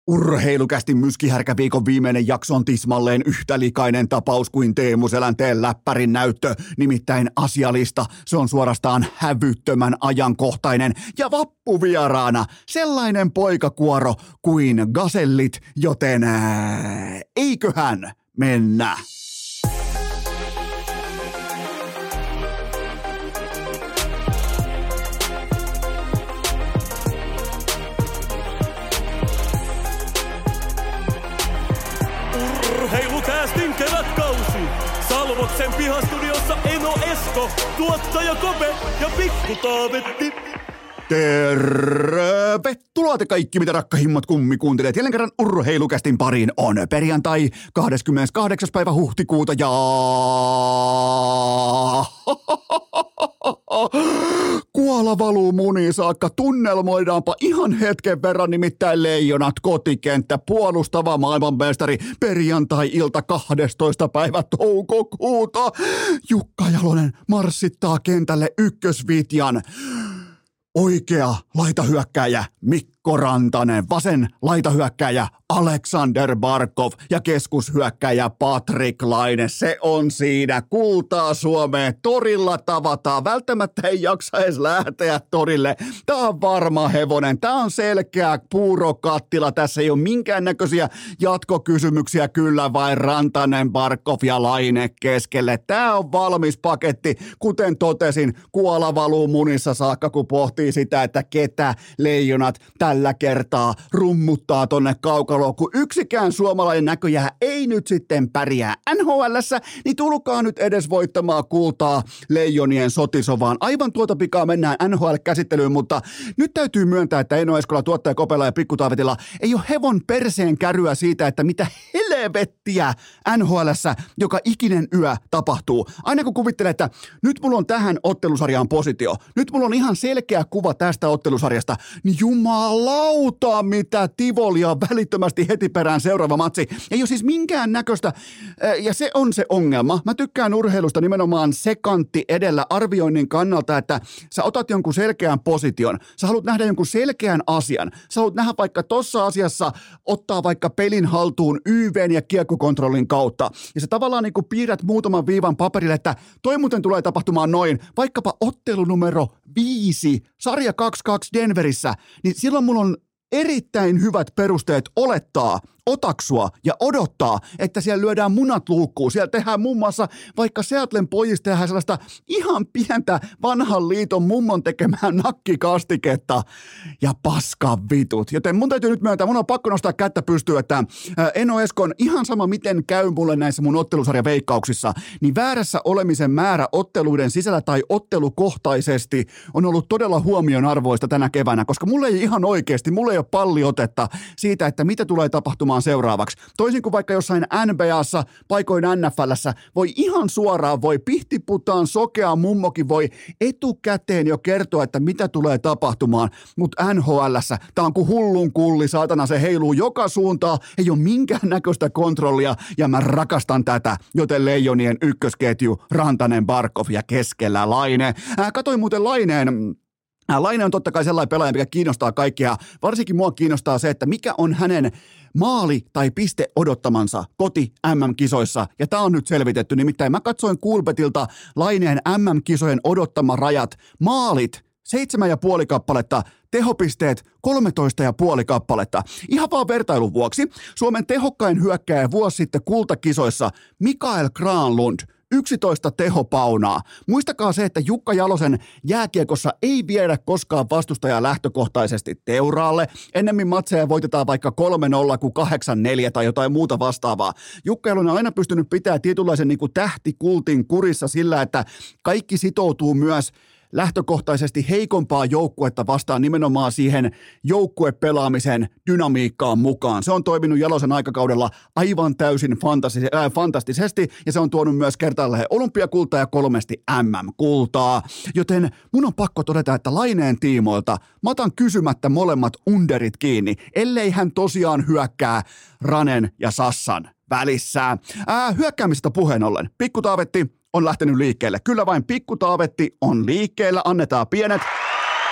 Urheilukästin myskihärkäviikon viimeinen jakso on tismalleen yhtä likainen tapaus kuin Teemu Selänteen läppärin näyttö, nimittäin asialista. Se on suorastaan hävyttömän ajankohtainen ja vappuvieraana sellainen poikakuoro kuin gasellit, joten eiköhän mennä. Urheilukäästin kevätkausi. Salvoksen pihastudiossa Eno Esko, tuottaja Kope ja Pikku Taavetti. Tervetuloa te kaikki, mitä rakkahimmat kummikuuntelijat. Jälleen kerran Urheilukästin pariin on perjantai 28. päivä huhtikuuta ja... Kuola valuu muniin saakka, tunnelmoidaanpa ihan hetken verran, nimittäin Leijonat kotikenttä, puolustava maailmanmestari, perjantai-ilta 12. päivä toukokuuta. Jukka Jalonen marssittaa kentälle ykkösvitjan. Oikea laitahyökkääjä Mikko Rantanen, vasen laitahyökkääjä Alexander Barkov ja keskushyökkääjä Patrik Laine. Se on siinä. Kultaa Suomeen. Torilla tavataan. Välttämättä ei jaksa edes lähteä torille. Tää on varma hevonen. Tää on selkeä puurokattila. Tässä ei ole minkäännäköisiä jatkokysymyksiä. Kyllä vain Rantanen, Barkov ja Laine keskelle. Tää on valmis paketti. Kuten totesin, kuola valuu munissa saakka, kun pohtii sitä, että ketä Leijonat tällä kertaa rummuttaa tonne kaukaloon, kun yksikään suomalainen näköjään ei nyt sitten pärjää NHL:ssä, niin tulkaa nyt edes voittamaan kultaa Leijonien sotisovaan. Aivan tuota pikaa mennään NHL-käsittelyyn, mutta nyt täytyy myöntää, että Eno Eskola, tuottaja Kopela ja Pikku Taavetilla ei ole hevon perseen käryä siitä, että mitä helvettiä NHL:ssä joka ikinen yö tapahtuu. Aina kun kuvittelee, että nyt mulla on tähän ottelusarjaan positio, nyt mulla on ihan selkeä kuva tästä ottelusarjasta, niin jumalauta mitä tivolia välittömästi heti perään seuraava matsi. Ei ole siis minkään näköistä, ja se on se ongelma. Mä tykkään urheilusta nimenomaan sekantti edellä arvioinnin kannalta, että sä otat jonkun selkeän position, sä haluat nähdä jonkun selkeän asian, sä haluat nähdä vaikka tossa asiassa ottaa vaikka pelin haltuun YVn ja kiekkokontrollin kautta, ja sä tavallaan niin kuin piirrät muutaman viivan paperille, että toi muuten tulee tapahtumaan noin, vaikkapa ottelu numero 5, sarja 2-2 Denverissä, niin silloin mulla on erittäin hyvät perusteet olettaa, otaksua ja odottaa, että siellä lyödään munat luukkuun. Siellä tehdään muun muassa vaikka Seattlen pojista tehdään sellaista ihan pientä vanhan liiton mummon tekemään nakkikastiketta ja paska vitut. Joten mun täytyy nyt myöntää, mun on pakko nostaa kättä pystyyn, että Eno Eskon ihan sama miten käy mulle näissä mun ottelusarjaveikkauksissa, niin väärässä olemisen määrä otteluiden sisällä tai ottelukohtaisesti on ollut todella huomionarvoista tänä keväänä, koska mulle ei ihan oikeasti, mulle ei ole palliotetta siitä, että mitä tulee tapahtumaan seuraavaksi. Toisin kuin vaikka jossain NBA:ssa, paikoin NFL:ssä, voi ihan suoraan, voi pihtiputaan sokea mummokin voi etukäteen jo kertoa, että mitä tulee tapahtumaan, mutta NHL:ssä tää on kuin hullun kulli, saatana se heiluu joka suuntaan, ei ole minkään näköistä kontrollia ja mä rakastan tätä, joten Leijonien ykkösketju Rantanen, Barkov ja keskellä Laine. Katoin muuten Laine on totta kai sellainen pelaaja, mikä kiinnostaa kaikkia. Varsinkin mua kiinnostaa se, että mikä on hänen maali- tai piste odottamansa koti MM-kisoissa. Ja tää on nyt selvitetty. Nimittäin mä katsoin Coolbetilta Laineen MM-kisojen odottama rajat. Maalit 7,5 kappaletta, tehopisteet 13,5 kappaletta. Ihan vaan vertailun vuoksi. Suomen tehokkain hyökkääjä vuosi sitten kultakisoissa Mikael Granlund. 11 tehopaunaa. Muistakaa se, että Jukka Jalosen jääkiekossa ei viedä koskaan vastustajaa lähtökohtaisesti teuraalle. Ennemmin matseja voitetaan vaikka 3-0 kuin 8-4 tai jotain muuta vastaavaa. Jukka Jalonen on aina pystynyt pitämään tietynlaisen niin kuin tähtikultin kurissa sillä, että kaikki sitoutuu myös lähtökohtaisesti heikompaa joukkuetta vastaan nimenomaan siihen joukkuepelaamisen dynamiikkaan mukaan. Se on toiminut Jalosen aikakaudella aivan täysin fantastisesti ja se on tuonut myös kertaalleen olympiakultaa ja 3 MM-kultaa. Joten mun on pakko todeta, että Laineen tiimoilta mä otan kysymättä molemmat underit kiinni, ellei hän tosiaan hyökkää Ranen ja Sassan välissä. Hyökkäämisestä puheen ollen. Pikku Taavetti on lähtenyt liikkeelle. Kyllä vain Pikku Taavetti on liikkeellä. Annetaan pienet.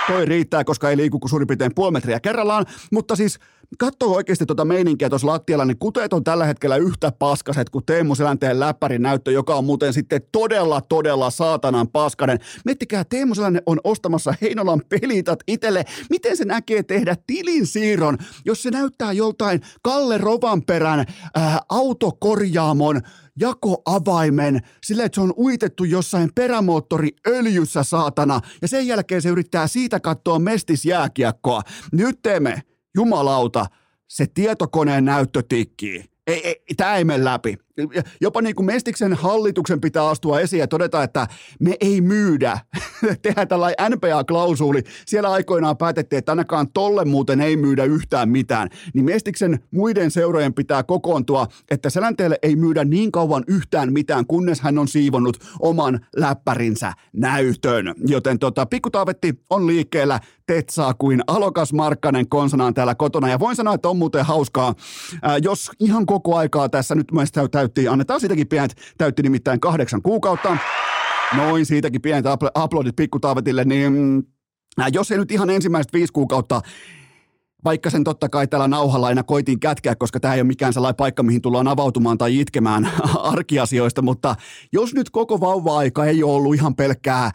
Toi riittää, koska ei liiku kuin suurin piirtein puoli metriä kerrallaan, mutta siis katsoo oikeasti tuota meininkiä tuossa lattialla, niin kuteet on tällä hetkellä yhtä paskaset kuin Teemu Selänteen läppärin näyttö, joka on muuten sitten todella saatanan paskanen. Miettikää, Teemu Selänne on ostamassa Heinolan Pelitat itselle. Miten se näkee tehdä tilinsiirron, jos se näyttää joltain Kalle Rovanperän autokorjaamon jakoavaimen sillä, että se on uitettu jossain perämoottoriöljyssä saatana ja sen jälkeen se yrittää siitä katsoa mestisjääkiekkoa. Nyt teemme, jumalauta, se tietokoneen näyttö tikkii. Tämä ei mene läpi. Jopa niin kuin Mestiksen hallituksen pitää astua esiin ja todeta, että me ei myydä. Tehdään tällainen NPA-klausuuli. Siellä aikoinaan päätettiin, että ainakaan tolle muuten ei myydä yhtään mitään. Niin Mestiksen muiden seurojen pitää kokoontua, että Selänteelle ei myydä niin kauan yhtään mitään, kunnes hän on siivonnut oman läppärinsä näytön. Joten Pikku Taavetti on liikkeellä tetsaa kuin Alokas Markkanen konsanaan täällä kotona. Ja voin sanoa, että on muuten hauskaa, jos ihan koko aikaa tässä nyt mielestäni annetaan siitäkin pienet, täytti nimittäin 8 kuukautta. Noin siitäkin pienet uploadit Pikku Taavetille, niin jos ei nyt ihan ensimmäiset 5 kuukautta, vaikka sen totta kai täällä nauhalla aina koitiin kätkeä, koska tämä ei ole mikään sellainen paikka, mihin tullaan avautumaan tai itkemään arkiasioista, mutta jos nyt koko vauva-aika ei ole ollut ihan pelkkää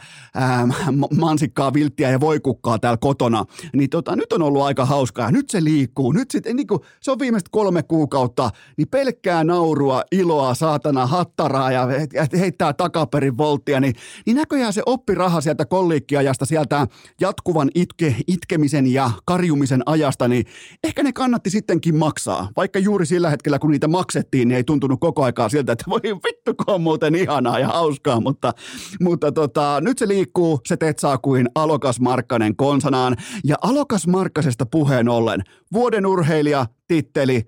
mansikkaa, vilttiä ja voikukkaa täällä kotona, niin nyt on ollut aika hauskaa. Nyt se liikkuu. Nyt sitten, niin se on viimeiset 3 kuukautta, niin pelkkää naurua, iloa, saatana, hattaraa ja heittää takaperin volttia, niin näköjään se oppiraha sieltä kolliikkiajasta, sieltä jatkuvan itkemisen ja karjumisen ajasta, niin ehkä ne kannatti sittenkin maksaa. Vaikka juuri sillä hetkellä, kun niitä maksettiin, niin ei tuntunut koko aikaa siltä, että voi vittu, kun on muuten ihanaa ja hauskaa, mutta nyt se liikkuu, se tetsaa kuin Alokas Markkanen konsanaan. Ja Alokas Markkasesta puheen ollen, vuoden urheilija, titteli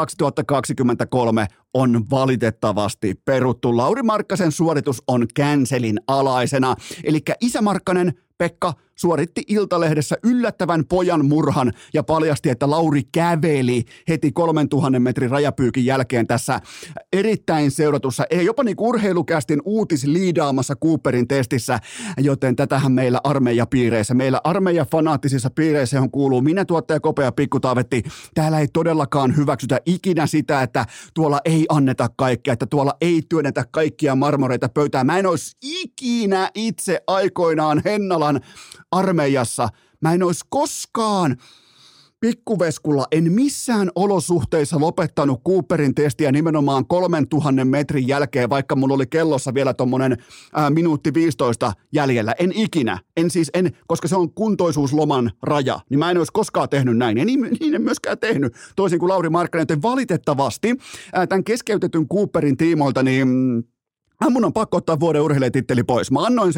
2023 on valitettavasti peruttu. Lauri Markkasen suoritus on cancelin alaisena. Eli Isä Markkanen, Pekka, suoritti Iltalehdessä yllättävän pojan murhan ja paljasti, että Lauri käveli heti 3000 metrin rajapyykin jälkeen tässä erittäin seuratussa, jopa niin urheilukästin uutisliidaamassa Cooperin testissä, joten tätähän meillä armeijapiireissä, meillä armeijafanaattisissa piireissä, johon kuuluu minä, tuottaja Kope ja Pikku Taavetti, täällä ei todellakaan hyväksytä ikinä sitä, että tuolla ei anneta kaikkea, että tuolla ei työnnetä kaikkia marmoreita pöytään. Mä en olisi ikinä itse aikoinaan Hennalan armeijassa. Mä en olisi koskaan pikkuveskulla, en missään olosuhteissa lopettanut Cooperin testiä nimenomaan 3000 metrin jälkeen, vaikka mulla oli kellossa vielä tommonen minuutti 15 jäljellä. En ikinä, koska se on kuntoisuusloman raja, niin mä en olisi koskaan tehnyt näin. Ja niin en myöskään tehnyt, toisin kuin Lauri Markkanen, joten valitettavasti tämän keskeytetyn Cooperin tiimoilta, niin mun on pakko ottaa vuoden urheilijatitteli pois. Mä annoin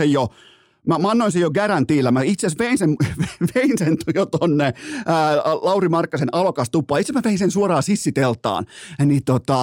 sen jo garantiillä. Mä itse asiassa vein sen jo tonne Lauri Markkasen Alokas-tuppaan. Itse mä vein sen suoraan sissiteltaan. Niin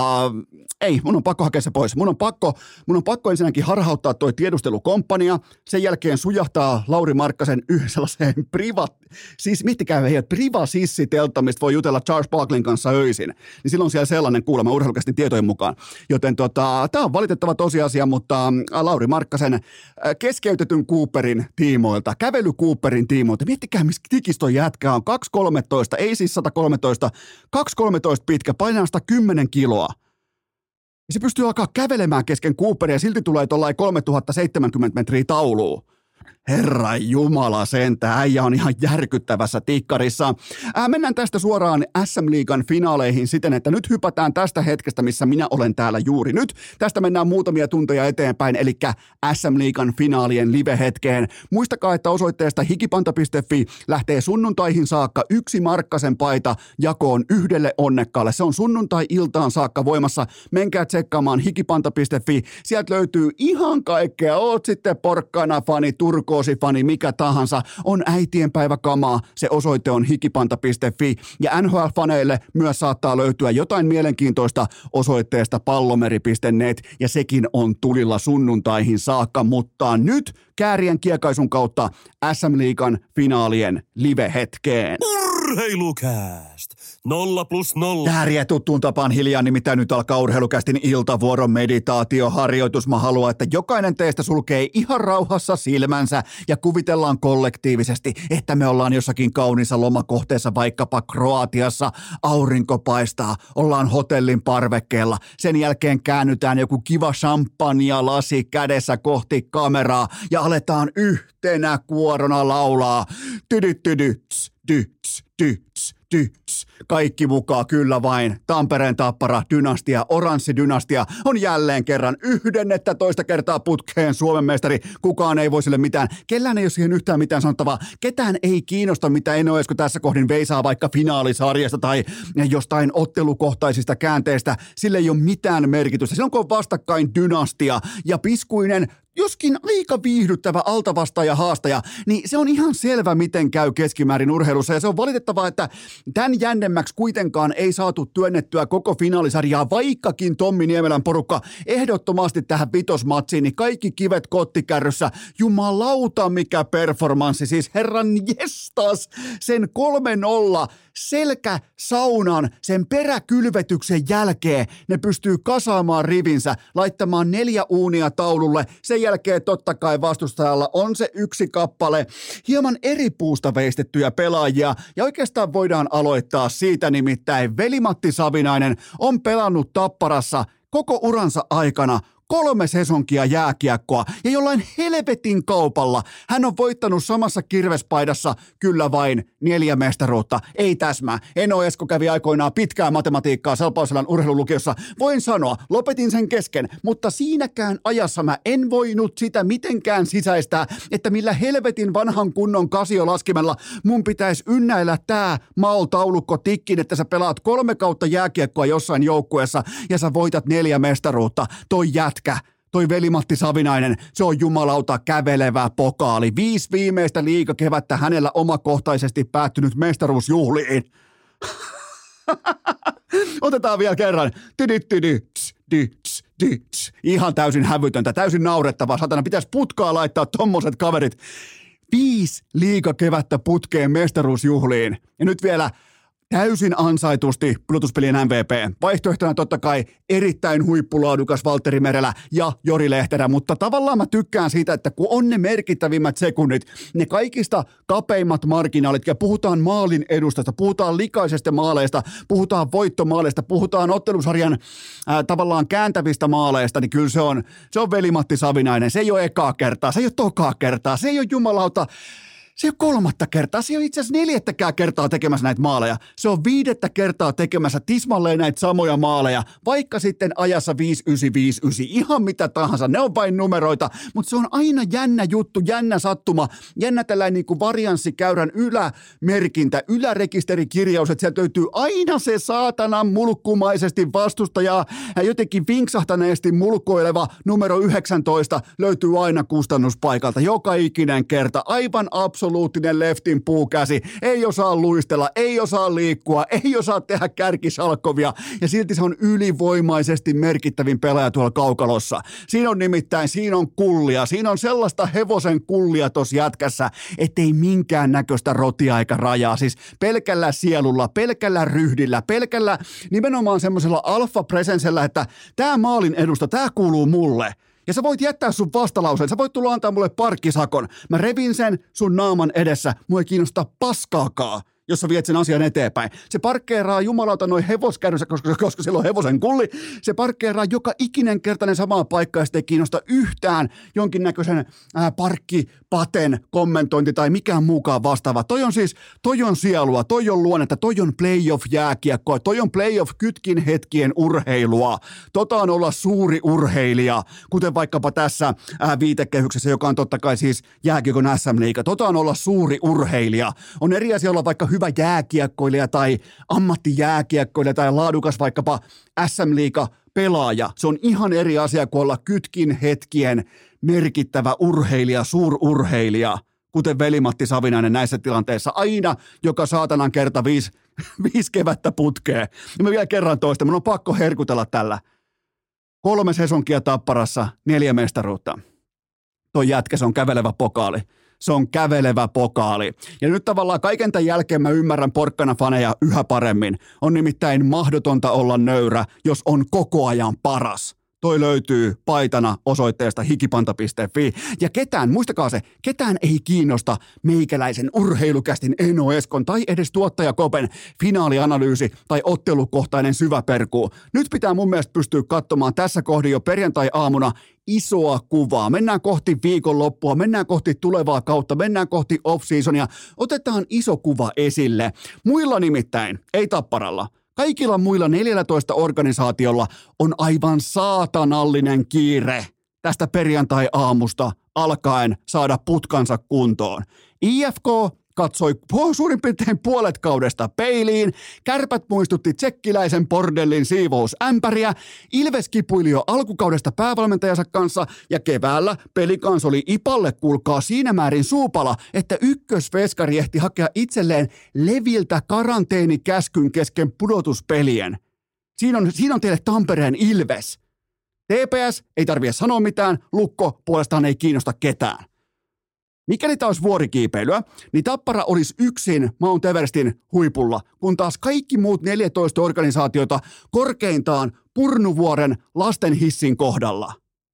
ei, mun on pakko hakea se pois. Mun on pakko ensinnäkin harhauttaa toi tiedustelukomppania. Sen jälkeen sujahtaa Lauri Markkasen sellaiseen siis miettikää priva-sissiteltta, mistä voi jutella Charles Barkleyn kanssa öisin. Niin silloin siellä sellainen kuulemma urheilukästin tietojen mukaan. Joten tää on valitettava tosiasia, mutta Lauri Markkasen keskeytetyn Cooperin tiimoilta, kävely Cooperin tiimoilta. Miettikää, missä tikiston jätkä on. 2.13, ei siis 113, 2.13 pitkä, painaa 110 kiloa. Ja se pystyy alkaa kävelemään kesken Cooperia ja silti tulee tuollain 3070 metriä tauluun. Herra Jumala sentään, äijä on ihan järkyttävässä tikkarissa. Mennään tästä suoraan SM-liigan finaaleihin siten, että nyt hypätään tästä hetkestä, missä minä olen täällä juuri nyt. Tästä mennään muutamia tunteja eteenpäin, eli SM-liigan finaalien live-hetkeen. Muistakaa, että osoitteesta hikipanta.fi lähtee sunnuntaihin saakka 1 Markkasen paita jakoon 1 onnekkaalle. Se on sunnuntai-iltaan saakka voimassa. Menkää tsekkaamaan hikipanta.fi. Sieltä löytyy ihan kaikkea. Oot sitten porkkana-fani, turkoosifani, mikä tahansa, on äitienpäiväkamaa, se osoite on hikipanta.fi ja NHL-faneille myös saattaa löytyä jotain mielenkiintoista osoitteesta pallomeri.net ja sekin on tulilla sunnuntaihin saakka, mutta nyt Käärien kiekaisun kautta SM-liigan finaalien live-hetkeen. Urheilukääst! 0+0. Kääriä tuttuun tapaan hiljaa, nimittäin nyt alkaa Urheilukästin iltavuoron meditaatioharjoitus. Mä haluan, että jokainen teistä sulkee ihan rauhassa silmänsä ja kuvitellaan kollektiivisesti, että me ollaan jossakin kauniissa lomakohteessa, vaikkapa Kroatiassa. Aurinko paistaa, ollaan hotellin parvekkeella. Sen jälkeen käännytään joku kiva champagne lasi kädessä kohti kameraa ja aletaan yhtenä kuorona laulaa. Tydytydyts, dyts, dyts, dyts. Kaikki mukaan, kyllä vain. Tampereen Tappara dynastia, oranssi dynastia on jälleen kerran 11 kertaa putkeen Suomen mestari. Kukaan ei voi sille mitään. Kellään ei ole siihen yhtään mitään sanottavaa. Ketään ei kiinnosta, mitä Eno Esko tässä kohdin veisaa vaikka finaalisarjasta tai jostain ottelukohtaisista käänteistä. Sille ei ole mitään merkitystä. Silloin kun on vastakkain dynastia ja piskuinen, joskin aika viihdyttävä altavastaaja haastaja, niin se on ihan selvä, miten käy keskimäärin urheilussa. Ja se on valitettavaa, että tämän jännemmäksi kuitenkaan ei saatu työnnettyä koko finaalisarjaa, vaikkakin Tommi Niemelän porukka ehdottomasti tähän vitosmatsiin, niin kaikki kivet kottikärryssä. Jumalauta, mikä performanssi, siis herran jestas, sen 3-0 selkäsaunan, sen peräkylvetyksen jälkeen ne pystyy kasaamaan rivinsä, laittamaan 4 uunia taululle. Sen jälkeen totta kai vastustajalla on se 1 kappale hieman eri puusta veistettyjä pelaajia. Ja oikeastaan voidaan aloittaa siitä, nimittäin Veli-Matti Savinainen on pelannut Tapparassa koko uransa aikana 3 sesonkia jääkiekkoa ja jollain helvetin kaupalla hän on voittanut samassa kirvespaidassa kyllä vain 4 mestaruutta. Ei täsmää. Eno Esko kävi aikoinaan pitkää matematiikkaa Salpausselän urheilulukiossa. Voin sanoa, lopetin sen kesken, mutta siinäkään ajassa mä en voinut sitä mitenkään sisäistää, että millä helvetin vanhan kunnon kasiolaskimella mun pitäisi ynnäillä tää MAL-taulukko tikkin, että sä pelaat 3 kautta jääkiekkoa jossain joukkueessa ja sä voitat 4 mestaruutta. Toi Veli-Matti Savinainen, se on jumalauta kävelevä pokaali. 5 viimeistä liigakevättä hänellä omakohtaisesti päättynyt mestaruusjuhliin. Otetaan vielä kerran. Ihan täysin hävytöntä, täysin naurettavaa. Satana, pitäisi putkaa laittaa tommoset kaverit. 5 liigakevättä putkeen mestaruusjuhliin. Ja nyt vielä täysin ansaitusti pudotuspelien MVP. Vaihtoehtona totta kai erittäin huippulaadukas Valtteri Merelä ja Jori Lehterä, mutta tavallaan mä tykkään siitä, että kun on ne merkittävimmät sekunnit, ne kaikista kapeimmat marginaalit, ja puhutaan maalin edustasta, puhutaan likaisesta maaleista, puhutaan voittomaaleista, puhutaan ottelusarjan tavallaan kääntävistä maaleista, niin kyllä se on Veli-Matti Savinainen. Se ei ole ekaa kertaa, se ei ole tokaa kertaa, se ei ole jumalauta. Se ei ole 3. kertaa, se ei ole itse asiassa 4. kertaa tekemässä näitä maaleja. Se on 5. kertaa tekemässä tismalleen näitä samoja maaleja, vaikka sitten ajassa 5-9, ihan mitä tahansa. Ne on vain numeroita, mutta se on aina jännä juttu, jännä sattuma, jännä tällainen niin kuin varianssikäyrän ylämerkintä, ylärekisterikirjaus, että sieltä löytyy aina se saatanan mulkkumaisesti vastustajaa ja jotenkin vinksahtaneesti mulkoileva numero 19 löytyy aina kustannuspaikalta. Joka ikinen kerta, aivan absoluuttinen leftin puukäsi, ei osaa luistella, ei osaa liikkua, ei osaa tehdä kärkisalkkovia ja silti se on ylivoimaisesti merkittävin pelaaja tuolla kaukalossa. Siinä on kullia, siinä on sellaista hevosen kullia tuossa jätkässä, ettei minkään näköistä rotia eikä rajaa. Siis pelkällä sielulla, pelkällä ryhdillä, pelkällä nimenomaan semmoisella alfa-presensellä, että tää maalin edusta, tää kuuluu mulle. Ja sä voit jättää sun vastalauseen, sä voit tulla antaa mulle parkkisakon. Mä revin sen sun naaman edessä, mua ei kiinnosta paskaakaan, jos sä viet sen asian eteenpäin. Se parkkeeraa jumalauta noin hevoskärryssä, koska sillä on hevosen kulli. Se parkkeeraa joka ikinen kertainen samaa paikkaa ja sitä ei kiinnosta yhtään jonkinnäköisen parkkipaten kommentointi tai mikään muukaan vastaava. Toi on sielua, toi on luonnetta, toi on playoff-jääkiekkoa, toi on playoff-kytkin hetkien urheilua. On olla suuri urheilija, kuten vaikkapa tässä viitekehyksessä, joka on totta kai siis jääkiekon SM-liiga. On olla suuri urheilija. On eri asia olla vaikka hyvä jääkiekkoilija tai ammattijääkiekkoilija tai laadukas vaikkapa SM-liiga pelaaja. Se on ihan eri asia kuin olla kytkin hetkien merkittävä urheilija, suururheilija, kuten Veli-Matti Savinainen näissä tilanteissa. Aina joka saatanan kerta 5 kevättä putkeen. Ja mä vielä kerran toista, mun on pakko herkutella tällä. 3 sesonkia Tapparassa, 4 mestaruutta. Toi jätkä, se on kävelevä pokaali. se on kävelevä pokaali. Ja nyt tavallaan kaiken tämän jälkeen mä ymmärrän porkkana-faneja yhä paremmin. On nimittäin mahdotonta olla nöyrä, jos on koko ajan paras. Toi löytyy paitana osoitteesta hikipanta.fi. Ja muistakaa se, ketään ei kiinnosta meikäläisen urheilukästin Eno Eskon tai edes tuottaja Kopen finaalianalyysi tai ottelukohtainen syväperkuu. Nyt pitää mun mielestä pystyä katsomaan tässä kohdin jo perjantai-aamuna isoa kuvaa. Mennään kohti viikonloppua, mennään kohti tulevaa kautta, mennään kohti off-seasonia. Otetaan iso kuva esille. Muilla nimittäin, ei Tapparalla. Kaikilla muilla 14 organisaatiolla on aivan saatanallinen kiire tästä perjantai-aamusta alkaen saada putkansa kuntoon. IFK katsoi suurin piirtein puolet kaudesta peiliin, Kärpät muistutti tsekkiläisen bordellin siivousämpäriä, Ilves kipuili jo alkukaudesta päävalmentajansa kanssa ja keväällä Pelikans oli Ipalle kuulkaa siinä määrin suupala, että ykkösveskari ehti hakea itselleen Leviltä karanteenikäskyn kesken pudotuspelien. Siinä on teille Tampereen Ilves. TPS ei tarvitse sanoa mitään, Lukko puolestaan ei kiinnosta ketään. Mikäli tämä olisi vuorikiipeilyä, niin Tappara olisi yksin Mount Everestin huipulla, kun taas kaikki muut 14 organisaatiota korkeintaan Purnuvuoren lastenhissin kohdalla.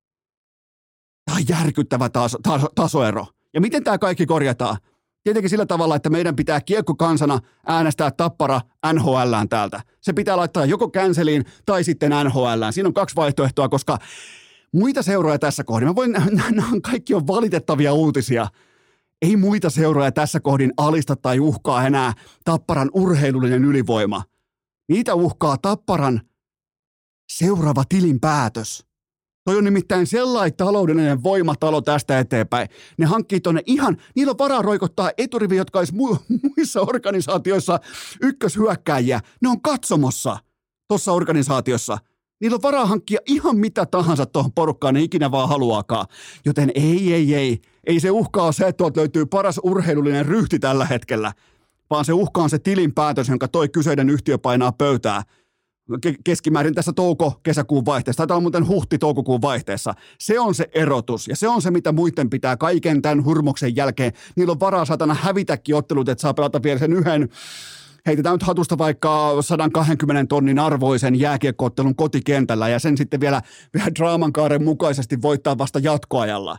Tämä on järkyttävä tasoero. Ja miten tämä kaikki korjataan? Tietenkin sillä tavalla, että meidän pitää kiekkokansana äänestää Tappara NHL:ään täältä. Se pitää laittaa joko canceliin tai sitten NHL:ään. Siinä on 2 vaihtoehtoa, koska muita seuroja tässä kohdin. Nämä kaikki on valitettavia uutisia. Ei muita seuroja tässä kohdin alista tai uhkaa enää Tapparan urheilullinen ylivoima. Niitä uhkaa Tapparan seuraava tilinpäätös. Toi on nimittäin sellainen taloudellinen voimatalo tästä eteenpäin. Ne hankkii tonne niillä on varaa roikottaa eturivi, jotka olisi muissa organisaatioissa ykköshyökkääjiä. Ne on katsomossa tuossa organisaatiossa. Niillä on varaa hankkia ihan mitä tahansa tuohon porukkaan, ne ikinä vaan haluaakaan. Joten ei se uhkaa ole se, että tuolta löytyy paras urheilullinen ryhti tällä hetkellä, vaan se uhka on se tilinpäätös, jonka toi kyseinen yhtiö painaa pöytää. Keskimäärin tässä touko-kesäkuun vaihteessa, tai on muuten huhti-toukokuun vaihteessa. Se on se erotus, ja se on se, mitä muiden pitää kaiken tämän hurmoksen jälkeen. Niillä on varaa saatana hävitäkin ottelut, että saa pelata vielä sen yhden. Heitetään nyt hatusta vaikka 120 tonnin arvoisen jääkiekko-ottelun kotikentällä ja sen sitten vielä draamankaaren mukaisesti voittaa vasta jatkoajalla.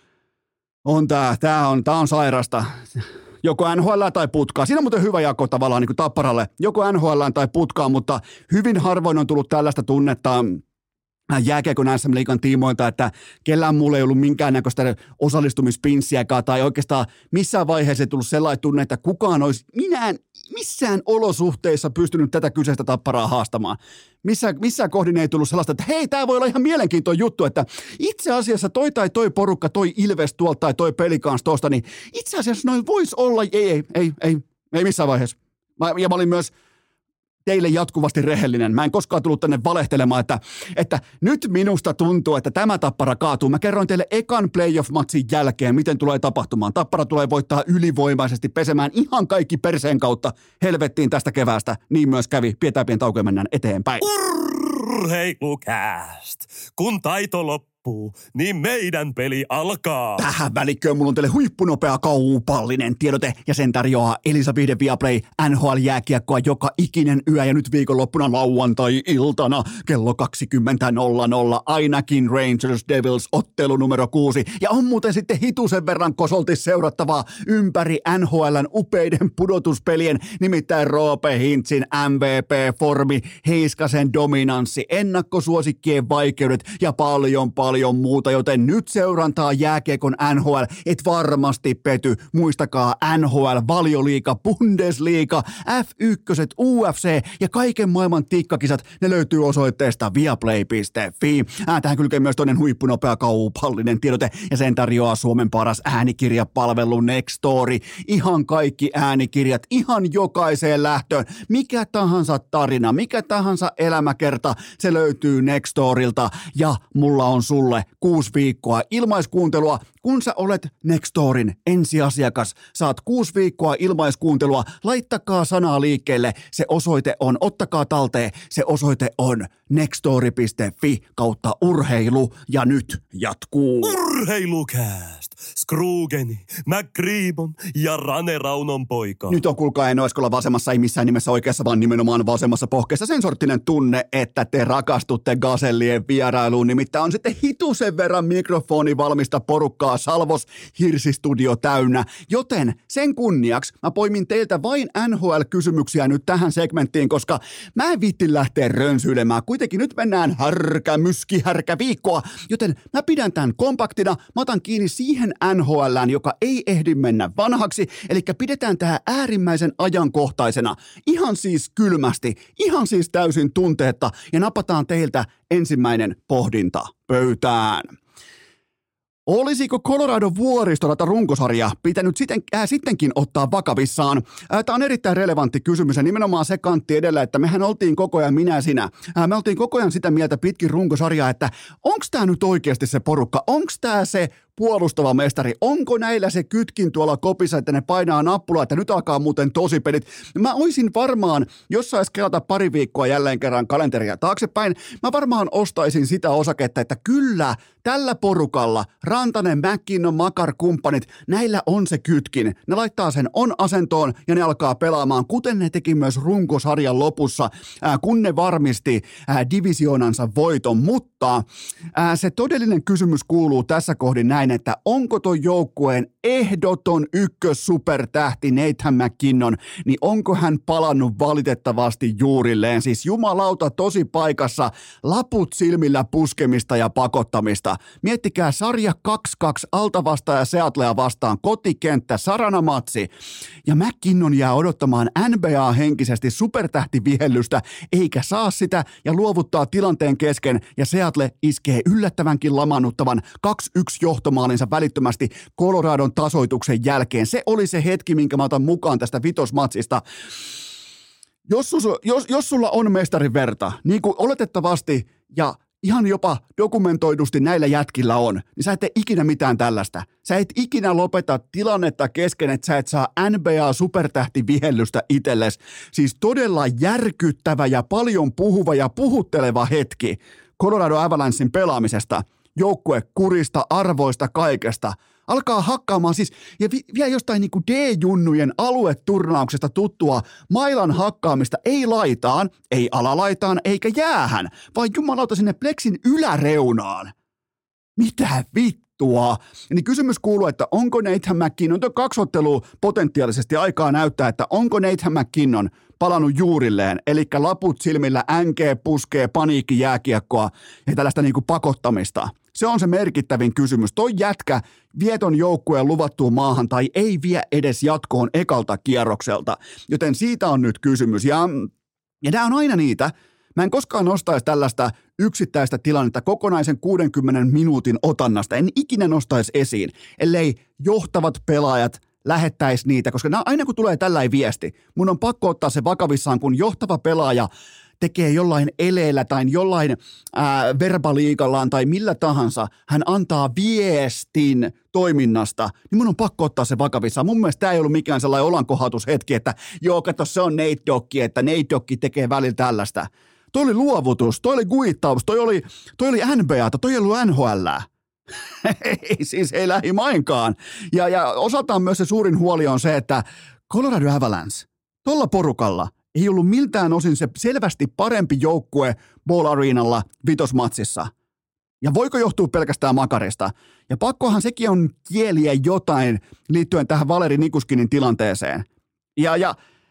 Tää on sairasta. Joko NHL tai putkaa. Siinä on muuten hyvä jako tavallaan niin kuin Tapparalle. Joko NHL tai putkaa, mutta hyvin harvoin on tullut tällaista tunnetta jääkiekon SM-liigan tiimoilta, että kellään mulla ei ollut minkäännäköistä osallistumispinssiäkään tai oikeastaan missään vaiheessa ei tullut sellainen tunne, että kukaan olisi missään olosuhteissa pystynyt tätä kyseistä Tapparaa haastamaan. Missään kohdin ei tullut sellaista, että hei, tämä voi olla ihan mielenkiintoinen juttu, että itse asiassa toi tai toi porukka, toi Ilves tuolta tai toi Pelikans tuosta, niin itse asiassa noin voisi olla, ei missään vaiheessa. Mä olin myös teille jatkuvasti rehellinen. Mä en koskaan tullut tänne valehtelemaan, että nyt minusta tuntuu, että tämä Tappara kaatuu. Mä kerroin teille ekan playoff-matsin jälkeen, miten tulee tapahtumaan. Tappara tulee voittaa ylivoimaisesti pesemään ihan kaikki perseen kautta helvettiin tästä keväästä. Niin myös kävi. Pidetään pieni tauko ja mennään eteenpäin. Urheilukääst! Kun taito loppuu, niin meidän peli alkaa. Tähän välikköön mulla on teille huippunopea kaupallinen tiedote ja sen tarjoaa Elisa Vihde Viaplay NHL-jääkiekkoa joka ikinen yö ja nyt viikonloppuna lauantai-iltana kello 20.00 ainakin Rangers Devils ottelu numero 6 ja on muuten sitten hitusen verran kosolti seurattavaa ympäri NHL:n upeiden pudotuspelien, nimittäin Roope Hintzin MVP-formi, Heiskasen dominanssi, ennakkosuosikkien vaikeudet ja paljon muuta, joten nyt seurantaa jääkiekon NHL, et varmasti pety. Muistakaa NHL, Valioliiga, Bundesliga, F1, UFC ja kaiken maailman tikkakisat, ne löytyy osoitteesta viaplay.fi. Tähän kylkee myös toinen huippunopea kaupallinen tiedote ja sen tarjoaa Suomen paras äänikirjapalvelu Nextory. Ihan kaikki äänikirjat, ihan jokaiseen lähtöön. Mikä tahansa tarina, mikä tahansa elämäkerta, se löytyy Nextorilta ja mulla on sulle 6 viikkoa ilmaiskuuntelua. Kun sä olet Nextorin ensiasiakas, saat 6 viikkoa ilmaiskuuntelua. Laittakaa sanaa liikkeelle. Se osoite on, ottakaa talteen, se osoite on nextory.fi/urheilu ja nyt jatkuu. Urheilukääst! Scroogeni, McGreemon ja Rane Raunon poika. Nyt on kuulkaa en Eskola vasemmassa, ei missään nimessä oikeassa, vaan nimenomaan vasemmassa pohkeessa sen sorttinen tunne, että te rakastutte Gasellien vierailuun. Nimittäin on sitten hitusen verran mikrofoni valmista porukkaa Salvos Hirsistudio täynnä. Joten sen kunniaksi mä poimin teiltä vain NHL-kysymyksiä nyt tähän segmenttiin, koska mä en viitti lähteä rönsyilemään. Kuitenkin nyt mennään härkä viikkoa, joten mä pidän tämän kompaktina. Mä otan kiinni siihen NHL:ään, joka ei ehdi mennä vanhaksi, eli pidetään tää äärimmäisen ajankohtaisena. Ihan siis kylmästi, ihan siis täysin tunteetta ja napataan teiltä ensimmäinen pohdinta pöytään. Olisiko Colorado vuoristorata runkosarja pitänyt sittenkin ottaa vakavissaan? Tämä on erittäin relevantti kysymys ja nimenomaan se kantti edellä, että mehän oltiin koko ajan minä ja sinä. Me oltiin koko ajan sitä mieltä pitkin runkosarjaa, että onko tämä nyt oikeasti se porukka? Onko tämä se puolustava mestari? Onko näillä se kytkin tuolla kopissa, että ne painaa nappulaa, että nyt alkaa muuten tosipelit? Mä oisin varmaan, jos sais kelata pari viikkoa jälleen kerran kalenteria taaksepäin, mä varmaan ostaisin sitä osaketta, että kyllä, tällä porukalla, Rantanen, McKinnon, Makar, kumppanit, näillä on se kytkin. Ne laittaa sen on-asentoon ja ne alkaa pelaamaan, kuten ne teki myös runkosarjan lopussa, kun ne varmisti divisioonansa voiton. Mutta se todellinen kysymys kuuluu tässä kohdin näin, että onko ton joukkueen ehdoton ykkössupertähti Nathan McKinnon, niin onko hän palannut valitettavasti juurilleen? Siis jumalauta tosi paikassa, laput silmillä puskemista ja pakottamista. Miettikää sarja 2-2 altavastaaja Seattlea vastaan, kotikenttä, saranamatsi. Ja McKinnon jää odottamaan NBA-henkisesti supertähtivihellystä, eikä saa sitä ja luovuttaa tilanteen kesken. Ja Seattle iskee yllättävänkin lamaannuttavan 2-1 johtomaalinsa välittömästi Coloradon tasoituksen jälkeen. Se oli se hetki, minkä mä otan mukaan tästä vitosmatsista. Jos sulla on mestarin verta, niin kuin oletettavasti ja ihan jopa dokumentoidusti näillä jätkillä on, niin sä et tee ikinä mitään tällaista. Sä et ikinä lopeta tilannetta kesken, että sä et saa NBA-supertähtivihellystä itsellesi. Siis todella järkyttävä ja paljon puhuva ja puhutteleva hetki Colorado Avalanchein pelaamisesta, joukkuekurista, arvoista, kaikesta. Alkaa hakkaamaan siis, ja vielä jostain niin kuin D-junnujen alueturnauksesta tuttua mailan hakkaamista ei laitaan, ei alalaitaan, eikä jäähän, vaan jumalauta sinne pleksin yläreunaan. Mitä vittua? Niin kysymys kuuluu, että onko Nathan McKinnon, on 2 ottelua potentiaalisesti aikaa näyttää, että onko Nathan McKinnon palannut juurilleen, eli laput silmillä, puskee, paniikki jääkiekkoa ja tällaista niin kuin pakottamista. Se on se merkittävin kysymys. Toi jätkä vieton joukkueen luvattuun maahan tai ei vie edes jatkoon ekalta kierrokselta, joten siitä on nyt kysymys. Ja nämä on aina niitä. Mä en koskaan nostaisi tällaista yksittäistä tilannetta kokonaisen 60 minuutin otannasta. En ikinä nostaisi esiin, ellei johtavat pelaajat lähettäisi niitä, koska aina kun tulee tällainen viesti, mun on pakko ottaa se vakavissaan, kun johtava pelaaja tekee jollain eleellä tai jollain verbaliikallaan tai millä tahansa, hän antaa viestin toiminnasta, niin mun on pakko ottaa se vakavissaan. Mun mielestä tämä ei ollut mikään sellainen olankohautushetki, että joo, kato, se on Nate Dogg, että Nate Dogg tekee välillä tällaista. Toi oli luovutus, toi oli kuittaus, toi oli NBAta, toi ei ollut NHLää. Ei siis, ei lähimainkaan. Ja osaltaan myös se suurin huoli on se, että Colorado Avalanche, tuolla porukalla, ei ollut miltään osin se selvästi parempi joukkue Ball Arenalla vitosmatsissa. Ja voiko johtua pelkästään Makarista? Ja pakkohan sekin on kieliä jotain liittyen tähän Valeri Nikuskinin tilanteeseen. Ja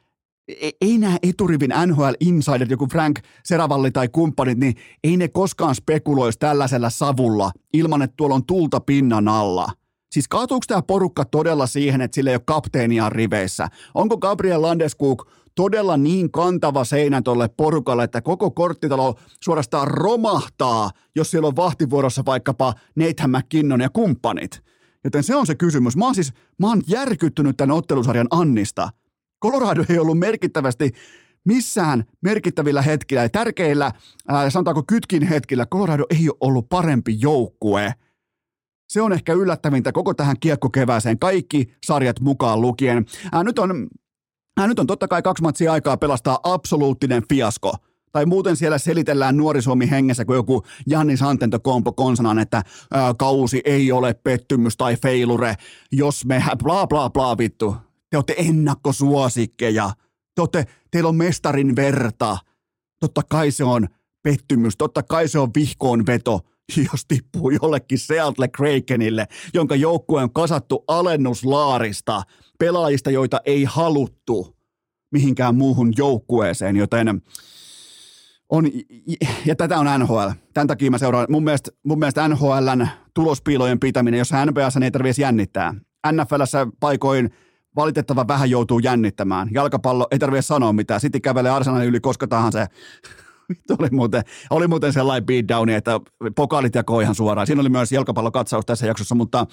ei nämä eturivin NHL-insiderit, joku Frank Seravalli tai kumppanit, niin ei ne koskaan spekuloisi tällaisella savulla ilman, että tuolla on tulta pinnan alla. Siis kaatuuko tämä porukka todella siihen, että sillä ei ole kapteenia riveissä? Onko Gabriel Landeskog todella niin kantava seinä tuolle porukalle, että koko korttitalo suorastaan romahtaa, jos siellä on vahtivuorossa vaikkapa Nathan McKinnon ja kumppanit? Joten se on se kysymys. Mä oon järkyttynyt tämän ottelusarjan Annista. Colorado ei ollut merkittävästi missään merkittävillä hetkillä ja tärkeillä, sanotaanko kytkin hetkillä, Colorado ei ole ollut parempi joukkue. Se on ehkä yllättävintä koko tähän kiekkokevääseen, kaikki sarjat mukaan lukien. Nyt on totta kai 2 matsia aikaa pelastaa absoluuttinen fiasko. Tai muuten siellä selitellään Nuori Suomi hengessä, kun joku Jannis Antento-kompo konsanaan, että kausi ei ole pettymys tai feilure, jos me bla bla bla vittu. Te olette ennakkosuosikkeja. Teillä on mestarin verta. Totta kai se on pettymys. Totta kai se on vihkoon veto, jos tippuu jollekin Seattle Krakenille, jonka joukkue on kasattu alennuslaarista pelaajista, joita ei haluttu mihinkään muuhun joukkueeseen, joten ja tätä on NHL. Tämän takia mä seuraan, mun mielestä NHL:n tulospiilojen pitäminen, jos NBA:ssa ei tarvitse jännittää. NFL:ssä paikoin valitettavan vähän joutuu jännittämään. Jalkapallo ei tarvitse sanoa mitään. Sitten kävelee Arsenalin yli koska tahansa. Oli muuten sellainen beatdowni, että pokaalit jakoi ihan suoraan. Siinä oli myös jalkapallokatsaus tässä jaksossa, mutta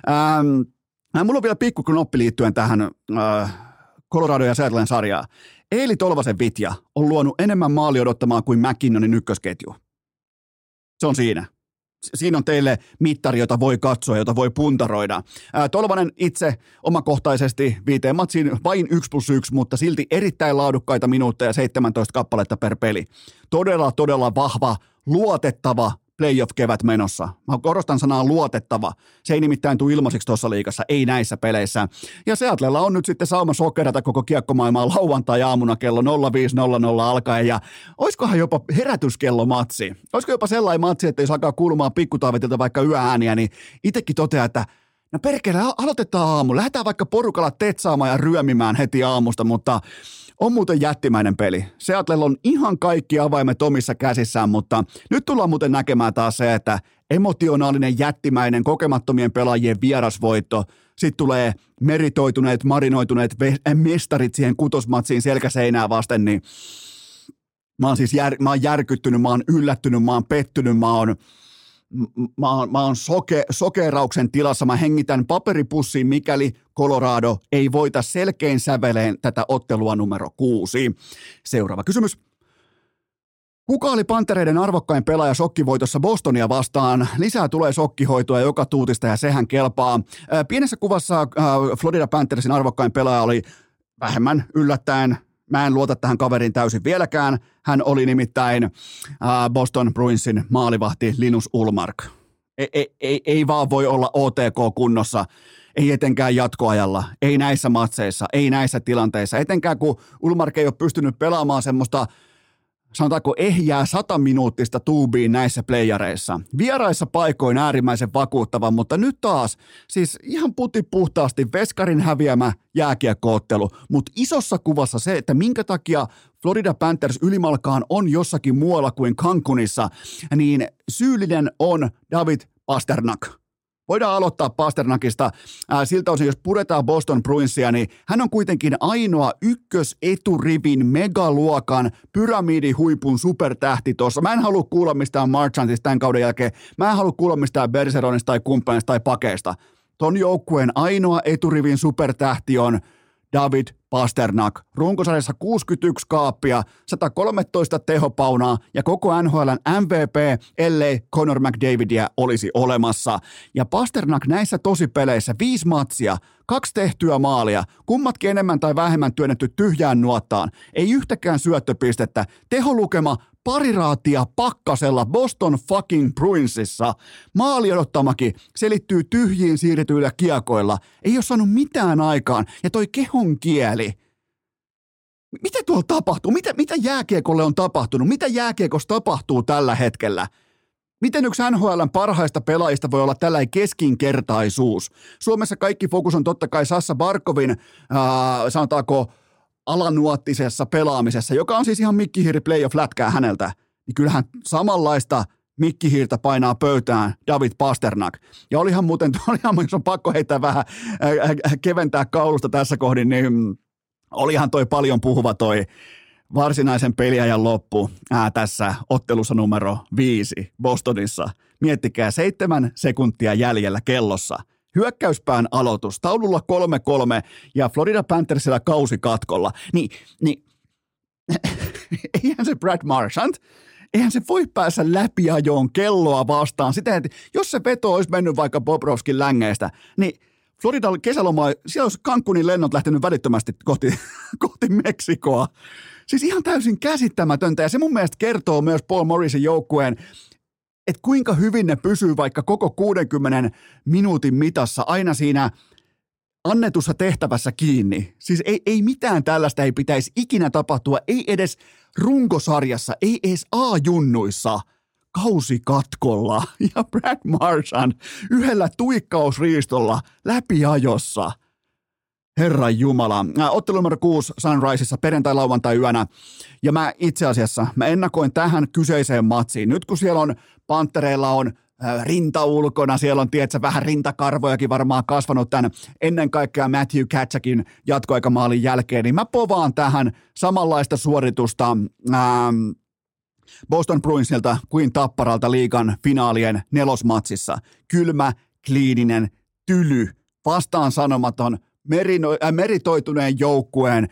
mulla on vielä pikku knoppi liittyen tähän Colorado ja Seattlen sarjaan. Eeli Tolvasen Vitja on luonut enemmän maali odottamaa kuin McKinnonin ykkösketju. Se on siinä. Siinä on teille mittari, jota voi katsoa, jota voi puntaroida. Tolvanen itse omakohtaisesti 5 matsiin vain 1+1, mutta silti erittäin laadukkaita minuutteja, 17 kappaletta per peli. Todella vahva, luotettava playoff-kevät menossa. Mä korostan sanaa luotettava. Se ei nimittäin tule ilmaiseksi tuossa liigassa, ei näissä peleissä. Ja Seattlella on nyt sitten sauma sokerata koko kiekkomaailmaa lauantai-aamuna kello 05.00 alkaen. Ja olisikohan jopa herätyskellomatsi? Olisiko jopa sellainen matsi, että jos alkaa kuulumaan pikkutaavetilta vaikka yöääniä, niin itsekin toteaa, että no perkele, aloitetaan aamu. Lähdetään vaikka porukalla tetsaamaan ja ryömimään heti aamusta, mutta on muuten jättimäinen peli. Seattlella on ihan kaikki avaimet omissa käsissään, mutta nyt tullaan muuten näkemään taas se, että emotionaalinen, jättimäinen, kokemattomien pelaajien vierasvoitto. Sitten tulee meritoituneet, marinoituneet mestarit siihen kutosmatsiin selkäseinää vasten, niin mä oon järkyttynyt, mä oon yllättynyt, mä oon pettynyt, mä oon sokerauksen tilassa, mä hengitän paperipussiin, mikäli Colorado ei voita selkein säveleen tätä ottelua numero 6. Seuraava kysymys. Kuka oli Pantereiden arvokkain pelaaja sokkivoitossa Bostonia vastaan? Lisää tulee sokkihoitoa joka tuutista ja sehän kelpaa. Pienessä kuvassa Florida Panthersin arvokkain pelaaja oli vähemmän yllättäen. Mä en luota tähän kaveriin täysin vieläkään. Hän oli Boston Bruinsin maalivahti Linus Ullmark. Ei vaan voi olla OTK kunnossa, ei etenkään jatkoajalla, ei näissä matseissa, ei näissä tilanteissa. Etenkään kun Ullmark ei ole pystynyt pelaamaan semmoista, sanotaanko ehjää 100-minuuttista tuubiin näissä playareissa. Vieraissa paikoin äärimmäisen vakuuttava, mutta nyt taas siis ihan puhtaasti veskarin häviämä jääkiekkoottelu, mutta isossa kuvassa se, että minkä takia Florida Panthers ylimalkaan on jossakin muualla kuin Cancunissa, niin syyllinen on David Pastrnak. Voidaan aloittaa Pasternakista. Siltä osin, jos puretaan Boston Bruinsia, niin hän on kuitenkin ainoa ykköseturivin megaluokan pyramidihuipun supertähti tuossa. Mä en halua kuulla mistään Marchantista tämän kauden jälkeen. Mä en halua kuulla mistään Bergeronista tai kumppanista tai pakeista. Ton joukkueen ainoa eturivin supertähti on David Pastrnak. Runkosarjassa 61 kaappia, 113 tehopaunaa ja koko NHL:n MVP, ellei Connor McDavidia olisi olemassa. Ja Pastrnak näissä tosipeleissä 5 matsia, 2 tehtyä maalia, kummatkin enemmän tai vähemmän työnnetty tyhjään nuottaan. Ei yhtäkään syöttöpistettä, teholukema pari raatia pakkasella Boston fucking Bruinsissa. Maali odottamakin selittyy tyhjiin siirretyillä kiekoilla. Ei ole saanut mitään aikaan. Ja toi kehon kieli. Mitä tuolla tapahtuu? Mitä jääkiekolle on tapahtunut? Mitä jääkiekossa tapahtuu tällä hetkellä? Miten yksi NHL:n parhaista pelaajista voi olla tällainen keskinkertaisuus? Suomessa kaikki fokus on totta kai Sassa Barkovin, sanotaanko, alanuottisessa pelaamisessa, joka on siis ihan mikkihiiri playoff-lätkää häneltä, niin kyllähän samanlaista mikkihiirtä painaa pöytään David Pastrnak. Ja olihan muuten, jos on pakko heittää vähän, keventää kaulusta tässä kohdin, niin olihan toi paljon puhuva toi varsinaisen peliajan loppu tässä ottelussa numero 5 Bostonissa. Miettikää 7 sekuntia jäljellä kellossa. Hyökkäyspään aloitus, taululla 3-3 ja Florida Panthersilla kausi katkolla. Niin eihän se Brad Marchand, eihän se voi päässä läpiajoon kelloa vastaan. Sitä, että jos se veto olisi mennyt vaikka Bobrovskin längeistä, niin Floridan kesälomaa, siellä olisi Cancunin lennot lähtenyt välittömästi kohti Meksikoa. Siis ihan täysin käsittämätöntä, ja se mun mielestä kertoo myös Paul Morrisin joukkueen, että kuinka hyvin ne pysyy vaikka koko 60 minuutin mitassa aina siinä annetussa tehtävässä kiinni. Siis ei mitään tällaista ei pitäisi ikinä tapahtua, ei edes runkosarjassa, ei edes A-junnuissa. Kausikatkolla ja Brad Marchand yhdellä tuikkausriistolla läpiajossa. Herran Jumala. Ottelu numero 6 Sunriseissa perjantai-lauantai-yönä. Ja mä itse asiassa, mä ennakoin tähän kyseiseen matsiin. Nyt kun siellä on Pantereilla on rinta ulkona, siellä on tietsä, vähän rintakarvojakin varmaan kasvanut tämän ennen kaikkea Matthew Katsakin jatkoaikamaalin jälkeen, niin mä povaan tähän samanlaista suoritusta Boston Bruinsilta kuin Tapparalta liigan finaalien nelosmatsissa. Kylmä, kliininen, tyly, vastaan sanomaton, meritoituneen joukkueen,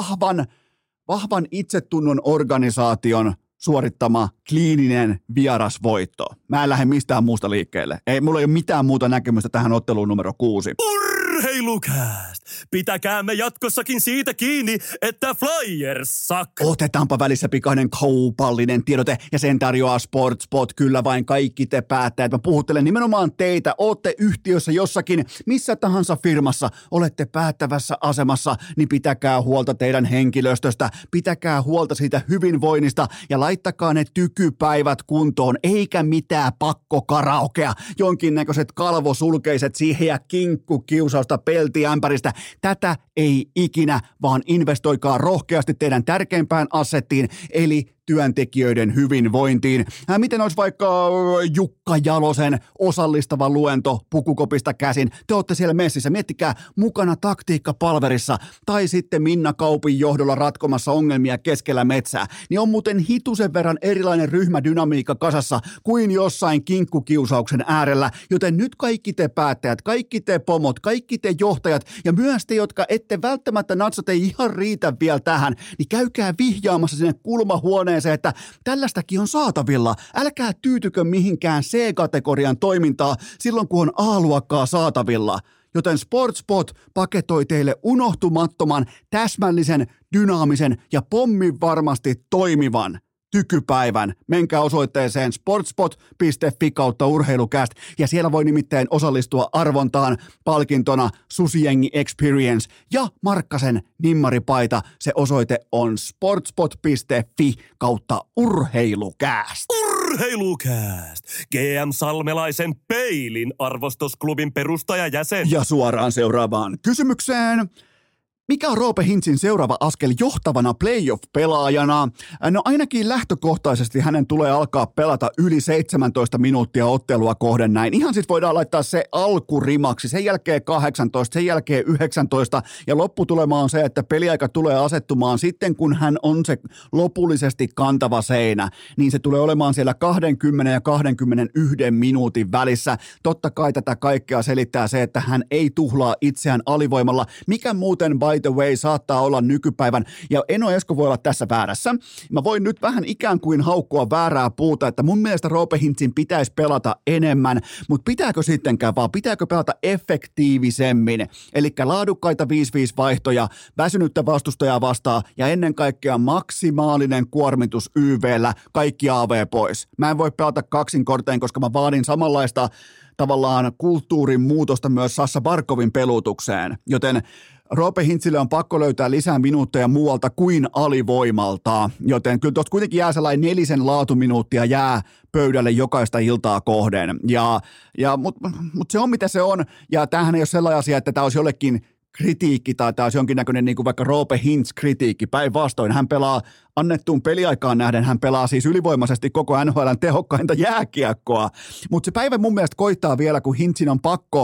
vahvan itsetunnon organisaation suorittama kliininen vierasvoitto. Mä en lähde mistään muusta liikkeelle. Mulla ei ole mitään muuta näkemystä tähän otteluun numero 6. Urheilukääst! Pitäkäämme jatkossakin siitä kiinni, että Flyers suck! Otetaanpa välissä pikainen kaupallinen tiedote ja sen tarjoaa Sportspot. Kyllä vain kaikki te päättäjät. Mä puhuttelen nimenomaan teitä. Ootte yhtiössä jossakin, missä tahansa firmassa. Olette päättävässä asemassa, niin pitäkää huolta teidän henkilöstöstä. Pitäkää huolta siitä hyvinvoinnista ja laittakaa ne tykypäivät kuntoon. Eikä mitään pakkokaraokea. Jonkinnäköiset kalvosulkeiset siihen ja kinkkukiusausta peltiämpäristä. Tätä ei ikinä, vaan investoikaa rohkeasti teidän tärkeimpään assettiin, eli työntekijöiden hyvinvointiin. Miten olisi vaikka Jukka Jalosen osallistava luento pukukopista käsin? Te olette siellä messissä, miettikää mukana taktiikkapalverissa tai sitten Minna Kaupin johdolla ratkomassa ongelmia keskellä metsää. Niin on muuten hitusen verran erilainen ryhmädynamiikka kasassa kuin jossain kinkkukiusauksen äärellä, joten nyt kaikki te päättäjät, kaikki te pomot, kaikki te johtajat ja myös te, jotka ette välttämättä natsat ei ihan riitä vielä tähän, niin käykää vihjaamassa sinne kulmahuoneeseen, että tällaistakin on saatavilla. Älkää tyytykö mihinkään C-kategorian toimintaa silloin, kun on A-luokkaa saatavilla. Joten Sportspot paketoi teille unohtumattoman, täsmällisen, dynaamisen ja pommin varmasti toimivan tykypäivän. Menkää osoitteeseen sportspot.fi/urheilukääst ja siellä voi nimittäin osallistua arvontaan palkintona Susijengi Experience ja Markkasen nimmaripaita. Se osoite on sportspot.fi/urheilukääst. Urheilukääst! GM Salmelaisen Peilin arvostusklubin perustajajäsen. Ja suoraan seuraavaan kysymykseen. Mikä on Roope Hintzin seuraava askel johtavana playoff-pelaajana? No ainakin lähtökohtaisesti hänen tulee alkaa pelata yli 17 minuuttia ottelua kohden näin. Ihan sit voidaan laittaa se alkurimaksi, sen jälkeen 18, sen jälkeen 19 ja lopputulema on se, että peliaika tulee asettumaan sitten, kun hän on se lopullisesti kantava seinä, niin se tulee olemaan siellä 20 ja 21 minuutin välissä. Totta kai tätä kaikkea selittää se, että hän ei tuhlaa itseään alivoimalla, mikä muuten by the way saattaa olla nykypäivän, ja Eno Esko voi olla tässä väärässä. Mä voin nyt vähän ikään kuin haukkua väärää puuta, että mun mielestä Roope Hintzin pitäisi pelata enemmän, mutta pitääkö sittenkään vaan, pitääkö pelata effektiivisemmin, eli laadukkaita 5-5 vaihtoja, väsynyttä vastustajaa vastaan, ja ennen kaikkea maksimaalinen kuormitus YV:llä, kaikki AV pois. Mä en voi pelata kaksinkortein, koska mä vaadin samanlaista tavallaan kulttuurin muutosta myös Sassa Barkovin pelutukseen, joten Roope Hintzille on pakko löytää lisää minuutteja muualta kuin alivoimalta, joten kyllä tuosta kuitenkin jää sellainen 4 laatuminuuttia jää pöydälle jokaista iltaa kohden, mutta se on mitä se on, ja tämähän ei ole sellainen asia, että tämä olisi jollekin kritiikki tai tämä olisi jonkinnäköinen niin kuin vaikka Roope Hintz-kritiikki. Päinvastoin hän pelaa annettuun peliaikaan nähden, hän pelaa siis ylivoimaisesti koko NHL:n tehokkainta jääkiekkoa. Mutta se päivä mun mielestä koittaa vielä, kun Hintzia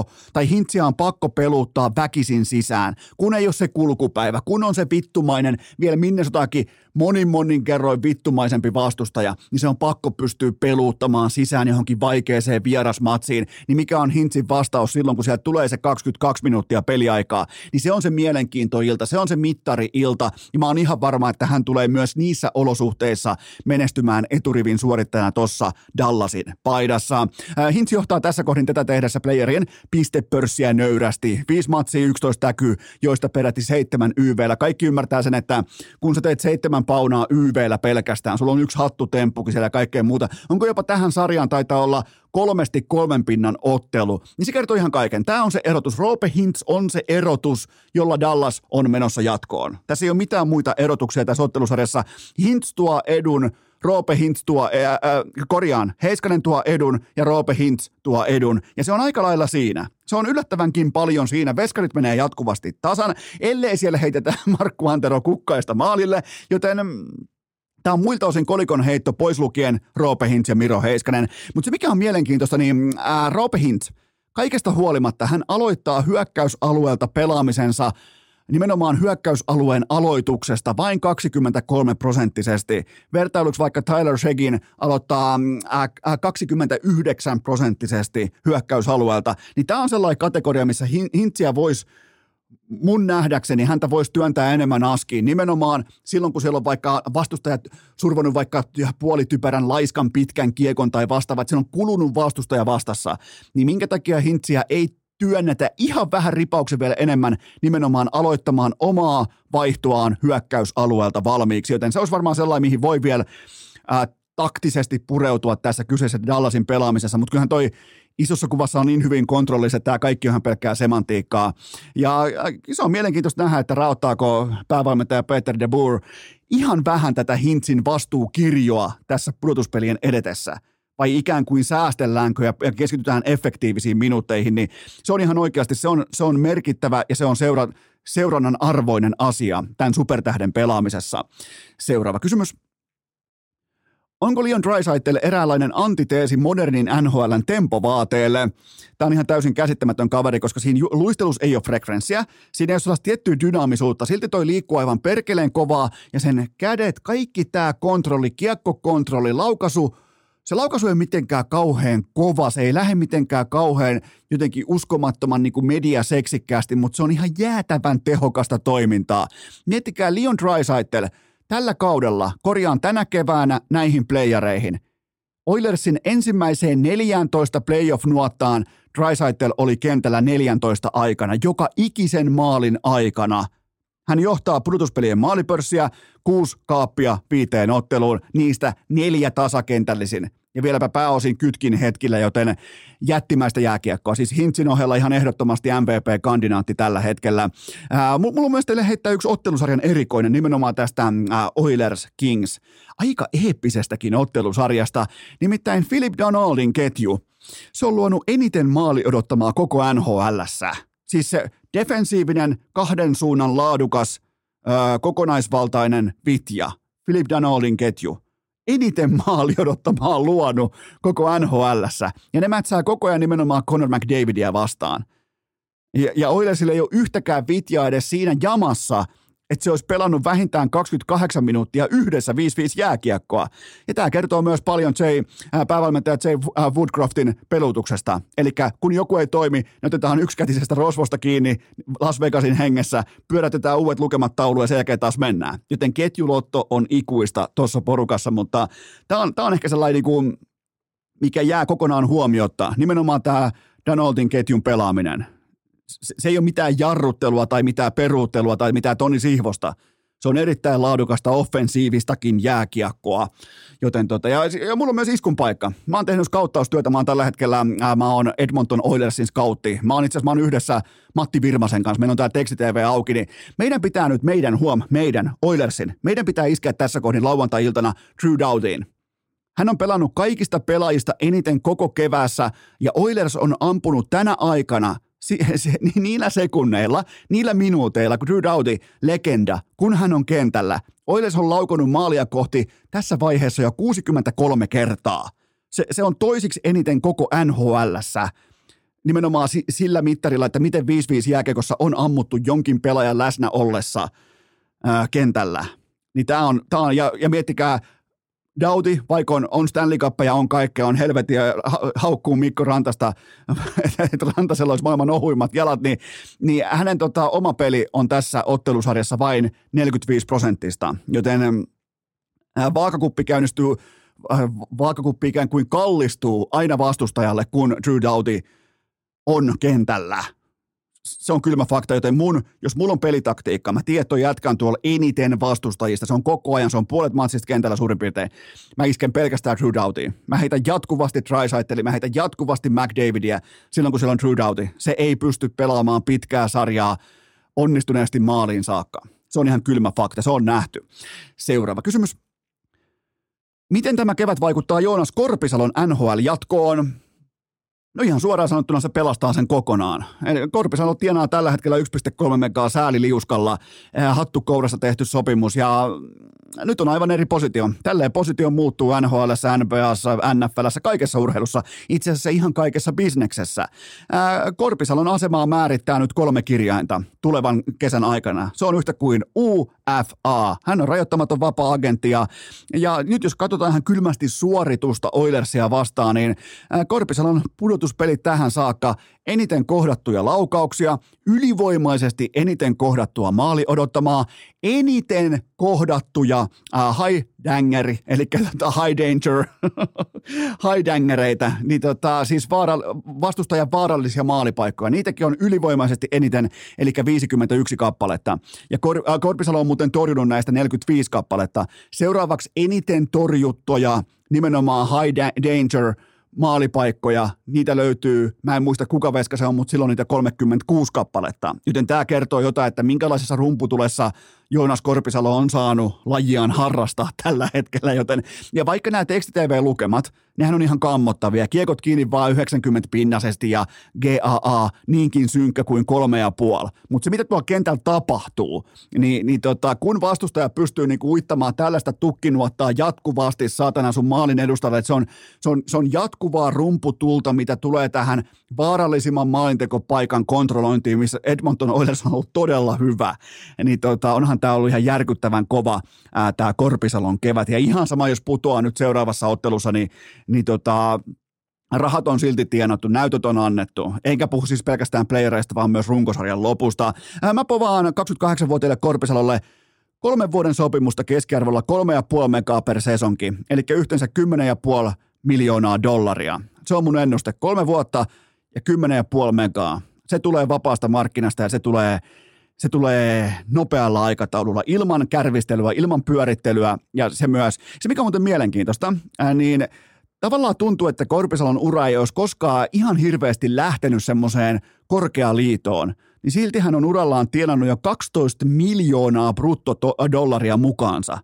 on pakko peluttaa väkisin sisään, kun ei ole se kulkupäivä, kun on se vittumainen, vielä Minnesotakin monin kerroin vittumaisempi vastustaja, niin se on pakko pystyä peluuttamaan sisään johonkin vaikeeseen vierasmatsiin. Niin mikä on Hintzin vastaus silloin, kun sieltä tulee se 22 minuuttia peliaikaa, niin se on se mielenkiintoilta, se on se mittari-ilta, ja mä oon ihan varma, että hän tulee myös niissä olosuhteissa menestymään eturivin suorittajana tuossa Dallasin paidassa. Hintz johtaa tässä kohdin tätä tehdessä playerien pistepörssiä nöyrästi. 5 matsia, 11 täkyä, joista peräti 7 YV:llä. Kaikki ymmärtää sen, että kun sä teet 7 paunaa YV:llä pelkästään, sulla on 1 hattutemppukin siellä ja kaikkea muuta. Onko jopa tähän sarjaan taitaa olla 3 pinnan ottelu, niin se kertoo ihan kaiken. Tämä on se erotus. Roope Hintz on se erotus, jolla Dallas on menossa jatkoon. Tässä ei ole mitään muita erotuksia tässä ottelusarjassa. Hintz tuo edun, Roope Hintz tuo, Heiskanen tuo edun ja Roope Hintz tuo edun. Ja se on aika lailla siinä. Se on yllättävänkin paljon siinä. Veskarit menee jatkuvasti tasan, ellei siellä heitetä Markku Antero kukkaista maalille, joten tämä on muilta osin kolikon heitto pois lukien Roope Hintz ja Miro Heiskanen. Mutta se mikä on mielenkiintoista, niin Roope Hintz, kaikesta huolimatta hän aloittaa hyökkäysalueelta pelaamisensa nimenomaan hyökkäysalueen aloituksesta vain 23%. Vertailuksi vaikka Tyler Seguin aloittaa 29% hyökkäysalueelta, niin tämä on sellainen kategoria, missä Hintziä voisi mun nähdäkseni häntä voisi työntää enemmän askiin. Nimenomaan silloin, kun siellä on vaikka vastustajat survonut vaikka puolityperän laiskan pitkän kiekon tai vastaavat, että siellä on kulunut vastustaja vastassa, niin minkä takia Hintziä ei työnnetä ihan vähän ripauksen vielä enemmän nimenomaan aloittamaan omaa vaihtoaan hyökkäysalueelta valmiiksi, joten se olisi varmaan sellainen, mihin voi vielä taktisesti pureutua tässä kyseisessä Dallasin pelaamisessa, mutta kyllähän toi isossa kuvassa on niin hyvin kontrollissa, että tämä kaikki on ihan pelkkää semantiikkaa. Ja se on mielenkiintoista nähdä, että raottaako päävalmentaja Peter de Boer ihan vähän tätä Hintzin vastuukirjoa tässä pudotuspelien edetessä. Vai ikään kuin säästelläänkö ja keskitytään efektiivisiin minuutteihin, niin se on ihan oikeasti, se on merkittävä ja se on seurannan arvoinen asia tämän supertähden pelaamisessa. Seuraava kysymys. Onko Leon Draisaitl eräänlainen antiteesi modernin NHL:n tempovaateelle? Tämä on ihan täysin käsittämätön kaveri, koska siinä luistelussa ei ole frekvenssiä. Siinä ei ole sellaista tiettyä dynaamisuutta. Silti toi liikkuu aivan perkeleen kovaa ja sen kädet, kaikki tämä kontrolli, kiekkokontrolli, laukaisu, se laukaisu ei ole mitenkään kauhean kova, se ei lähde mitenkään kauhean jotenkin uskomattoman niin kuin mediaseksikkäästi, mutta se on ihan jäätävän tehokasta toimintaa. Miettikää Leon Draisaitl tällä kaudella, korjaan tänä keväänä näihin playereihin. Oilersin ensimmäiseen 14 playoff-nuottaan Draisaitl oli kentällä 14 aikana, joka ikisen maalin aikana. Hän johtaa pudotuspelien maalipörssiä, 6 kaappia 5 otteluun, niistä 4 tasakentällisin. Ja vieläpä pääosin kytkin hetkillä, joten jättimäistä jääkiekkoa. Siis Hintzin ohella ihan ehdottomasti MVP-kandidaatti tällä hetkellä. Mulla on myös teille heittää yksi ottelusarjan erikoinen, nimenomaan tästä Oilers Kings. Aika eeppisestäkin ottelusarjasta, nimittäin Philip Danaultin ketju. Se on luonut eniten maali odottamaa koko NHL:ssä. Siis se defensiivinen, 2 suunnan laadukas, kokonaisvaltainen vitja, Philip Danaultin ketju. Eniten maali odottamaa luonut koko NHL:ssä. Ja ne mätsää koko ajan nimenomaan Connor McDavidia vastaan. Ja Oilersille ei ole yhtäkään vitjaa edes siinä jamassa, että se olisi pelannut vähintään 28 minuuttia yhdessä 5-5 jääkiekkoa. Ja tämä kertoo myös paljon päävalmentaja Jay Woodcroftin pelutuksesta. Eli kun joku ei toimi, ne otetaan yksikätisestä rosvosta kiinni Las Vegasin hengessä, pyörätetään uudet lukemat tauluun ja sen jälkeen taas mennään. Joten ketjulotto on ikuista tuossa porukassa, mutta tämä on ehkä sellainen, mikä jää kokonaan huomiotta. Nimenomaan tämä Danaultin ketjun pelaaminen. Se ei ole mitään jarruttelua tai mitään peruuttelua tai mitään Toni Sihvosta. Se on erittäin laadukasta offensiivistakin jääkiekkoa. Joten ja mulla on myös iskun paikka. Mä oon tehnyt skauttaustyötä. Mä oon tällä hetkellä, mä oon Edmonton Oilersin skautti. Mä oon yhdessä Matti Virmasen kanssa. Meillä on tää teksti-TV auki. Niin meidän pitää nyt meidän Oilersin. Meidän pitää iskeä tässä kohdin lauantai-iltana Drew Doughtiin. Hän on pelannut kaikista pelaajista eniten koko keväässä ja Oilers on ampunut tänä aikana niillä sekunneilla, niillä minuuteilla, kun Drew Doughty, legenda, kun hän on kentällä, Oilers on laukonut maalia kohti tässä vaiheessa jo 63 kertaa. Se on toisiksi eniten koko NHL:ssä. Nimenomaan sillä mittarilla, että miten 5-5 jääkiekossa on ammuttu jonkin pelaajan läsnä ollessa kentällä. Niin tää on ja miettikää, Doughty, vaikka on Stanley Cup ja on kaikkea, on helvetin ja haukkuu Mikko Rantasta, että Rantasella olisi maailman ohuimmat jalat, niin hänen oma peli on tässä ottelusarjassa vain 45%, joten vaakakuppi käynnistyy, vaakakuppi ikään kuin kallistuu aina vastustajalle, kun Drew Doughty on kentällä. Se on kylmä fakta, joten jos mulla on pelitaktiikka, mä tiedän, että toi jätkä on tuolla eniten vastustajista, se on koko ajan, se on puolet matsista kentällä suurin piirtein. Mä isken pelkästään Drew Doughtyin. Mä heitän jatkuvasti Draisaitlea, mä heitän jatkuvasti McDavidia silloin, kun siellä on Drew Doughty. Se ei pysty pelaamaan pitkää sarjaa onnistuneesti maaliin saakka. Se on ihan kylmä fakta, se on nähty. Seuraava kysymys. Miten tämä kevät vaikuttaa Joonas Korpisalon NHL-jatkoon? No ihan suoraan sanottuna se pelastaa sen kokonaan. Korpisalo tienaa tällä hetkellä 1,3 megaa sääliliuskalla, hattukourassa tehty sopimus ja nyt on aivan eri positio. Tälleen positio muuttuu NHL:ssä, NBA:ssa, NFL:ssä, kaikessa urheilussa, itse asiassa ihan kaikessa bisneksessä. Korpisalon asemaa määrittää nyt 3 kirjainta tulevan kesän aikana. Se on yhtä kuin UFA. Hän on rajoittamaton vapaa-agentti ja nyt jos katsotaan ihan kylmästi suoritusta Oilersia vastaan, niin Korpisalon pudotuspelit tähän saakka eniten kohdattuja laukauksia, ylivoimaisesti eniten kohdattua maali odottamaa, eniten kohdattuja high dangeri, eli high danger, high dangereita, niin siis vastustajan vaarallisia maalipaikkoja. Niitäkin on ylivoimaisesti eniten, eli 51 kappaletta. Ja Korpisalo on muuten torjunut näistä 45 kappaletta. Seuraavaksi eniten torjuttuja nimenomaan high danger maalipaikkoja, niitä löytyy, mä en muista kuka veska se on, mutta silloin niitä 36 kappaletta. Joten tämä kertoo jotain, että minkälaisessa rumputulessa Joonas Korpisalo on saanut lajiaan harrastaa tällä hetkellä, joten, ja vaikka nämä tekstitv-lukemat, nehän on ihan kammottavia, kiekot kiinni vaan 90-pinnasesti ja GAA niinkin synkkä kuin 3,5, mutta se mitä tuolla kentällä tapahtuu, niin kun vastustaja pystyy niinku uittamaan tällaista tukkinuottaa jatkuvasti saatana sun maalin edustalle, että se on jatkuvaa rumputulta, mitä tulee tähän vaarallisimman maalintekopaikan kontrollointiin, missä Edmonton Oilers on ollut todella hyvä, niin onhan tämä ollut ihan järkyttävän kova tämä Korpisalon kevät, ja ihan sama, jos putoaa nyt seuraavassa ottelussa, niin rahat on silti tienattu, näytöt on annettu, eikä puhu siis pelkästään playereista, vaan myös runkosarjan lopusta. Mä povaan 28-vuotiaille Korpisalolle 3 vuoden sopimusta keskiarvolla 3,5 megaa per sesonki, eli yhteensä 10,5 miljoonaa dollaria. Se on mun ennuste, 3 vuotta ja 10,5 megaa. Se tulee vapaasta markkinasta ja se tulee nopealla aikataululla, ilman kärvistelyä, ilman pyörittelyä ja se mikä on muuten mielenkiintoista, niin tavallaan tuntuu, että Korpisalon ura ei olisi koskaan ihan hirveästi lähtenyt semmoiseen korkealiitoon, niin silti hän on urallaan tienannut jo 12 miljoonaa bruttodollaria mukaansa.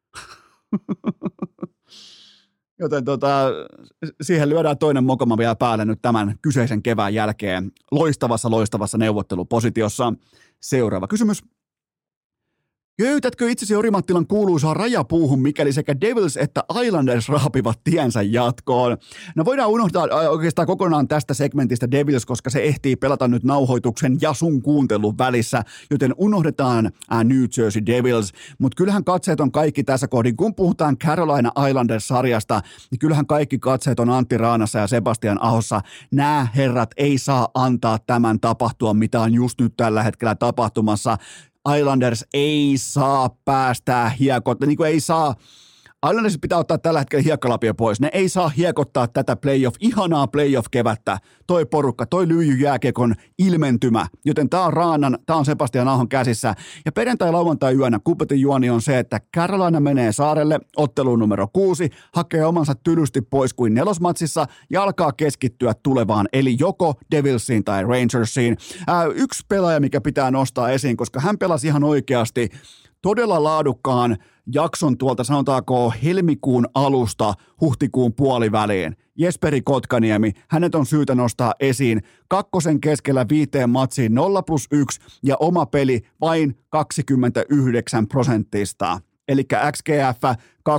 Joten siihen lyödään toinen mokoma vielä päälle nyt tämän kyseisen kevään jälkeen loistavassa neuvottelupositiossa. Seuraava kysymys. Köytätkö itsesi Orimattilan kuuluisaa rajapuuhun, mikäli sekä Devils että Islanders raapivat tiensä jatkoon? No voidaan unohtaa oikeastaan kokonaan tästä segmentistä Devils, koska se ehtii pelata nyt nauhoituksen ja sun kuuntelun välissä, joten unohdetaan New Jersey Devils. Mutta kyllähän katseet on kaikki tässä kohdin. Kun puhutaan Carolina Islanders-sarjasta, niin kyllähän kaikki katseet on Antti Raanassa ja Sebastian Ahossa. Nämä herrat ei saa antaa tämän tapahtua, mitä on just nyt tällä hetkellä tapahtumassa. Islanders ei saa päästää hiekottaa, niin kuin ei saa, Islanders pitää ottaa tällä hetkellä hiekkalapia pois, ne ei saa hiekottaa tätä ihanaa playoff-kevättä, toi porukka, toi lyijyjääkiekon ilmentymä, joten tää on Sebastian Ahon käsissä, ja perjantai-lauantai-yönä Kupetin juoni on se, että Carolina menee saarelle otteluun numero 6, hakee omansa tylysti pois kuin nelosmatsissa, ja alkaa keskittyä tulevaan, eli joko Devilsiin tai Rangersiin. Yksi pelaaja, mikä pitää nostaa esiin, koska hän pelasi ihan oikeasti todella laadukkaan jakson tuolta sanotaanko helmikuun alusta huhtikuun puoliväliin. Jesperi Kotkaniemi, hänet on syytä nostaa esiin. 2 keskellä 5 matsiin 0+1 ja oma peli vain 29%. Eli XGF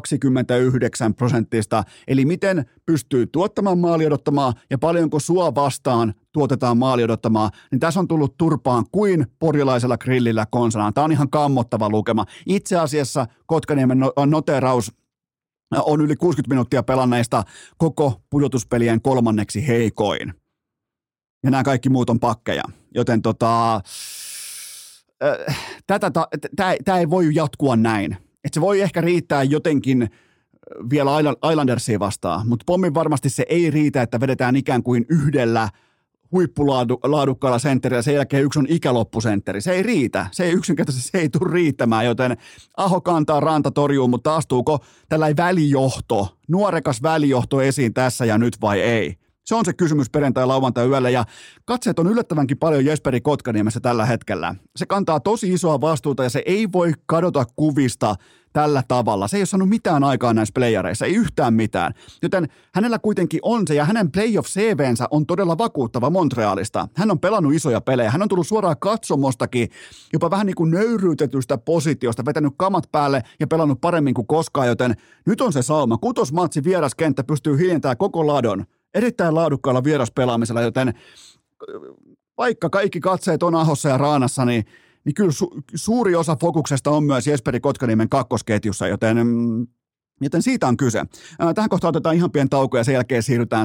29%, eli miten pystyy tuottamaan maali odottamaa ja paljonko sua vastaan tuotetaan maali odottamaa, niin tässä on tullut turpaan kuin porilaisella grillillä konsanaan. Tämä on ihan kammottava lukema. Itse asiassa Kotkaniemen noteraus on yli 60 minuuttia pelanneista koko pudotuspelien 3. heikoin. Ja nämä kaikki muut on pakkeja, joten tämä ei voi jatkua näin. Että se voi ehkä riittää jotenkin vielä Islandersia vastaan, mutta pommin varmasti se ei riitä, että vedetään ikään kuin yhdellä huippulaadukkaalla sentterillä, sen jälkeen yksi on ikäloppusentteri. Se ei riitä. Se ei yksinkertaisesti se ei tule riittämään, joten Aho kantaa, Ranta torjuu, mutta astuuko tällainen välijohto, nuorekas välijohto esiin tässä ja nyt vai ei? Se on se kysymys perjantai-lauantai yöllä ja katseet on yllättävänkin paljon Jesperi Kotkaniemessä tällä hetkellä. Se kantaa tosi isoa vastuuta ja se ei voi kadota kuvista tällä tavalla. Se ei ole saanut mitään aikaa näissä playareissa, ei yhtään mitään. Joten hänellä kuitenkin on se ja hänen playoff-CVnsä on todella vakuuttava Montrealista. Hän on pelannut isoja pelejä, hän on tullut suoraan katsomostakin jopa vähän niin kuin nöyryytetystä positiosta, vetänyt kamat päälle ja pelannut paremmin kuin koskaan, joten nyt on se sauma. Kutosmatsi vieraskenttä pystyy hiljentämään koko ladon. Erittäin laadukkaalla vieraspelaamisella, joten vaikka kaikki katseet on Ahossa ja Raanassa, niin kyllä suuri osa fokuksesta on myös Jesperi Kotkaniemen kakkosketjussa, joten siitä on kyse. Tähän kohtaan otetaan ihan pieni tauko ja sen jälkeen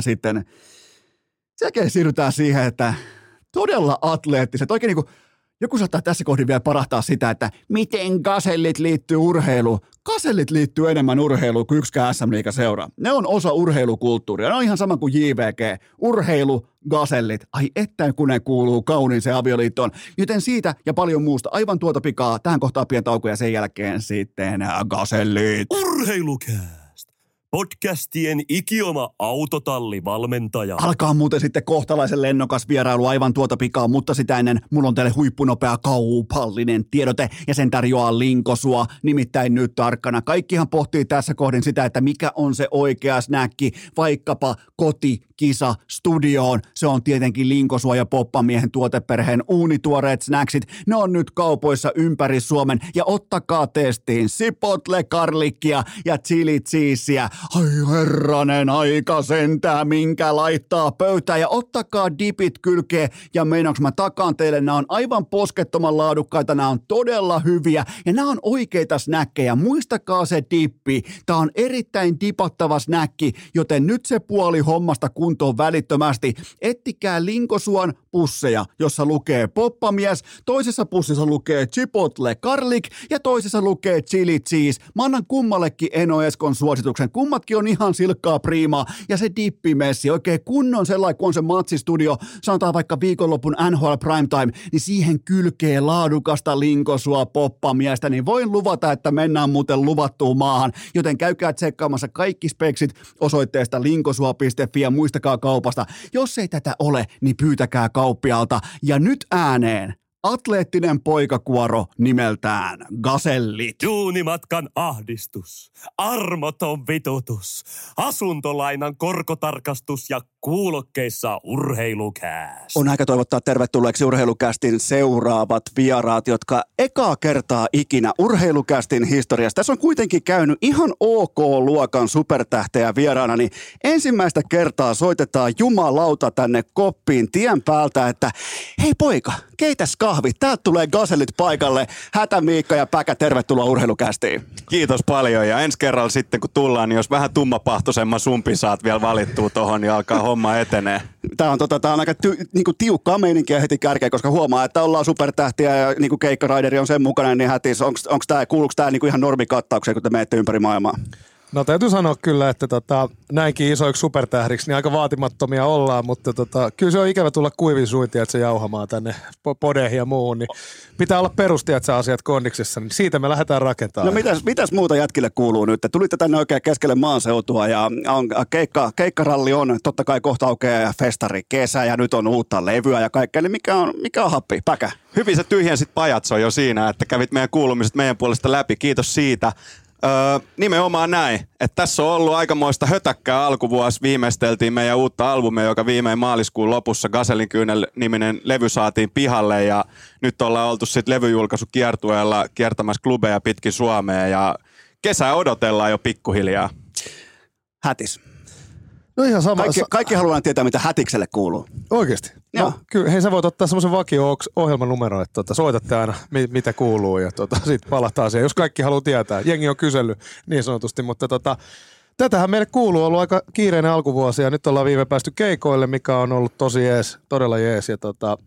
siirrytään siihen, että todella atleettiset, oikein niin kuin joku saattaa tässä kohdin vielä parahtaa sitä, että miten gasellit liittyy urheiluun. Gasellit liittyy enemmän urheiluun kuin yksikään SM-liigaseura. Ne on osa urheilukulttuuria. Ne on ihan sama kuin JVG. Urheilu, gasellit. Ai että kun ne kuuluu kauniin se avioliittoon. Joten siitä ja paljon muusta aivan tuota pikaa. Tähän kohtaan pieni tauko ja sen jälkeen sitten gasellit. Urheilukää! Podcastien ikioma autotallivalmentaja. Alkaa muuten sitten kohtalaisen lennokas vierailu aivan tuota pikaa, mutta sitä ennen mulla on teille huippunopea kaupallinen tiedote ja sen tarjoaa Linkosua, nimittäin nyt tarkkana. Kaikkihan pohtii tässä kohdin sitä, että mikä on se oikea snäkki, vaikkapa kotikisa studioon. Se on tietenkin Linkosua ja Poppamiehen tuoteperheen uunituoreet snacksit. Ne on nyt kaupoissa ympäri Suomen ja ottakaa testiin Chipotle garlickia ja chili cheeseä. Ai herranen aika sentää, minkä laittaa pöytään ja ottakaa dipit kylkeen ja meinaanko mä takaan teille, nämä on aivan poskettoman laadukkaita, nämä on todella hyviä ja nämä on oikeita snäkkejä, muistakaa se dippi, tää on erittäin dipattava snäkki, joten nyt se puoli hommasta kuntoon välittömästi, ettikää Linkosuon pusseja, jossa lukee Poppamies, toisessa pussissa lukee Chipotle garlic ja toisessa lukee chili cheese, mä annan kummallekin Eno Eskon suosituksen, kummatkin on ihan silkkaa priimaa ja se dippimessi, oikein kunnon sellainen, kun on se matsistudio, sanotaan vaikka viikonlopun NHL Primetime, niin siihen kylkee laadukasta Linkosua Poppamiestä, niin voin luvata, että mennään muuten luvattuun maahan, joten käykää tsekkaamassa kaikki speksit osoitteesta linkosua.fi ja muistakaa kaupasta. Jos ei tätä ole, niin pyytäkää kauppialta ja nyt ääneen. Atleettinen poikakuoro nimeltään gasellit. Duunimatkan ahdistus, armoton vitutus, asuntolainan korkotarkastus ja kuulokkeissa urheilukääst. On aika toivottaa tervetulleeksi urheilukästin seuraavat vieraat, jotka ekaa kertaa ikinä urheilukästin historiassa. Tässä on kuitenkin käynyt ihan OK-luokan supertähteä vieraana, niin ensimmäistä kertaa soitetaan jumalauta tänne koppiin tien päältä, että hei poika, keitäs kahvit, täältä tulee gasellit paikalle. Hätä Miikka ja Päkä, tervetuloa urheilukästiin. Kiitos paljon ja ensi kerralla sitten kun tullaan, niin jos vähän tummapahtoisemman sumpin saat vielä valittua tohon, niin alkaa homma etenee. Tämä on aika niinku tiukkaa meininkiä heti kärkeen, koska huomaa, että ollaan supertähtiä ja niinku Keikka-raideri on sen mukana, niin hätis, kuuluuko tämä niinku ihan normikattaukseen, kun te menette ympäri maailmaa? No täytyy sanoa kyllä, että näinkin isoiksi supertähdiksi niin aika vaatimattomia ollaan, mutta kyllä se on ikävä tulla kuivin suintia, että se jauhamaan tänne podeihin ja muuhun, niin pitää olla perustietsä asiat kondiksessa, niin siitä me lähdetään rakentamaan. No mitäs muuta jätkille kuuluu nyt? Tulitte tänne oikein keskelle maanseutua ja keikkaralli on, totta kai kohta aukeaa festari kesä ja nyt on uutta levyä ja kaikkea, niin mikä on happi? Päkä? Hyvin sä tyhjensit pajatso jo siinä, että kävit meidän kuulumiset meidän puolesta läpi, kiitos siitä. Nimenomaan näin, että tässä on ollut aikamoista hötäkkää alkuvuosi, viimeisteltiin meidän uutta albumia, joka viimein maaliskuun lopussa Gasellin kyynel-niminen levy saatiin pihalle ja nyt ollaan oltu sitten levyjulkaisukiertueella kiertämässä klubeja pitkin Suomea ja kesää odotellaan jo pikkuhiljaa. Hätis. No ihan sama. Kaikki haluaa tietää, mitä hätikselle kuuluu. Oikeasti? No, kyllä, hei sä voit ottaa semmoisen vakio-ohjelmanumero, että soitatte aina mitä kuuluu ja siitä palataan siihen, jos kaikki haluaa tietää. Jengi on kysellyt niin sanotusti, mutta tätähän meille kuuluu, ollut aika kiireinen alkuvuosi ja nyt ollaan viime päästy keikoille, mikä on ollut tosi jees, todella jees ja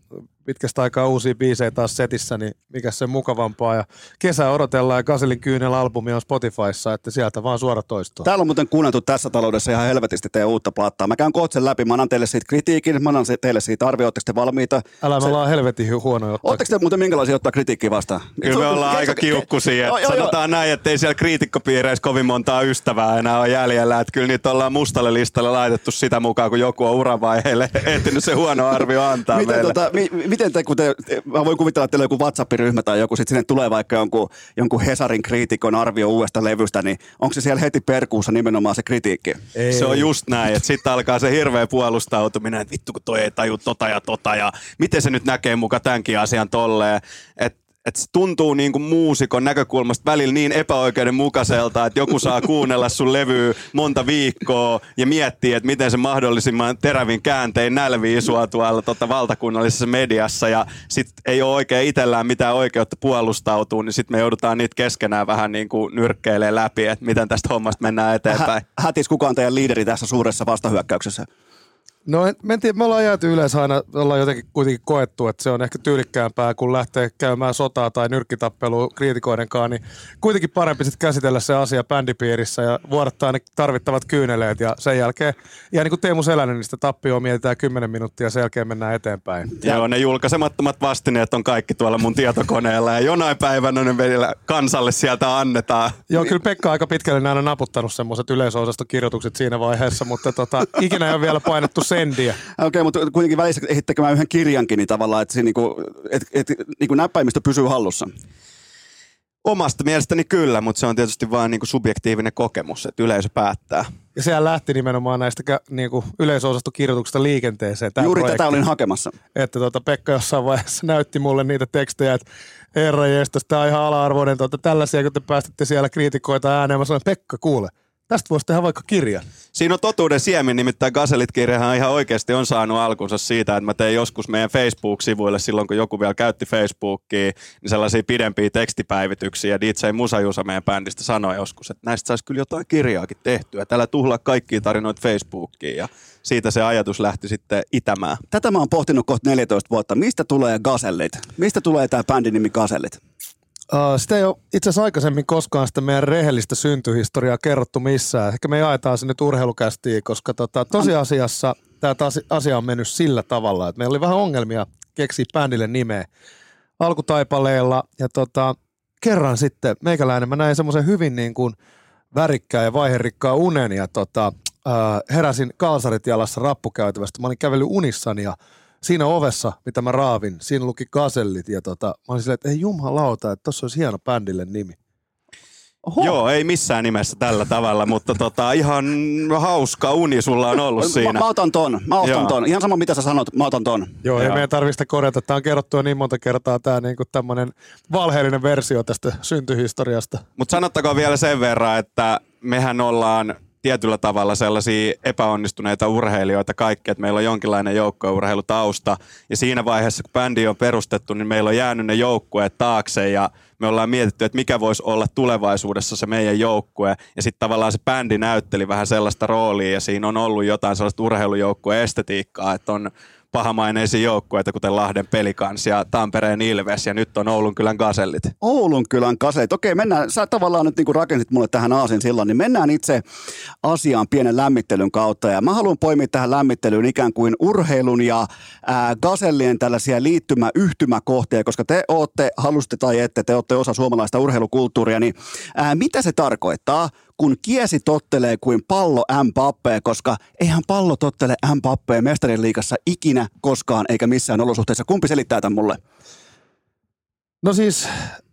pitkästä aikaa uusia biisejä taas setissä, niin mikä se mukavampaa. Ja kesä odotellaan ja Gasellin Kyynel albumi on Spotifyssa, että sieltä vaan suora toistoa. Täällä on muuten kuunneltu tässä taloudessa ihan helvetisti teidän uutta plattaa. Mä käyn kohta sen läpi, mä annan teille siitä kritiikin, mä annan teille siitä arvio, ootteko te valmiita? Älä me ollaan helvetin huonoja ottaa. Ootteko te muuten minkälaisia ottaa kritiikkiä vastaan? Kyllä me ollaan aika kiukkusia. Sanotaan näin, että ei siellä kriitikkopiireissä kovin montaa ystävää enää ole jäljellä. Että kyllä niitä ollaan mustalle listalle laitettu sitä mukaan, kun joku on uravaiheelle ehtinyt se huono arvio antaa meille. Miten te, mä voin kuvitella, että teillä on joku WhatsApp-ryhmä tai joku, sitten sinne tulee vaikka jonkun Hesarin kriitikon arvio uudesta levystä, niin onko se siellä heti perkuussa nimenomaan se kritiikki? Ei. Se on just näin, että sitten alkaa se hirveä puolustautuminen, että vittu kun toi ei taju tota ja miten se nyt näkee muka tämänkin asian tolleen, että se tuntuu niin kuin muusikon näkökulmasta välillä niin epäoikeudenmukaiselta, että joku saa kuunnella sun levyä monta viikkoa ja miettiä, että miten se mahdollisimman terävin kääntein nälvii sua tuolla valtakunnallisessa mediassa ja sit ei ole oikein itsellään mitään oikeutta puolustautua, niin sitten me joudutaan niitä keskenään vähän niin kuin nyrkkeilemään läpi, että miten tästä hommasta mennään eteenpäin. Hätis kukaan teidän liideri tässä suuressa vastahyökkäyksessä? No me ollaan jääty yleensä aina, ollaan jotenkin kuitenkin koettu, että se on ehkä tyylikkäämpää, kun lähtee käymään sotaa tai nyrkkitappelua kriitikoidenkaan, niin kuitenkin parempi sitten käsitellä se asia bändipiirissä ja vuodattaa ne tarvittavat kyyneleet ja sen jälkeen, ja niin kuin Teemu Selänen, niin sitä tappioa mietitään 10 minuuttia ja sen jälkeen mennään eteenpäin. Joo, ne julkaisemattomat vastineet on kaikki tuolla mun tietokoneella ja jonain päivänä ne vielä kansalle sieltä annetaan. Joo, kyllä Pekka aika pitkälle aina naputtanut semmoiset yleisöosastokirjoitukset siinä vaiheessa, mutta ikinä ei ole vielä painettu sendiä. Okei, mutta kuitenkin välissä ehdit tekemään yhden kirjankin, niin tavallaan, että niinku näppäimistö pysyy hallussa. Omasta mielestäni kyllä, mutta se on tietysti vaan niinku subjektiivinen kokemus, että yleisö päättää. Ja sehän lähti nimenomaan näistä niinku yleisöosastokirjoituksista liikenteeseen. Juuri projekti. Tätä olin hakemassa. Että Pekka jossain vaiheessa näytti mulle niitä tekstejä, että herra jestas, tää on ihan ala-arvoinen, tällaisia, kun te päästitte siellä kriitikoita ääneen. Mä sanoin, Pekka, kuule. Tästä voisi tehdä vaikka kirja. Siinä on totuuden siemen, nimittäin Gazellit-kirjahan ihan oikeasti on saanut alkunsa siitä, että mä tein joskus meidän Facebook-sivuille silloin, kun joku vielä käytti Facebookia, niin sellaisia pidempiä tekstipäivityksiä. Ja DJ Musajusa meidän bändistä sanoi joskus, että näistä saisi kyllä jotain kirjaakin tehtyä, että älä tuhlaa kaikkia tarinoita Facebookiin. Ja siitä se ajatus lähti sitten itämään. Tätä mä oon pohtinut kohta 14 vuotta. Mistä tulee Gazellit? Mistä tulee tää bändin nimi Gazellit? Sitä ei ole itse asiassa aikaisemmin koskaan sitä meidän rehellistä syntyhistoriaa kerrottu missään. Ehkä me jaetaan se nyt urheilukästiin, koska tosiasiassa tämä asia on mennyt sillä tavalla, että meillä oli vähän ongelmia keksiä bändille nimeä alkutaipaleella. Ja kerran sitten meikäläinen, mä näin semmoisen hyvin niin kuin värikkään ja vaiherikkaan unen ja heräsin kalsarit jalassa rappukäytävästä. Mä olin kävellyt unissani ja siinä ovessa, mitä mä raavin, siinä luki Gazellit ja mä olin silleen, että ei jumalauta, että tossa olisi hieno bändille nimi. Oho. Joo, ei missään nimessä tällä tavalla, mutta ihan hauska uni sulla on ollut siinä. Mä otan ton. Ihan sama mitä sä sanot, mä otan ton. Joo, ei meidän tarvitse korjata. Tää on kerrottu jo niin monta kertaa tää niinku tämmönen valheellinen versio tästä syntyhistoriasta. Mutta sanottakoon vielä sen verran, että mehän ollaan tietyllä tavalla sellaisia epäonnistuneita urheilijoita kaikki, että meillä on jonkinlainen joukkueurheilutausta. Ja siinä vaiheessa, kun bändi on perustettu, niin meillä on jäänyt ne joukkueet taakse ja me ollaan mietitty, että mikä voisi olla tulevaisuudessa se meidän joukkue. Ja sitten tavallaan se bändi näytteli vähän sellaista roolia ja siinä on ollut jotain sellaista urheilujoukkueestetiikkaa, että on pahamaineisia joukkueita, kuten Lahden Pelikans ja Tampereen Ilves, ja nyt on Oulunkylän Gazellit. Oulunkylän Gazellit. Okei, mennään. Sä tavallaan nyt niin kuin rakensit mulle tähän aasinsillan, niin mennään itse asiaan pienen lämmittelyn kautta. Ja mä haluan poimia tähän lämmittelyyn ikään kuin urheilun ja Gazellien tällaisia yhtymäkohtia, koska te ootte, halusitte tai ette, te ootte osa suomalaista urheilukulttuuria, niin mitä se tarkoittaa, kun kiesi tottelee kuin pallo Mbappé, koska eihän pallo tottele Mbappé mestarien liigassa ikinä, koskaan, eikä missään olosuhteissa. Kumpi selittää tämän mulle? No siis,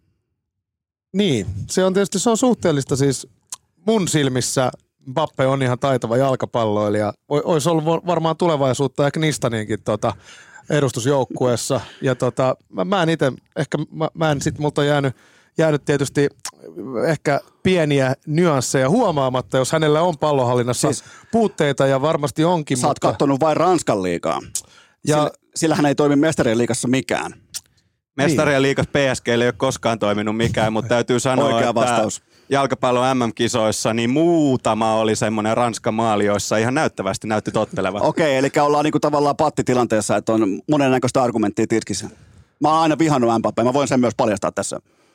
niin, se on tietysti suhteellista siis mun silmissä. Mbappé on ihan taitava jalkapalloilija. Olisi ollut varmaan tulevaisuutta ehkä Nistaninkin edustusjoukkueessa. Ja mä en itse, ehkä mä en sit multa jäänyt tietysti ehkä pieniä nyansseja huomaamatta, jos hänellä on pallonhallinnassa siis puutteita ja varmasti onkin. Sä oot kattonut vain Ranskan liigaa. Ja sillähän ei toimi mestarien liigassa mikään. Mestarien liigassa PSG ei ole koskaan toiminut mikään, mutta täytyy sanoa, oikea vastaus. jalkapallon MM-kisoissa, niin muutama oli semmoinen Ranskan maali, joissa ihan näyttävästi näytti tottelevan. Okei, eli ollaan niinku tavallaan pattitilanteessa, että on monennäköistä argumenttia tiskissä. Mä oon aina vihannut Mbappé, mä voin sen myös paljastaa tässä.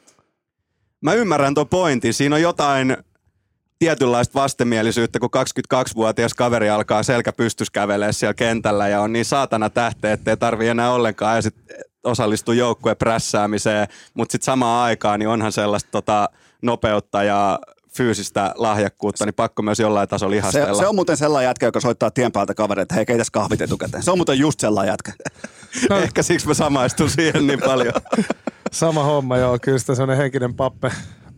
Mä ymmärrän tuon pointin. Siinä on jotain tietynlaista vastenmielisyyttä, kun 22-vuotias kaveri alkaa selkä pystys kävelee siellä kentällä ja on niin saatana tähteä, ettei tarvii enää ollenkaan ja sit osallistua joukkueen prässäämiseen, mutta sitten samaan aikaan niin onhan sellaista nopeutta ja fyysistä lahjakkuutta, niin pakko myös jollain tasolla ihastella. Se on muuten sellainen jätkä, joka soittaa tien päältä kavereita, että hei, keitäs kahvit etukäteen. Se on muuten just sellainen jätkä. No. Ehkä siksi mä samaistun siihen niin paljon. Sama homma, joo. Kyllä sitä sellainen henkinen pappe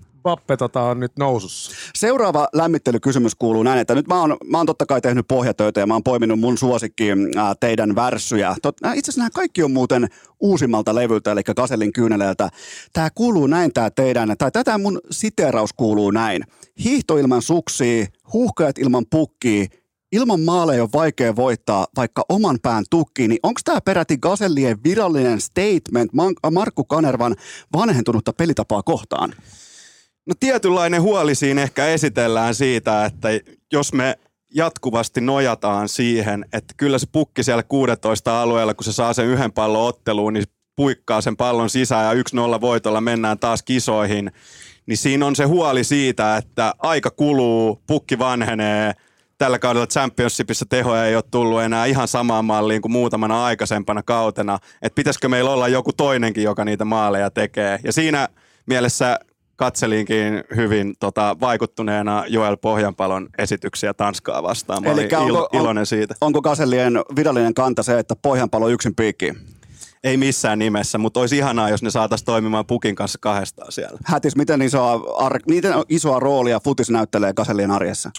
on nyt nousussa. Seuraava lämmittelykysymys kuuluu näin, että nyt mä oon totta kai tehnyt pohjatöitä ja mä oon poiminut mun suosikkiin teidän värssyjä. Itse asiassa nämä kaikki on muuten uusimmalta levyltä, eli Gasellin kyyneleeltä. Tää kuuluu näin tätä mun siteeraus kuuluu näin. Hiihto ilman suksia, huuhkajat ilman pukkia, ilman maaleja on vaikea voittaa, vaikka oman pään tukkii, niin onko tämä peräti Gasellien virallinen statement Markku Kanervan vanhentunutta pelitapaa kohtaan? No tietynlainen huoli siinä ehkä esitellään siitä, että jos me jatkuvasti nojataan siihen, että kyllä se pukki siellä 16 alueella, kun se saa sen yhden pallon otteluun, niin puikkaa sen pallon sisään ja 1-0 voitolla mennään taas kisoihin, niin siinä on se huoli siitä, että aika kuluu, pukki vanhenee, tällä kaudella Championshipissa tehoja ei ole tullut enää ihan samaan malliin kuin muutamana aikaisempana kautena, että pitäisikö meillä olla joku toinenkin, joka niitä maaleja tekee. Ja siinä mielessä katselinkin hyvin vaikuttuneena Joel Pohjanpalon esityksiä Tanskaa vastaan. Mä olin iloinen siitä. Onko Gasellien virallinen kanta se, että Pohjanpalo yksin piikkiin? Ei missään nimessä, mutta olisi ihanaa, jos ne saataisiin toimimaan pukin kanssa kahdestaan siellä. Hätis, miten isoa roolia futis näyttelee Gasellien arjessa?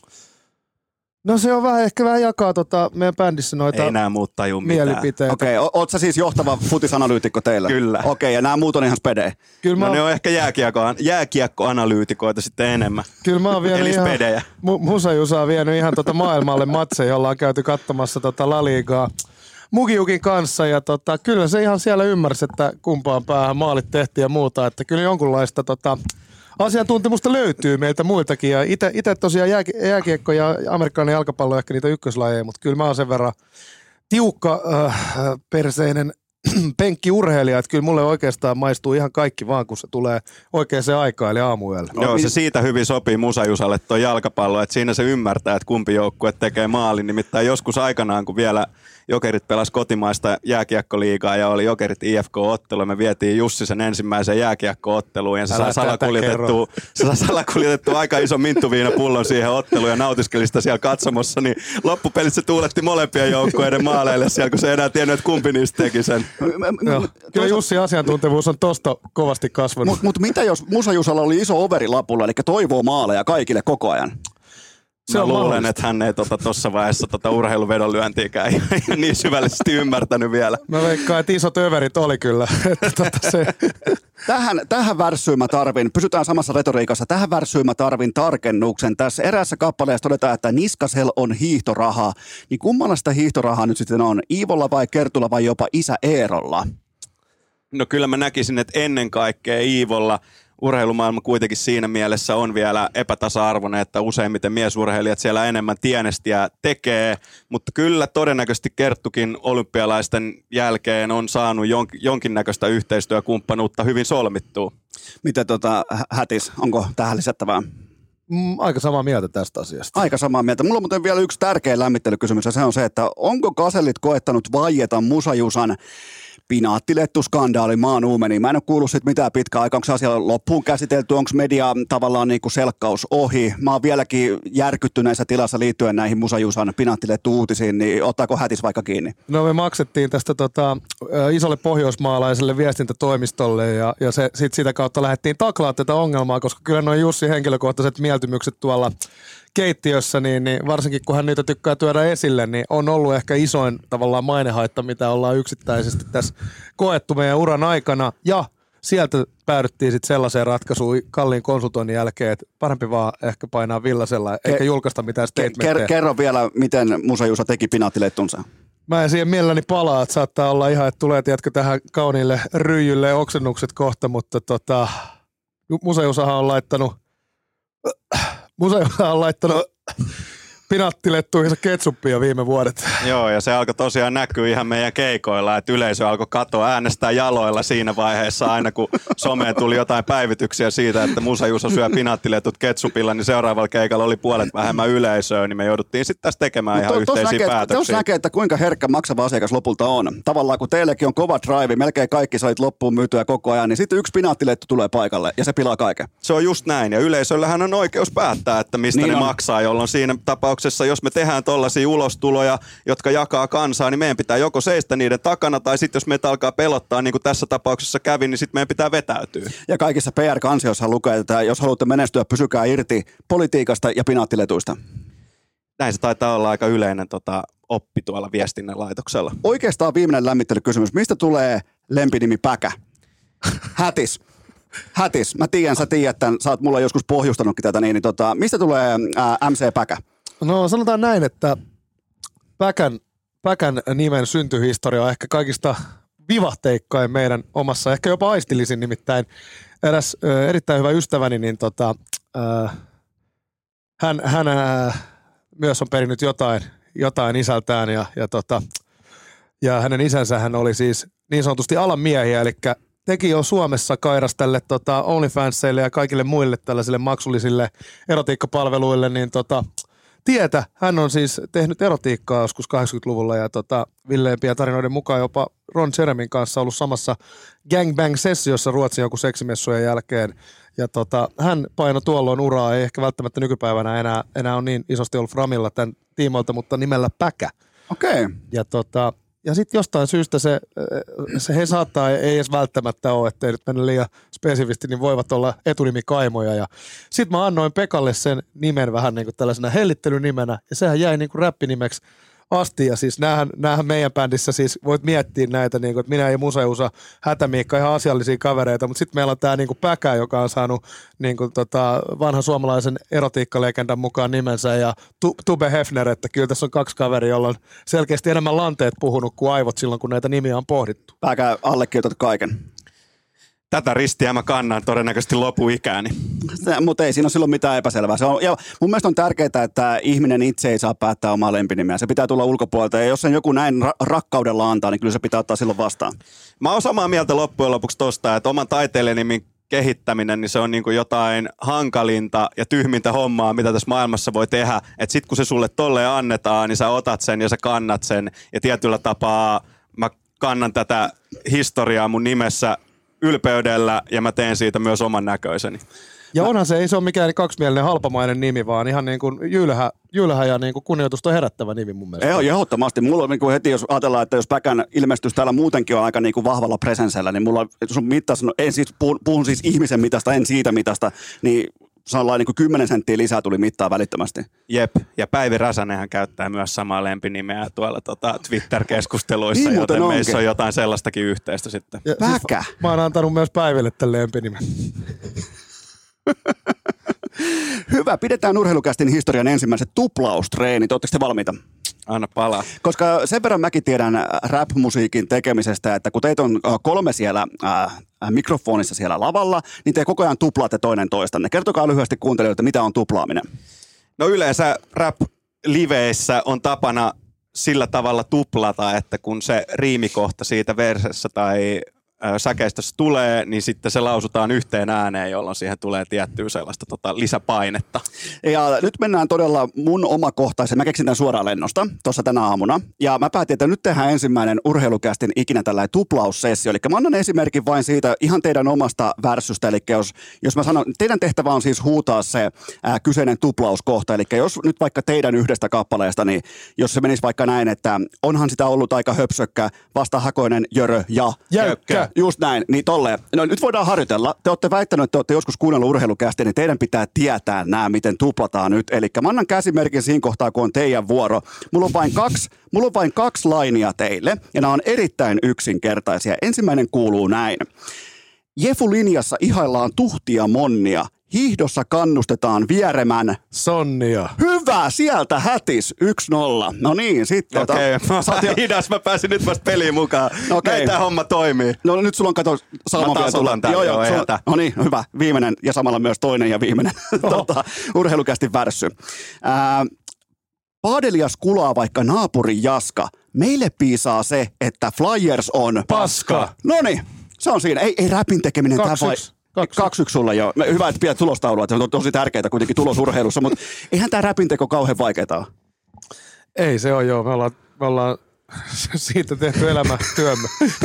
No se on ehkä vähän jakaa meidän bändissä noita ei nämä muut taju mitään. Mielipiteitä. Okei, oot sä siis johtava futisanalyytikko teillä? Kyllä. Okei, ja nämä muut on ihan spedejä? No ne on ehkä jääkiekkoanalyytikoita sitten enemmän. Kyllä mä oon vienyt eli ihan, spedejä. Musa Jusa on vienyt ihan maailmalle matseja, jolla on käyty katsomassa La Ligaa Mugiukin kanssa ja kyllä se ihan siellä ymmärsi, että kumpaan päähän maalit tehtiin ja muuta, että kyllä jonkunlaista asiantuntemusta löytyy meiltä muiltakin ja itse tosiaan jääkiekko ja amerikkalainen jalkapallo on ehkä niitä ykköslajeja, mutta kyllä mä oon sen verran tiukka perseinen penkkiurheilija, että kyllä mulle oikeastaan maistuu ihan kaikki vaan, kun se tulee oikeaan aikaan, eli aamuyöllä. Joo, se siitä hyvin sopii Musa Jusalle tuo jalkapallo, että siinä se ymmärtää, että kumpi joukkue tekee maalin. Nimittäin joskus aikanaan, kun vielä Jokerit pelasi kotimaista jääkiekkoliigaa ja oli Jokerit IFK-ottelu, me vietiin Jussi sen ensimmäiseen jääkiekko-otteluun ja se sai salakuljetettua aika iso minttuviinapullon siihen otteluun ja nautiskeli sitä siellä katsomossa, niin loppupelissä se tuuletti molempien joukkueiden maaleille siellä, kun se ei enää tiennyt, että kumpi niistä teki sen. Kyllä Jussi asiantuntevuus on tosta kovasti kasvanut. Mutta mitä jos Musa Jusalla oli iso overi lapulla, eli toivoo maaleja kaikille koko ajan? Mä luulen, että hän ei tuossa vaiheessa urheiluvedon lyöntiikään niin syvällisesti ymmärtänyt vielä. Mä veikkaan, että isot överit oli kyllä. Se. Tähän värssyyn mä tarvin, pysytään samassa retoriikassa, tähän värssyyn mä tarvin tarkennuksen. Tässä eräässä kappaleessa todetaan, että Niskasel on hiihtoraha. Niin kummalla hiihtorahaa nyt sitten on? Iivolla vai Kertulla vai jopa isä Eerolla? No kyllä mä näkisin, että ennen kaikkea Iivolla. Urheilumaailma kuitenkin siinä mielessä on vielä epätasa-arvoinen, että useimmiten miesurheilijat siellä enemmän tienestiä tekee, mutta kyllä todennäköisesti Kerttukin olympialaisten jälkeen on saanut jonkinnäköistä yhteistyökumppanuutta hyvin solmittua. Miten Hätis, onko tähän lisättävää? Aika samaa mieltä tästä asiasta. Aika samaa mieltä. Mulla on muuten vielä yksi tärkeä lämmittelykysymys ja se on se, että onko Gasellit koettanut vaieta Musa Jusan pinaattilettuskandaali maan uumeniin. Mä en ole kuullut siitä mitään pitkään aikaa. Onko se asia loppuun käsitelty? Onko media tavallaan niin kuin selkkaus ohi? Mä oon vieläkin järkyttyneessä tilassa liittyen näihin Musa Jusan pinaattilettu-uutisiin, niin ottaako Hätis vaikka kiinni? No me maksettiin tästä isolle pohjoismaalaiselle viestintätoimistolle ja sitä kautta lähdettiin taklaamaan tätä ongelmaa, koska kyllä noin Jussin henkilökohtaiset mieltymykset tuolla keittiössä, niin varsinkin kun hän niitä tykkää tuoda esille, niin on ollut ehkä isoin tavallaan mainehaitta, mitä ollaan yksittäisesti tässä koettu meidän uran aikana. Ja sieltä päädyttiin sitten sellaiseen ratkaisuun kalliin konsultoinnin jälkeen, että parempi vaan ehkä painaa villasella, eikä julkaista mitään statementteja. Kerro vielä, miten Musa Jusa teki pinaattilettunsa. Mä en siihen mielelläni palaa, että saattaa olla ihan, että tulee tiedätkö tähän kauniille ryijylle oksennukset kohta, mutta Musa Jusahan on laittanut Museo on laittanut pinaattilettuihinsa ketsuppia viime vuodet. Joo, ja se alkoi tosiaan näkyä ihan meidän keikoilla, että yleisö alkoi katoa äänestää jaloilla siinä vaiheessa aina, kun someen tuli jotain päivityksiä siitä, että Musa Juuso syö pinaattiletut ketsupilla, niin seuraavalla keikalla oli puolet vähemmän yleisöä, niin me jouduttiin sitten tässä tekemään ihan yhteisiä päätöksiä. Tuossa näkee, että kuinka herkkä maksava asiakas lopulta on. Tavallaan kun teillekin on kova drive, melkein kaikki sait loppuun myytyä koko ajan, niin sitten yksi pinaattilettu tulee paikalle ja se pilaa kaiken. Se on just näin, ja yleisöllähän on oikeus päättää, että mistä niin ne maksaa, jolloin siinä tapauksessa, jos me tehdään tollaisia ulostuloja, jotka jakaa kansaa, niin meidän pitää joko seistä niiden takana, tai sitten jos meitä alkaa pelottaa, niin kuin tässä tapauksessa kävi, niin sitten meidän pitää vetäytyä. Ja kaikissa PR-kansioissa lukee, että jos haluatte menestyä, pysykää irti politiikasta ja pinaattiletuista. Näin se taitaa olla aika yleinen oppi tuolla viestinnän laitoksella. Oikeastaan viimeinen lämmittelykysymys. Mistä tulee lempinimi Päkä? Hätis. Mä tiedän, sä tiedät, että sä oot mulle joskus pohjustanutkin tätä, niin mistä tulee MC Päkä? No sanotaan näin, että Päkän nimen syntyhistoria on ehkä kaikista vivahteikkain meidän omassa, ehkä jopa aistillisin, nimittäin eräs erittäin hyvä ystäväni, niin hän myös on perinnyt jotain isältään ja hänen isänsä hän oli siis niin sanotusti alan miehiä, eli teki jo Suomessa kairas tälle OnlyFansseille ja kaikille muille tällaisille maksullisille erotiikkapalveluille, niin tietä. Hän on siis tehnyt erotiikkaa joskus 80-luvulla ja villeimpien tarinoiden mukaan jopa Ron Jeremin kanssa ollut samassa gangbang-sessiossa Ruotsin joku seksimessujen jälkeen. Ja hän painoi tuolloin uraa, ei ehkä välttämättä nykypäivänä enää on niin isosti ollut framilla tämän tiimoilta, mutta nimellä Päkä. Okei. Okay. Ja sitten jostain syystä se he saattaa, ei edes välttämättä ole, ettei nyt mennä liian spesifisti, niin voivat olla etunimikaimoja. Ja sitten mä annoin Pekalle sen nimen vähän niin kuin tällaisena hellittelynimenä, ja sehän jäi niin kuin räppinimeksi asti. Ja siis näähän meidän bändissä siis voit miettiä näitä, niin kuin, että minä ja Musa Juuso, Hätämiikka, ihan asiallisia kavereita, mutta sitten meillä on tämä niin kuin Päkä, joka on saanut niin kuin vanhan suomalaisen erotiikkalegendan mukaan nimensä, ja Tube Hefner, että kyllä tässä on kaksi kaveria, jolla on selkeästi enemmän lanteet puhunut kuin aivot silloin, kun näitä nimiä on pohdittu. Päkä, allekirjoitat kaiken. Tätä ristiä mä kannan todennäköisesti lopuikääni. Mutta ei siinä ole silloin mitään epäselvää. Ja mun mielestä on tärkeää, että ihminen itse ei saa päättää omaa lempinimeä. Se pitää tulla ulkopuolelta, ja jos sen joku näin rakkaudella antaa, niin kyllä se pitää ottaa silloin vastaan. Mä oon samaa mieltä loppujen lopuksi tosta, että oman taiteilijanimin kehittäminen, niin se on niin kuin jotain hankalinta ja tyhmintä hommaa, mitä tässä maailmassa voi tehdä. Että sit kun se sulle tolleen annetaan, niin sä otat sen ja sä kannat sen. Ja tietyllä tapaa mä kannan tätä historiaa mun nimessä ylpeydellä, ja mä teen siitä myös oman näköiseni. Ja onhan se, ei se ole mikään kaksimielinen halpamainen nimi, vaan ihan niin kuin jylhä ja niin kuin kunnioitusta herättävä nimi mun mielestä. Ei, ehdottomasti. Mulla on niin kuin heti, jos ajatellaan, että jos Päkän ilmestys täällä muutenkin on aika niin kuin vahvalla presensellä, niin mulla on mittas, no en siis puhun siis ihmisen mitasta, en siitä mitasta, niin sellainen niin kuin 10 senttiä lisää tuli mittaa välittömästi. Jep, ja Päivi Räsänenhän käyttää myös samaa lempinimeä tuolla Twitter-keskusteluissa, niin, joten meissä on jotain sellaistakin yhteistä sitten. Päkä! Siis mä oon antanut myös Päiville tämän lempinimen. Hyvä, pidetään Urheilukästin historian ensimmäiset tuplaustreenit. Oletteko te valmiita? Anna palaa. Koska sen verran mäkin tiedän rap-musiikin tekemisestä, että kun teitä on 3 siellä mikrofonissa siellä lavalla, niin te koko ajan tuplaatte toinen toistanne. Kertokaa lyhyesti kuuntelijoille, mitä on tuplaaminen. No yleensä rap-liveissä on tapana sillä tavalla tuplata, että kun se riimikohta siitä versessä tai säkeistössä tulee, niin sitten se lausutaan yhteen ääneen, jolloin siihen tulee tiettyä sellaista lisäpainetta. Ja nyt mennään todella mun omakohtaisen, mä keksin tämän suoraan lennosta tuossa tänä aamuna, ja mä päätin, että nyt tehdään ensimmäinen Urheilukästin ikinä tällainen tuplaussessio, eli mä annan esimerkin vain siitä ihan teidän omasta värssystä, eli jos mä sanon, teidän tehtävä on siis huutaa se kyseinen tuplauskohta, eli jos nyt vaikka teidän yhdestä kappaleesta, niin jos se menisi vaikka näin, että onhan sitä ollut aika höpsökkä, vastahakoinen, jörö ja jäykkä. Just näin, niin tolleen. No nyt voidaan harjoitella. Te olette väittänyt, että te olette joskus kuunnellut Urheilukästiä, niin teidän pitää tietää nämä, miten tuplataan nyt. Eli mä annan käsimerkin siinä kohtaa, kun on teidän vuoro. Mulla on vain kaksi lainia teille, ja nämä on erittäin yksinkertaisia. Ensimmäinen kuuluu näin. Jefu linjassa ihaillaan tuhtia monnia, Hiihdossa kannustetaan vieremän. Sonnia. Hyvä, sieltä hätis 1-0. No niin, sitten. Okei, hidas, mä pääsin nyt vasta peliin mukaan. Okei. Näin tää homma toimii. No nyt sulla on kato Salmo vielä tulla. Joo, ei hätä. No niin, hyvä. Viimeinen ja samalla myös toinen ja viimeinen urheilukästi värssy. Paadelias kulaa vaikka naapurin Jaska. Meille piisaa se, että Flyers on Paska. Noniin, se on siinä. Ei räpin tekeminen. 2-1 sulla jo. Hyvä, että pidät tulostaulua, että on tosi tärkeää kuitenkin tulosurheilussa, mutta eihän tämä räpin teko kauhean vaikeaa ole. Ei se on joo, me ollaan siitä tehty elämätyömme.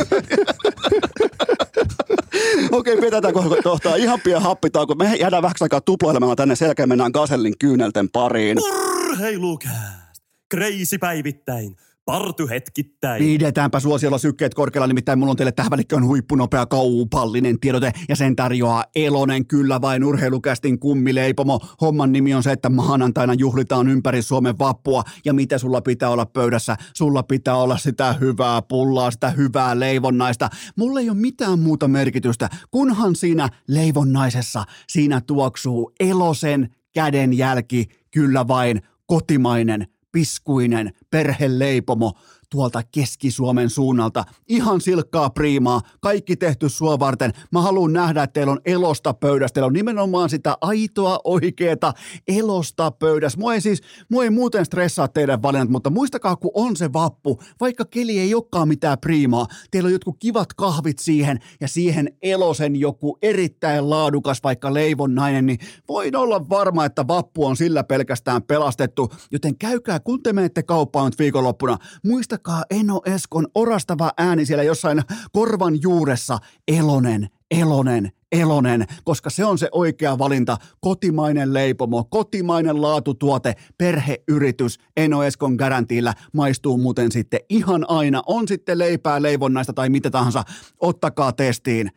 Okei, pidetään kohtaa ihan pian happitauko. Me jäädään vähäksi aikaa tuploilemaan tänne selkeä, mennään Gasellin kyynelten pariin. Urheilukääst! Kreisi päivittäin. Party hetkittäin. Pidetäänpä suosiolla sykkeet korkealla, nimittäin mulla on teille tähän välikköön huippunopea kaupallinen tiedote ja sen tarjoaa Elonen, kyllä vain urheilukästin kummileipomo. Homman nimi on se, että maanantaina juhlitaan ympäri Suomen vappua ja mitä sulla pitää olla pöydässä? Sulla pitää olla sitä hyvää pullaa, sitä hyvää leivonnaista. Mulla ei ole mitään muuta merkitystä, kunhan siinä leivonnaisessa siinä tuoksuu Elosen kädenjälki, kyllä vain kotimainen piskuinen perheleipomo tuolta Keski-Suomen suunnalta. Ihan silkkaa priimaa, kaikki tehty sua varten. Mä haluan nähdä, että teillä on elosta pöydässä. Teillä on nimenomaan sitä aitoa, oikeeta elosta pöydässä. Mua ei muuten stressaa teidän valinnat, mutta muistakaa, kun on se vappu, vaikka keli ei olekaan mitään priimaa. Teillä on jotkut kivat kahvit siihen ja siihen Elosen joku erittäin laadukas vaikka leivonnainen, niin voin olla varma, että vappu on sillä pelkästään pelastettu. Joten käykää, kun te menette kauppaan nyt viikonloppuna, muistakaa Eno Eskon orastava ääni siellä jossain korvan juuressa. Elonen, Elonen, Elonen, koska se on se oikea valinta. Kotimainen leipomo, kotimainen laatutuote, perheyritys, Eno Eskon garantiillä maistuu muuten sitten ihan aina. On sitten leipää, leivonnaista tai mitä tahansa. Ottakaa testiin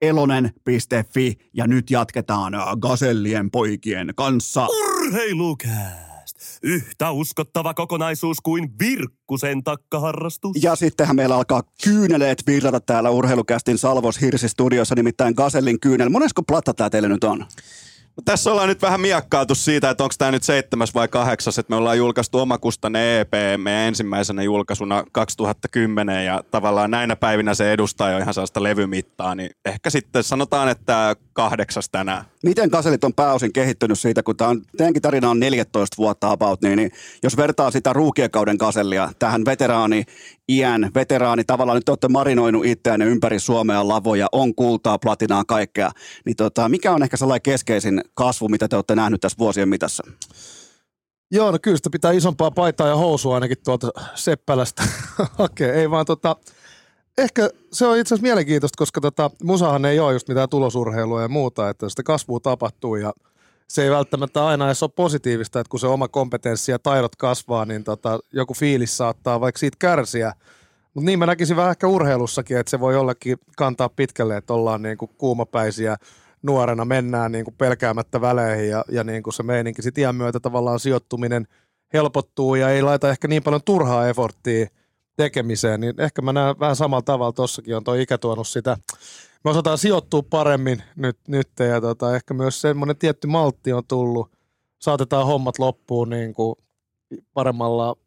elonen.fi ja nyt jatketaan Gasellien poikien kanssa. Urheilukääst! Yhtä uskottava kokonaisuus kuin Virkkusen takkaharrastus. Ja sittenhän meillä alkaa kyyneleet virrata täällä Urheilukästin Salvos Hirsi-studiossa, nimittäin Gasellin kyynel. Monesko platta tää teille nyt on? Tässä ollaan nyt vähän miakkaatu siitä, että onko tämä nyt 7 vai 8, että me ollaan julkaistu omakustanne EP meidän ensimmäisenä julkaisuna 2010 ja tavallaan näinä päivinä se edustaa jo ihan sellaista levymittaa, niin ehkä sitten sanotaan, että 8 tänään. Miten Gasellit on pääosin kehittynyt siitä, kun teidänkin tarina on 14 vuotta about, niin jos vertaa sitä ruukiekauden Gasellia tähän veteraani, tavallaan nyt te olette marinoinut itseänne ympäri Suomea lavoja, on kultaa, platinaa, kaikkea, niin mikä on ehkä sellainen keskeisin kasvu, mitä te olette nähnyt tässä vuosien mitassa? Joo, no kyllä sitä pitää isompaa paitaa ja housua ainakin tuolta Seppälästä hakea. Ei vaan ehkä se on itse asiassa mielenkiintoista, koska musahan ei ole just mitään tulosurheilua ja muuta, että sitä kasvua tapahtuu ja se ei välttämättä aina edes ole positiivista, että kun se oma kompetenssi ja taidot kasvaa, niin joku fiilis saattaa vaikka siitä kärsiä. Mutta niin mä näkisin vähän ehkä urheilussakin, että se voi jollakin kantaa pitkälle, että ollaan niinku kuumapäisiä nuorena, mennään niinku pelkäämättä väleihin ja niinku se meininki sit iän myötä tavallaan sijoittuminen helpottuu ja ei laita ehkä niin paljon turhaa efforttia tekemiseen, niin ehkä mä näen vähän samalla tavalla, tossakin on toi ikä tuonut sitä. Me osataan sijoittua paremmin nyt ja ehkä myös semmoinen tietty maltti on tullut. Saatetaan hommat loppuun niin kuin paremmalla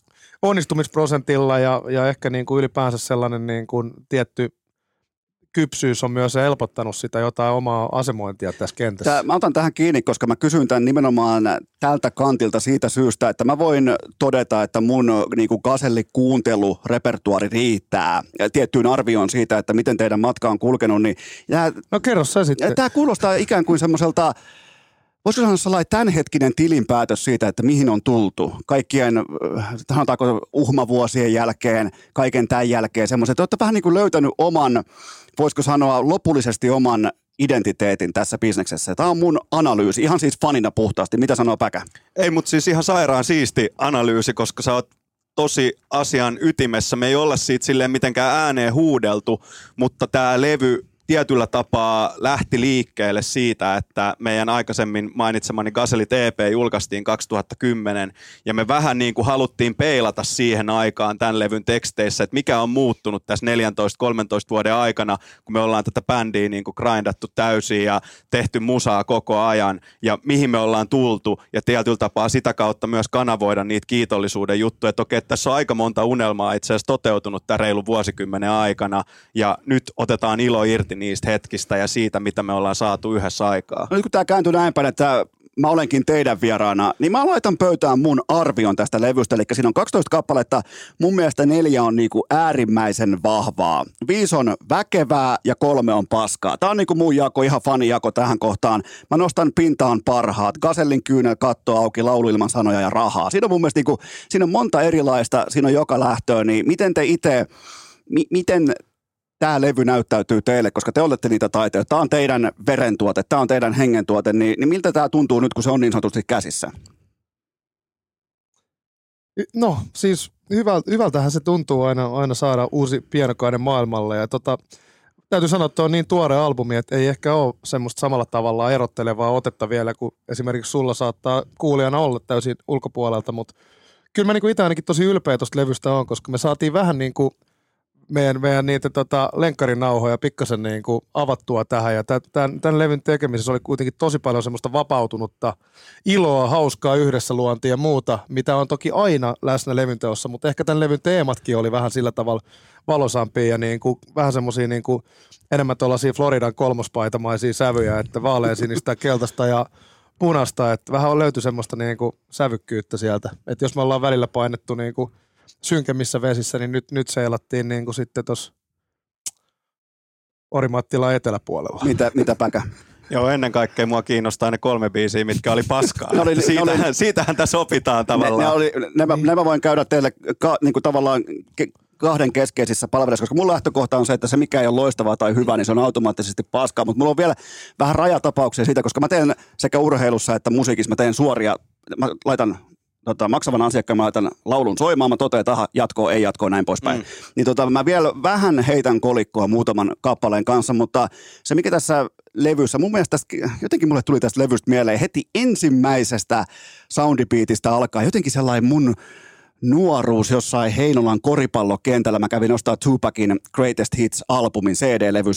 onnistumisprosentilla ja ehkä niin kuin ylipäänsä sellainen niin kuin tietty kypsyys on myös helpottanut sitä jotain omaa asemointia tässä kentässä. Mä otan tähän kiinni, koska mä kysyn tämän nimenomaan tältä kantilta siitä syystä, että mä voin todeta, että mun niin Gaselli-kuuntelurepertuaari riittää tiettyyn arvioon siitä, että miten teidän matka on kulkenut. Niin, no kerro sä sitten. Tämä kuulostaa ikään kuin semmoiselta, voisiko sanoa sellainen tämänhetkinen tilinpäätös siitä, että mihin on tultu kaikkien, sanotaanko uhmavuosien jälkeen, kaiken tämän jälkeen semmoiset, että olette vähän niin kuin löytänyt oman, voisiko sanoa lopullisesti oman identiteetin tässä bisneksessä. Tämä on mun analyysi, ihan siis fanina puhtaasti. Mitä sanoo Päkä? Ei, mutta siis ihan sairaan siisti analyysi, koska sä oot tosi asian ytimessä. Me ei olla siitä silleen mitenkään ääneen huudeltu, mutta tämä levy tietyllä tapaa lähti liikkeelle siitä, että meidän aikaisemmin mainitsemani Gazellit EP julkaistiin 2010 ja me vähän niin kuin haluttiin peilata siihen aikaan tämän levyn teksteissä, että mikä on muuttunut tässä 14-13 vuoden aikana, kun me ollaan tätä bändiä niin kuin grindattu täysin ja tehty musaa koko ajan ja mihin me ollaan tultu ja tietyllä tapaa sitä kautta myös kanavoida niitä kiitollisuuden juttuja, että okei, tässä on aika monta unelmaa itse asiassa toteutunut tämän reilun vuosikymmenen aikana ja nyt otetaan ilo irti niistä hetkistä ja siitä, mitä me ollaan saatu yhdessä aikaa. No nyt kun tämä kääntyy näin päin, että mä olenkin teidän vieraana, niin mä laitan pöytään mun arvion tästä levystä. Eli siinä on 12 kappaletta. Mun mielestä 4 on niinku äärimmäisen vahvaa. 5 on väkevää ja 3 on paskaa. Tää on niinku mun jako, ihan fanijako tähän kohtaan. Mä nostan pintaan parhaat. Gazellin kyynel, katto auki, laulu ilman sanoja ja rahaa. Siinä on mun mielestä niinku, siinä on monta erilaista, siinä on joka lähtöön. Niin miten te itse, miten tämä levy näyttäytyy teille, koska te olette niitä taiteilijoita. Tämä on teidän verentuote, tämä on teidän hengentuote, niin miltä tämä tuntuu nyt, kun se on niin sanotusti käsissä? No siis hyvältähän se tuntuu aina saada uusi pienokainen maailmalle ja täytyy sanoa, että on niin tuore albumi, että ei ehkä ole semmoista samalla tavalla erottelevaa otetta vielä, kuin esimerkiksi sulla saattaa kuulijana olla täysin ulkopuolelta, mutta kyllä mä niin itse ainakin tosi ylpeä tuosta levystä on, koska me saatiin vähän niin kuin meidän niitä lenkkarinauhoja pikkasen niin kuin avattua tähän ja tämän levyn tekemisessä oli kuitenkin tosi paljon semmoista vapautunutta iloa, hauskaa yhdessä luontia ja muuta, mitä on toki aina läsnä levyn teossa, mutta ehkä tämän levyn teematkin oli vähän sillä tavalla valosampia ja niin kuin, vähän semmoisia niin kuin, enemmän tuollaisia Floridan kolmospaitamaisia sävyjä, että vaaleansinistä, keltaista ja punasta, että vähän on löyty semmoista niin kuin sävykkyyttä sieltä, että jos me ollaan välillä painettu niin kuin synkemmissä vesissä, niin nyt seilattiin niin kuin sitten tuossa Orimattilan eteläpuolella. Mitä Päkä? Joo, ennen kaikkea mua kiinnostaa ne 3 biisiä, mitkä oli paskaa. Siitähän tässä opitaan tavallaan. Nämä voin käydä teille niin kuin tavallaan kahden keskeisissä palveluissa, koska mun lähtökohta on se, että se mikä ei ole loistavaa tai hyvää, niin se on automaattisesti paskaa, mutta mulla on vielä vähän rajatapauksia siitä, koska mä teen sekä urheilussa että musiikissa, mä teen suoria, mä laitan maksavan asiakkaan, mä laitan laulun soimaan, mä totean, että jatkoa, ei jatkoa, näin poispäin. Niin mä vielä vähän heitän kolikkoa muutaman kappaleen kanssa, mutta se mikä tässä levyssä, mun mielestä jotenkin mulle tuli tästä levystä mieleen heti ensimmäisestä soundibeatistä alkaa jotenkin sellainen mun nuoruus jossain Heinolan koripallokentällä. Mä kävin ostaa Tupacin Greatest Hits-albumin CD-levy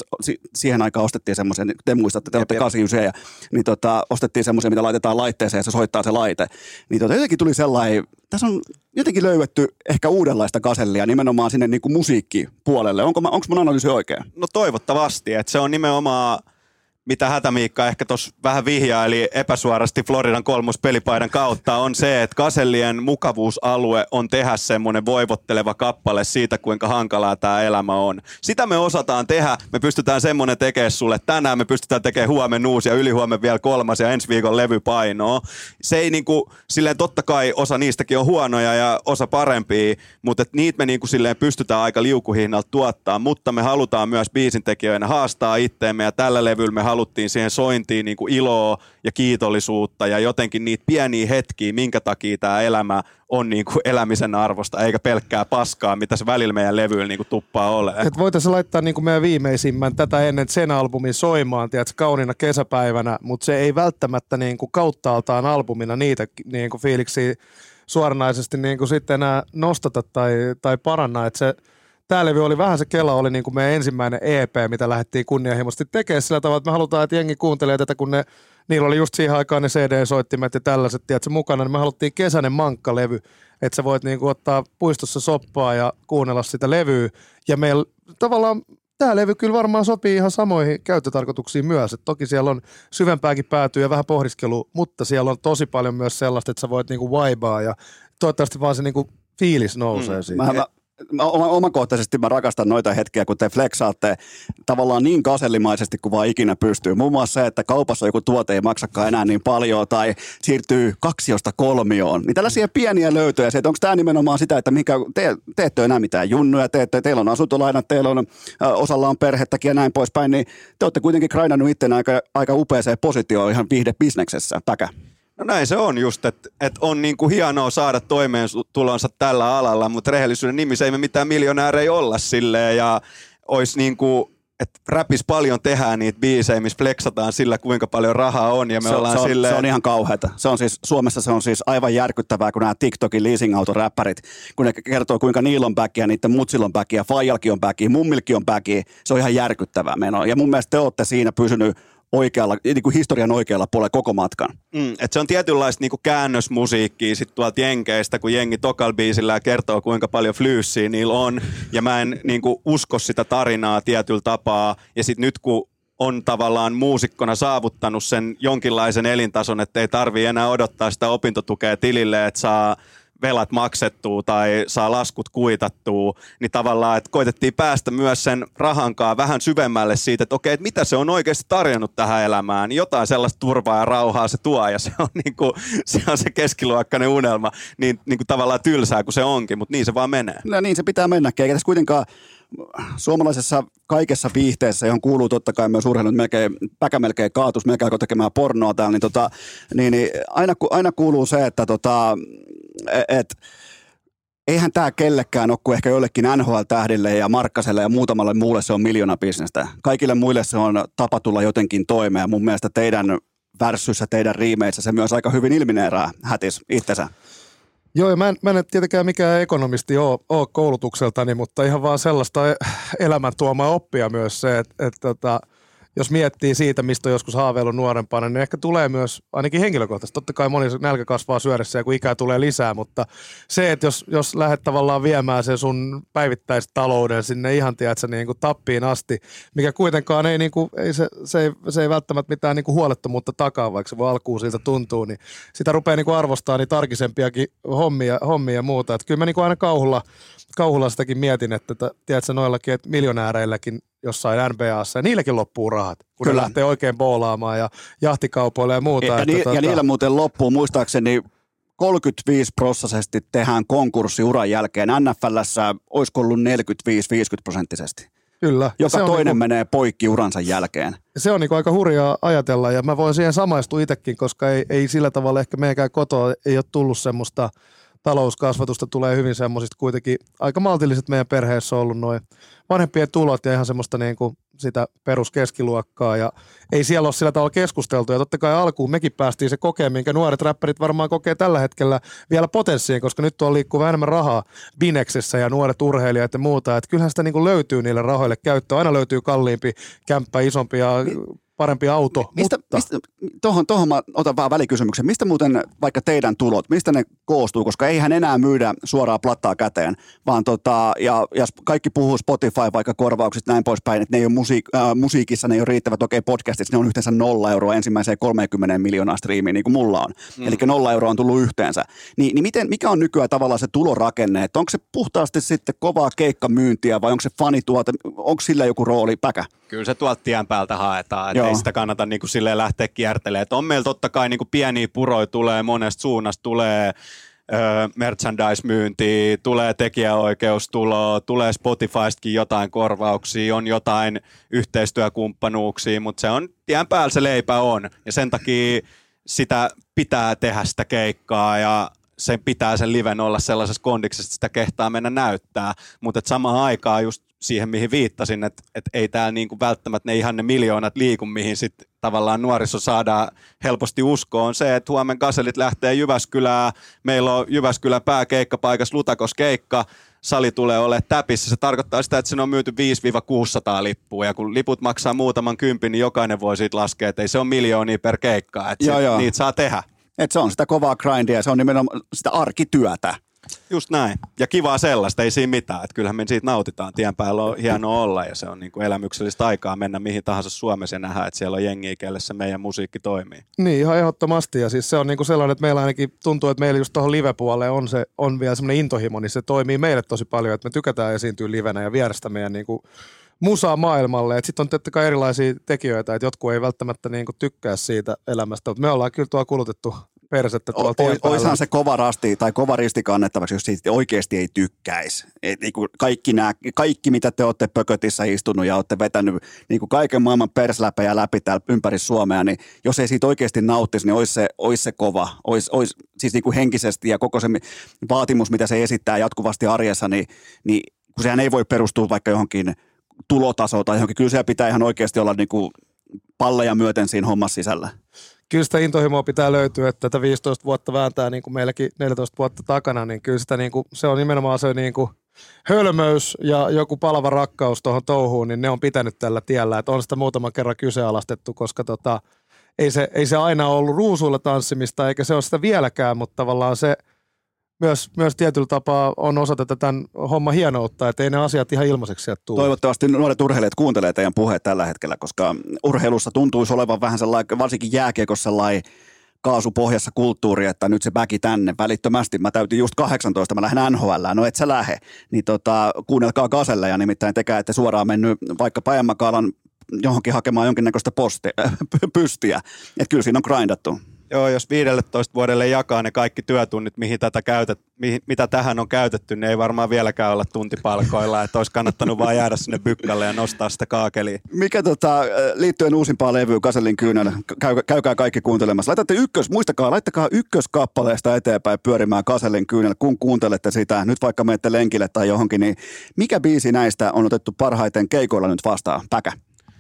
siihen aikaan ostettiin semmoisen, te muistatte, te olette 89, niin ostettiin semmoisen, mitä laitetaan laitteeseen ja se soittaa se laite. Niin jotenkin tuli sellainen, tässä on jotenkin löydetty ehkä uudenlaista Gazellia nimenomaan sinne niin kuin musiikkipuolelle. Onko mun analyysi oikein? No toivottavasti, että se on nimenomaan mitä Hätämiikka ehkä tuossa vähän vihjaili epäsuorasti Floridan kolmospelipaidan kautta, on se, että Gazellien mukavuusalue on tehdä semmoinen voivotteleva kappale siitä, kuinka hankalaa tämä elämä on. Sitä me osataan tehdä, me pystytään semmoinen tekemään sulle tänään, me pystytään tekemään huomenna uusi ja ylihuomenna vielä 3 ja ensi viikon levypainoa. Se ei niinku, silleen totta kai osa niistäkin on huonoja ja osa parempia, mutta niitä me niinku silleen pystytään aika liukuhihnalta tuottaa, mutta me halutaan myös biisintekijöinä haastaa itteemme ja tällä levyllä me haluttiin siihen sointiin niin kuin iloa ja kiitollisuutta ja jotenkin niitä pieniä hetkiä, minkä takia tämä elämä on niin kuin elämisen arvosta, eikä pelkkää paskaa, mitä se välillä meidän levyillä niin kuin tuppaa olemaan. Voitaisiin laittaa niin kuin meidän viimeisimmän tätä ennen sen albumin soimaan, tiedätkö, kauniina kesäpäivänä, mutta se ei välttämättä niin kuin kauttaaltaan albumina niitä niin kuin fiiliksiä suoranaisesti niin kuin sitten enää nostata tai paranna, että se tämä levy oli vähän se Kela, oli niin kuin meidän ensimmäinen EP, mitä lähdettiin kunnianhimoisesti tekemään sillä tavalla, että me halutaan, että jengi kuuntelee tätä, kun niillä oli just siihen aikaan ne CD-soittimet ja tällaiset, tiedätkö, mukana, niin me haluttiin kesäinen mankkalevy, että sä voit niin kuin ottaa puistossa soppaa ja kuunnella sitä levyä, ja meillä tavallaan tämä levy kyllä varmaan sopii ihan samoihin käyttötarkoituksiin myös, että toki siellä on syvempääkin päätyä ja vähän pohdiskelua, mutta siellä on tosi paljon myös sellaista, että sä voit niin kuin vaibaa ja toivottavasti vaan se niin kuin fiilis nousee siitä. Omakohtaisesti mä rakastan noita hetkiä, kun te flexaatte tavallaan niin gazellimaisesti kuin vaan ikinä pystyy. Muun muassa se, että kaupassa joku tuote ei maksakaan enää niin paljon tai siirtyy 2-3. Niin tällaisia pieniä löytöjä. Se, että onko tämä nimenomaan sitä, että te ette ole enää mitään junnuja, teillä on asuntolainat, teillä on osalla on perhettäkin ja näin poispäin, niin te olette kuitenkin grindannut itse aika upeaseen positioon ihan viihdebisneksessä. Päkä. No näin se on just, että on niinku hienoa saada toimeentulonsa tällä alalla, mutta rehellisyyden nimissä ei me mitään miljonäärejä olla silleen ja olisi niinku että räpis paljon tehdään niitä biisejä, missä flexataan sillä, kuinka paljon rahaa on. Ja me ollaan silleen... Se on ihan kauheata. Suomessa se on siis aivan järkyttävää, kun nämä TikTokin leasing-autoräppärit, kun ne kertoo, kuinka niillä on backia, niiden mutsilla on backia, Fajalki on backia, Mummilki on backia. Se on ihan järkyttävää menoa. Ja mun mielestä te olette siinä pysynyt oikealla, niin kuin historian oikealla puolella koko matkan. Että se on tietynlaista niin kuin käännösmusiikkia sit tuolta jenkeistä, kun jengi tokal biisillä kertoo, kuinka paljon flyyssiä niillä on. Ja mä en niin kuin usko sitä tarinaa tietyllä tapaa. Ja sitten nyt kun on tavallaan muusikkona saavuttanut sen jonkinlaisen elintason, että ei tarvii enää odottaa sitä opintotukea tilille, että saa velat maksettua tai saa laskut kuitattua, niin tavallaan, että koitettiin päästä myös sen rahankaan vähän syvemmälle siitä, että okei, että mitä se on oikeasti tarjonnut tähän elämään. Jotain sellaista turvaa ja rauhaa se tuo, ja se on, se keskiluokkainen unelma, niin kuin tavallaan tylsää kuin se onkin, mutta niin se vaan menee. No niin se pitää mennäkin, eikä tässä kuitenkaan suomalaisessa kaikessa viihteessä, johon kuuluu totta kai myös urheilu, päkä melkein kaatus, melkein alkoi tekemään pornoa täällä, niin aina kuuluu se, että eihän tämä kellekään ole kuin ehkä jollekin NHL-tähdille ja Markkaselle ja muutamalle muulle se on miljoonabisnestä. Kaikille muille se on tapa tulla jotenkin toimeen ja mun mielestä teidän värssyssä, teidän riimeissä se myös aika hyvin ilmineerää Hätis itsensä. Joo, mä en tietenkään mikään ekonomisti ole koulutukseltani, mutta ihan vaan sellaista elämäntuomaa oppia myös se, että jos miettii siitä, mistä on joskus haaveillut nuorempana, niin ehkä tulee myös ainakin henkilökohtaisesti. Totta kai moni nälkä kasvaa syödessä ja kun ikää tulee lisää, mutta se, että jos lähdet tavallaan viemään sen sun päivittäistalouden sinne ihan tiedätkö, niin kuin tappiin asti, mikä kuitenkaan ei, niin kuin, se ei välttämättä mitään niin kuin huolettomuutta takaa, vaikka se voi alkuun siltä tuntuu, niin sitä rupeaa niin kuin arvostaa niin tarkisempiakin hommia ja muuta. Että kyllä mä niin kuin aina kauhulla sitäkin mietin, että tiedätkö noillakin, että miljonääreilläkin jossain NBA:ssa, ja niilläkin loppuu rahat, kun Kyllä. ne lähtee oikein boolaamaan ja jahtikaupoille ja muuta. Ja niillä muuten loppuu, muistaakseni 35% tehdään konkurssi uran jälkeen. NFL:ssä olisiko ollut 45-50%. Kyllä. Joka toinen menee poikki uransa jälkeen. Se on niin aika hurjaa ajatella, ja mä voin siihen samaistua itsekin, koska ei sillä tavalla ehkä meidänkään kotoa ei ole tullut semmoista talouskasvatusta, tulee hyvin semmoisista kuitenkin aika maltilliset meidän perheessä on ollut noin vanhempien tulot ja ihan semmoista niin kuin sitä peruskeskiluokkaa ja ei siellä ole sillä tavalla keskusteltu ja totta kai alkuun mekin päästiin se kokeen, minkä nuoret räppärit varmaan kokee tällä hetkellä vielä potenssiin, koska nyt on liikkuu enemmän rahaa bineksessä ja nuoret urheilijat ja muuta, että kyllähän sitä niin kuin löytyy niille rahoille käyttöä, aina löytyy kalliimpi kämppä, isompi ja parempi auto. Tuohon mä otan vähän välikysymyksen. Mistä muuten vaikka teidän tulot, mistä ne koostuu? Koska eihän enää myydä suoraa plattaa käteen, vaan ja kaikki puhuu Spotify vaikka korvauksista näin poispäin, että ne ei ole musiikissa, ne ei ole riittävät. Okei, podcastissa ne on yhteensä 0 euroa ensimmäiseen 30 miljoonaa striimiä, niin kuin mulla on. Eli 0 euroa on tullut yhteensä. Niin mikä on nykyään tavallaan se tulorakenne? Että onko se puhtaasti sitten kovaa keikkamyyntiä vai onko se fanituote? Onko sillä joku rooli päkä? Kyllä se tuolta tien päältä haetaan, että ei sitä kannata niin kuin silleen lähteä kiertelemään. Että on meillä totta kai niin kuin pieniä puroja tulee monesta suunnasta, tulee merchandise-myyntiä, tulee tekijäoikeustuloa, tulee Spotifystakin jotain korvauksia, on jotain yhteistyökumppanuuksia, mutta se on tien päällä se leipä on ja sen takia sitä pitää tehdä sitä keikkaa ja sen pitää sen liven olla sellaisessa kondiksessa, että sitä kehtaa mennä näyttää, mutta samaan aikaan just siihen, mihin viittasin, että ei täällä niinku välttämättä ne miljoonat liiku, mihin sitten tavallaan nuoriso saadaan helposti uskoon. On se, että huomenna Gaselit lähtee Jyväskylään, meillä on Jyväskylän pääkeikkapaikassa Lutakos keikka, sali tulee olemaan täpissä. Se tarkoittaa sitä, että siinä on myyty 500-600 lippua, ja kun liput maksaa muutaman kympin, niin jokainen voi siitä laskea, että ei se ole miljoonia per keikka, että niitä saa tehdä. Että se on sitä kovaa grindia, se on nimenomaan sitä arkityötä. Just näin. Ja kivaa sellaista, ei siinä mitään. Että kyllähän me siitä nautitaan. Tien päällä on hienoa olla ja se on niin kuin elämyksellistä aikaa mennä mihin tahansa Suomessa ja nähdä, että siellä on jengiä, kelle se meidän musiikki toimii. Niin, ihan ehdottomasti. Ja siis se on niin kuin sellainen, että meillä ainakin tuntuu, että meillä just tuohon live-puolelle on vielä semmoinen intohimo, niin se toimii meille tosi paljon, että me tykätään esiintyä livenä ja viedä sitä meidän niin kuin musaa maailmalle. Sitten on tietysti erilaisia tekijöitä, että jotkut ei välttämättä niin kuin tykkää siitä elämästä, mutta me ollaan kyllä tuolla kulutettu persettä tuolla tien päällä. Oishan se kova rasti tai kova risti kannettavaksi, jos siitä oikeasti ei tykkäisi. Niin kaikki, mitä te olette pökötissä istunut ja olette vetänyt niin kuin kaiken maailman persläpejä läpi täällä ympäri Suomea, niin jos ei siitä oikeasti nauttisi, niin olisi se kova. Olisi siis niin kuin henkisesti ja koko se vaatimus, mitä se esittää jatkuvasti arjessa, niin kun sehän ei voi perustua vaikka johonkin tulotasoa tai johonkin. Kyllä siellä pitää ihan oikeasti olla niin kuin palleja myöten siinä hommassa sisällä. Kyllä sitä intohimoa pitää löytyä, että tätä 15 vuotta vääntää niin kuin meilläkin 14 vuotta takana, niin kyllä sitä niin kuin, se on nimenomaan se niin kuin hölmöys ja joku palava rakkaus tuohon touhuun, niin ne on pitänyt tällä tiellä. Että on sitä muutaman kerran kyseenalaistettu, koska ei se aina ollut ruusuilla tanssimista, eikä se ole sitä vieläkään, mutta tavallaan se myös tietyllä tapaa on osa tätä tämän homman hienoutta, että ei ne asiat ihan ilmaiseksi sieltä tule. Toivottavasti nuoret urheilijat kuuntelee teidän puheet tällä hetkellä, koska urheilussa tuntuisi olevan vähän sellainen, varsinkin jääkiekossa sellainen kaasupohjassa kulttuuri, että nyt se väki tänne välittömästi. Mä täytin just 18, mä lähden NHL:ään, no et sä lähe. Niin kuunnelkaa Gaselle ja nimittäin tekää, että suoraan mennyt vaikka Emma-Kaalan johonkin hakemaan jonkinnäköistä pystiä. Että kyllä siinä on grindattu. Joo, jos 15 vuodelle jakaa ne kaikki työtunnit, mitä tähän on käytetty, niin ei varmaan vieläkään olla tuntipalkoilla, että olisi kannattanut vaan jäädä sinne bykkälle ja nostaa sitä kaakeliin. Mikä liittyen uusimpaan levyyn Gasellin kyynel, käykää kaikki kuuntelemassa. Muistakaa, laittakaa ykköskappaleesta eteenpäin pyörimään Gasellin kyynel, kun kuuntelette sitä, nyt vaikka menette lenkille tai johonkin, niin mikä biisi näistä on otettu parhaiten keikoilla nyt vastaan? Päkä.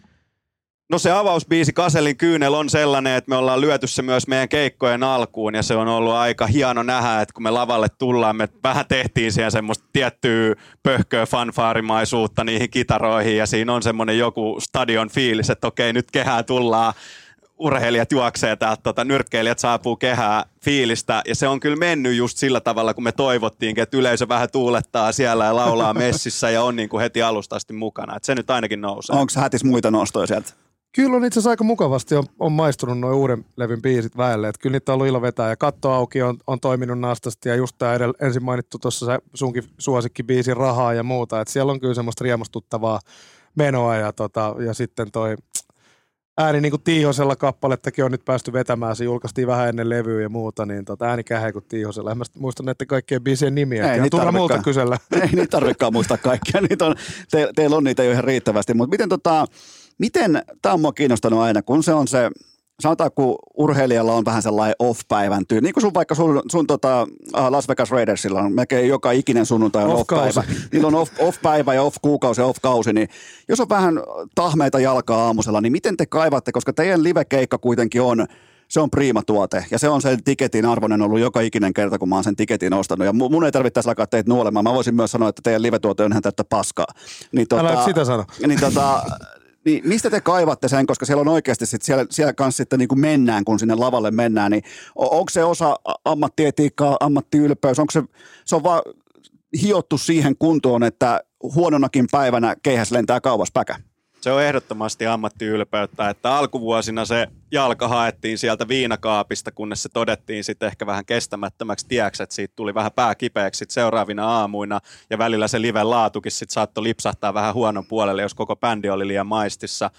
No se avausbiisi Gasellin kyynel on sellainen, että me ollaan lyöty se myös meidän keikkojen alkuun ja se on ollut aika hieno nähdä, että kun me lavalle tullaan, me vähän tehtiin siihen semmoista tiettyä pöhköä fanfaarimaisuutta niihin kitaroihin ja siinä on semmoinen joku stadion fiilis, että okei nyt kehää tullaan, urheilijat juoksee täältä, nyrkkeilijät saapuu kehää fiilistä ja se on kyllä mennyt just sillä tavalla, kun me toivottiinkin, että yleisö vähän tuulettaa siellä ja laulaa messissä ja on niin kuin heti alusta asti mukana, että se nyt ainakin nousee. Onko hätis muita nostoja sieltä? Kyllä on itse asiassa aika mukavasti on maistunut nuo uuden levyn biisit väelle. Että kyllä niitä on ollut ilo vetää. Ja Katto auki on toiminut naastasti ja just tämä ensin mainittu tuossa sunkin suosikkibiisin Rahaa ja muuta. Että siellä on kyllä semmoista riemustuttavaa menoa ja sitten toi ääni niin kuin Tiihosella kappalettakin on nyt päästy vetämään. Se julkaistiin vähän ennen levyä ja muuta, niin ääni käheä kuin Tiihosella. En mä muista näiden kaikkien biisien nimiä. Ei niitä multa kysellä. Ei niitä tarvitsekaan muistaa kaikkia. Teillä on niitä jo ihan riittävästi. Mutta miten, tämä on mua kiinnostanut aina, kun se on se, sanotaan kun urheilijalla on vähän sellainen off-päivän tyyli, niin kuin vaikka sun Las Vegas Raidersilla on melkein joka ikinen sunnuntai on off-päivä. Niillä on off-päivä ja off-kuukausi ja off-kausi, niin jos on vähän tahmeita jalkaa aamusella, niin miten te kaivatte, koska teidän live-keikka kuitenkin se on priimatuote ja se on sen tiketin arvoinen ollut joka ikinen kerta, kun mä oon sen tiketin ostanut. Ja mun ei tarvittaisi alkaa teitä nuolemaan. Mä voisin myös sanoa, että teidän live-tuote on ihan täyttä paskaa. Älä sitä sano. Niin mistä te kaivatte sen, koska siellä on oikeasti siellä kanssa sitten niin kuin mennään, kun sinne lavalle mennään, niin onko se osa ammattietiikkaa, ammattiylpeys, onko se on vaan hiottu siihen kuntoon, että huononakin päivänä keihäs lentää kauas päkä? Se on ehdottomasti ammattiylpeyttä, että alkuvuosina se jalka haettiin sieltä viinakaapista, kunnes se todettiin sitten ehkä vähän kestämättömäksi tieksi, että siitä tuli vähän pää kipeäksi seuraavina aamuina ja välillä se liven laatukin sitten saattoi lipsahtaa vähän huonon puolelle, jos koko bändi oli liian maistissa.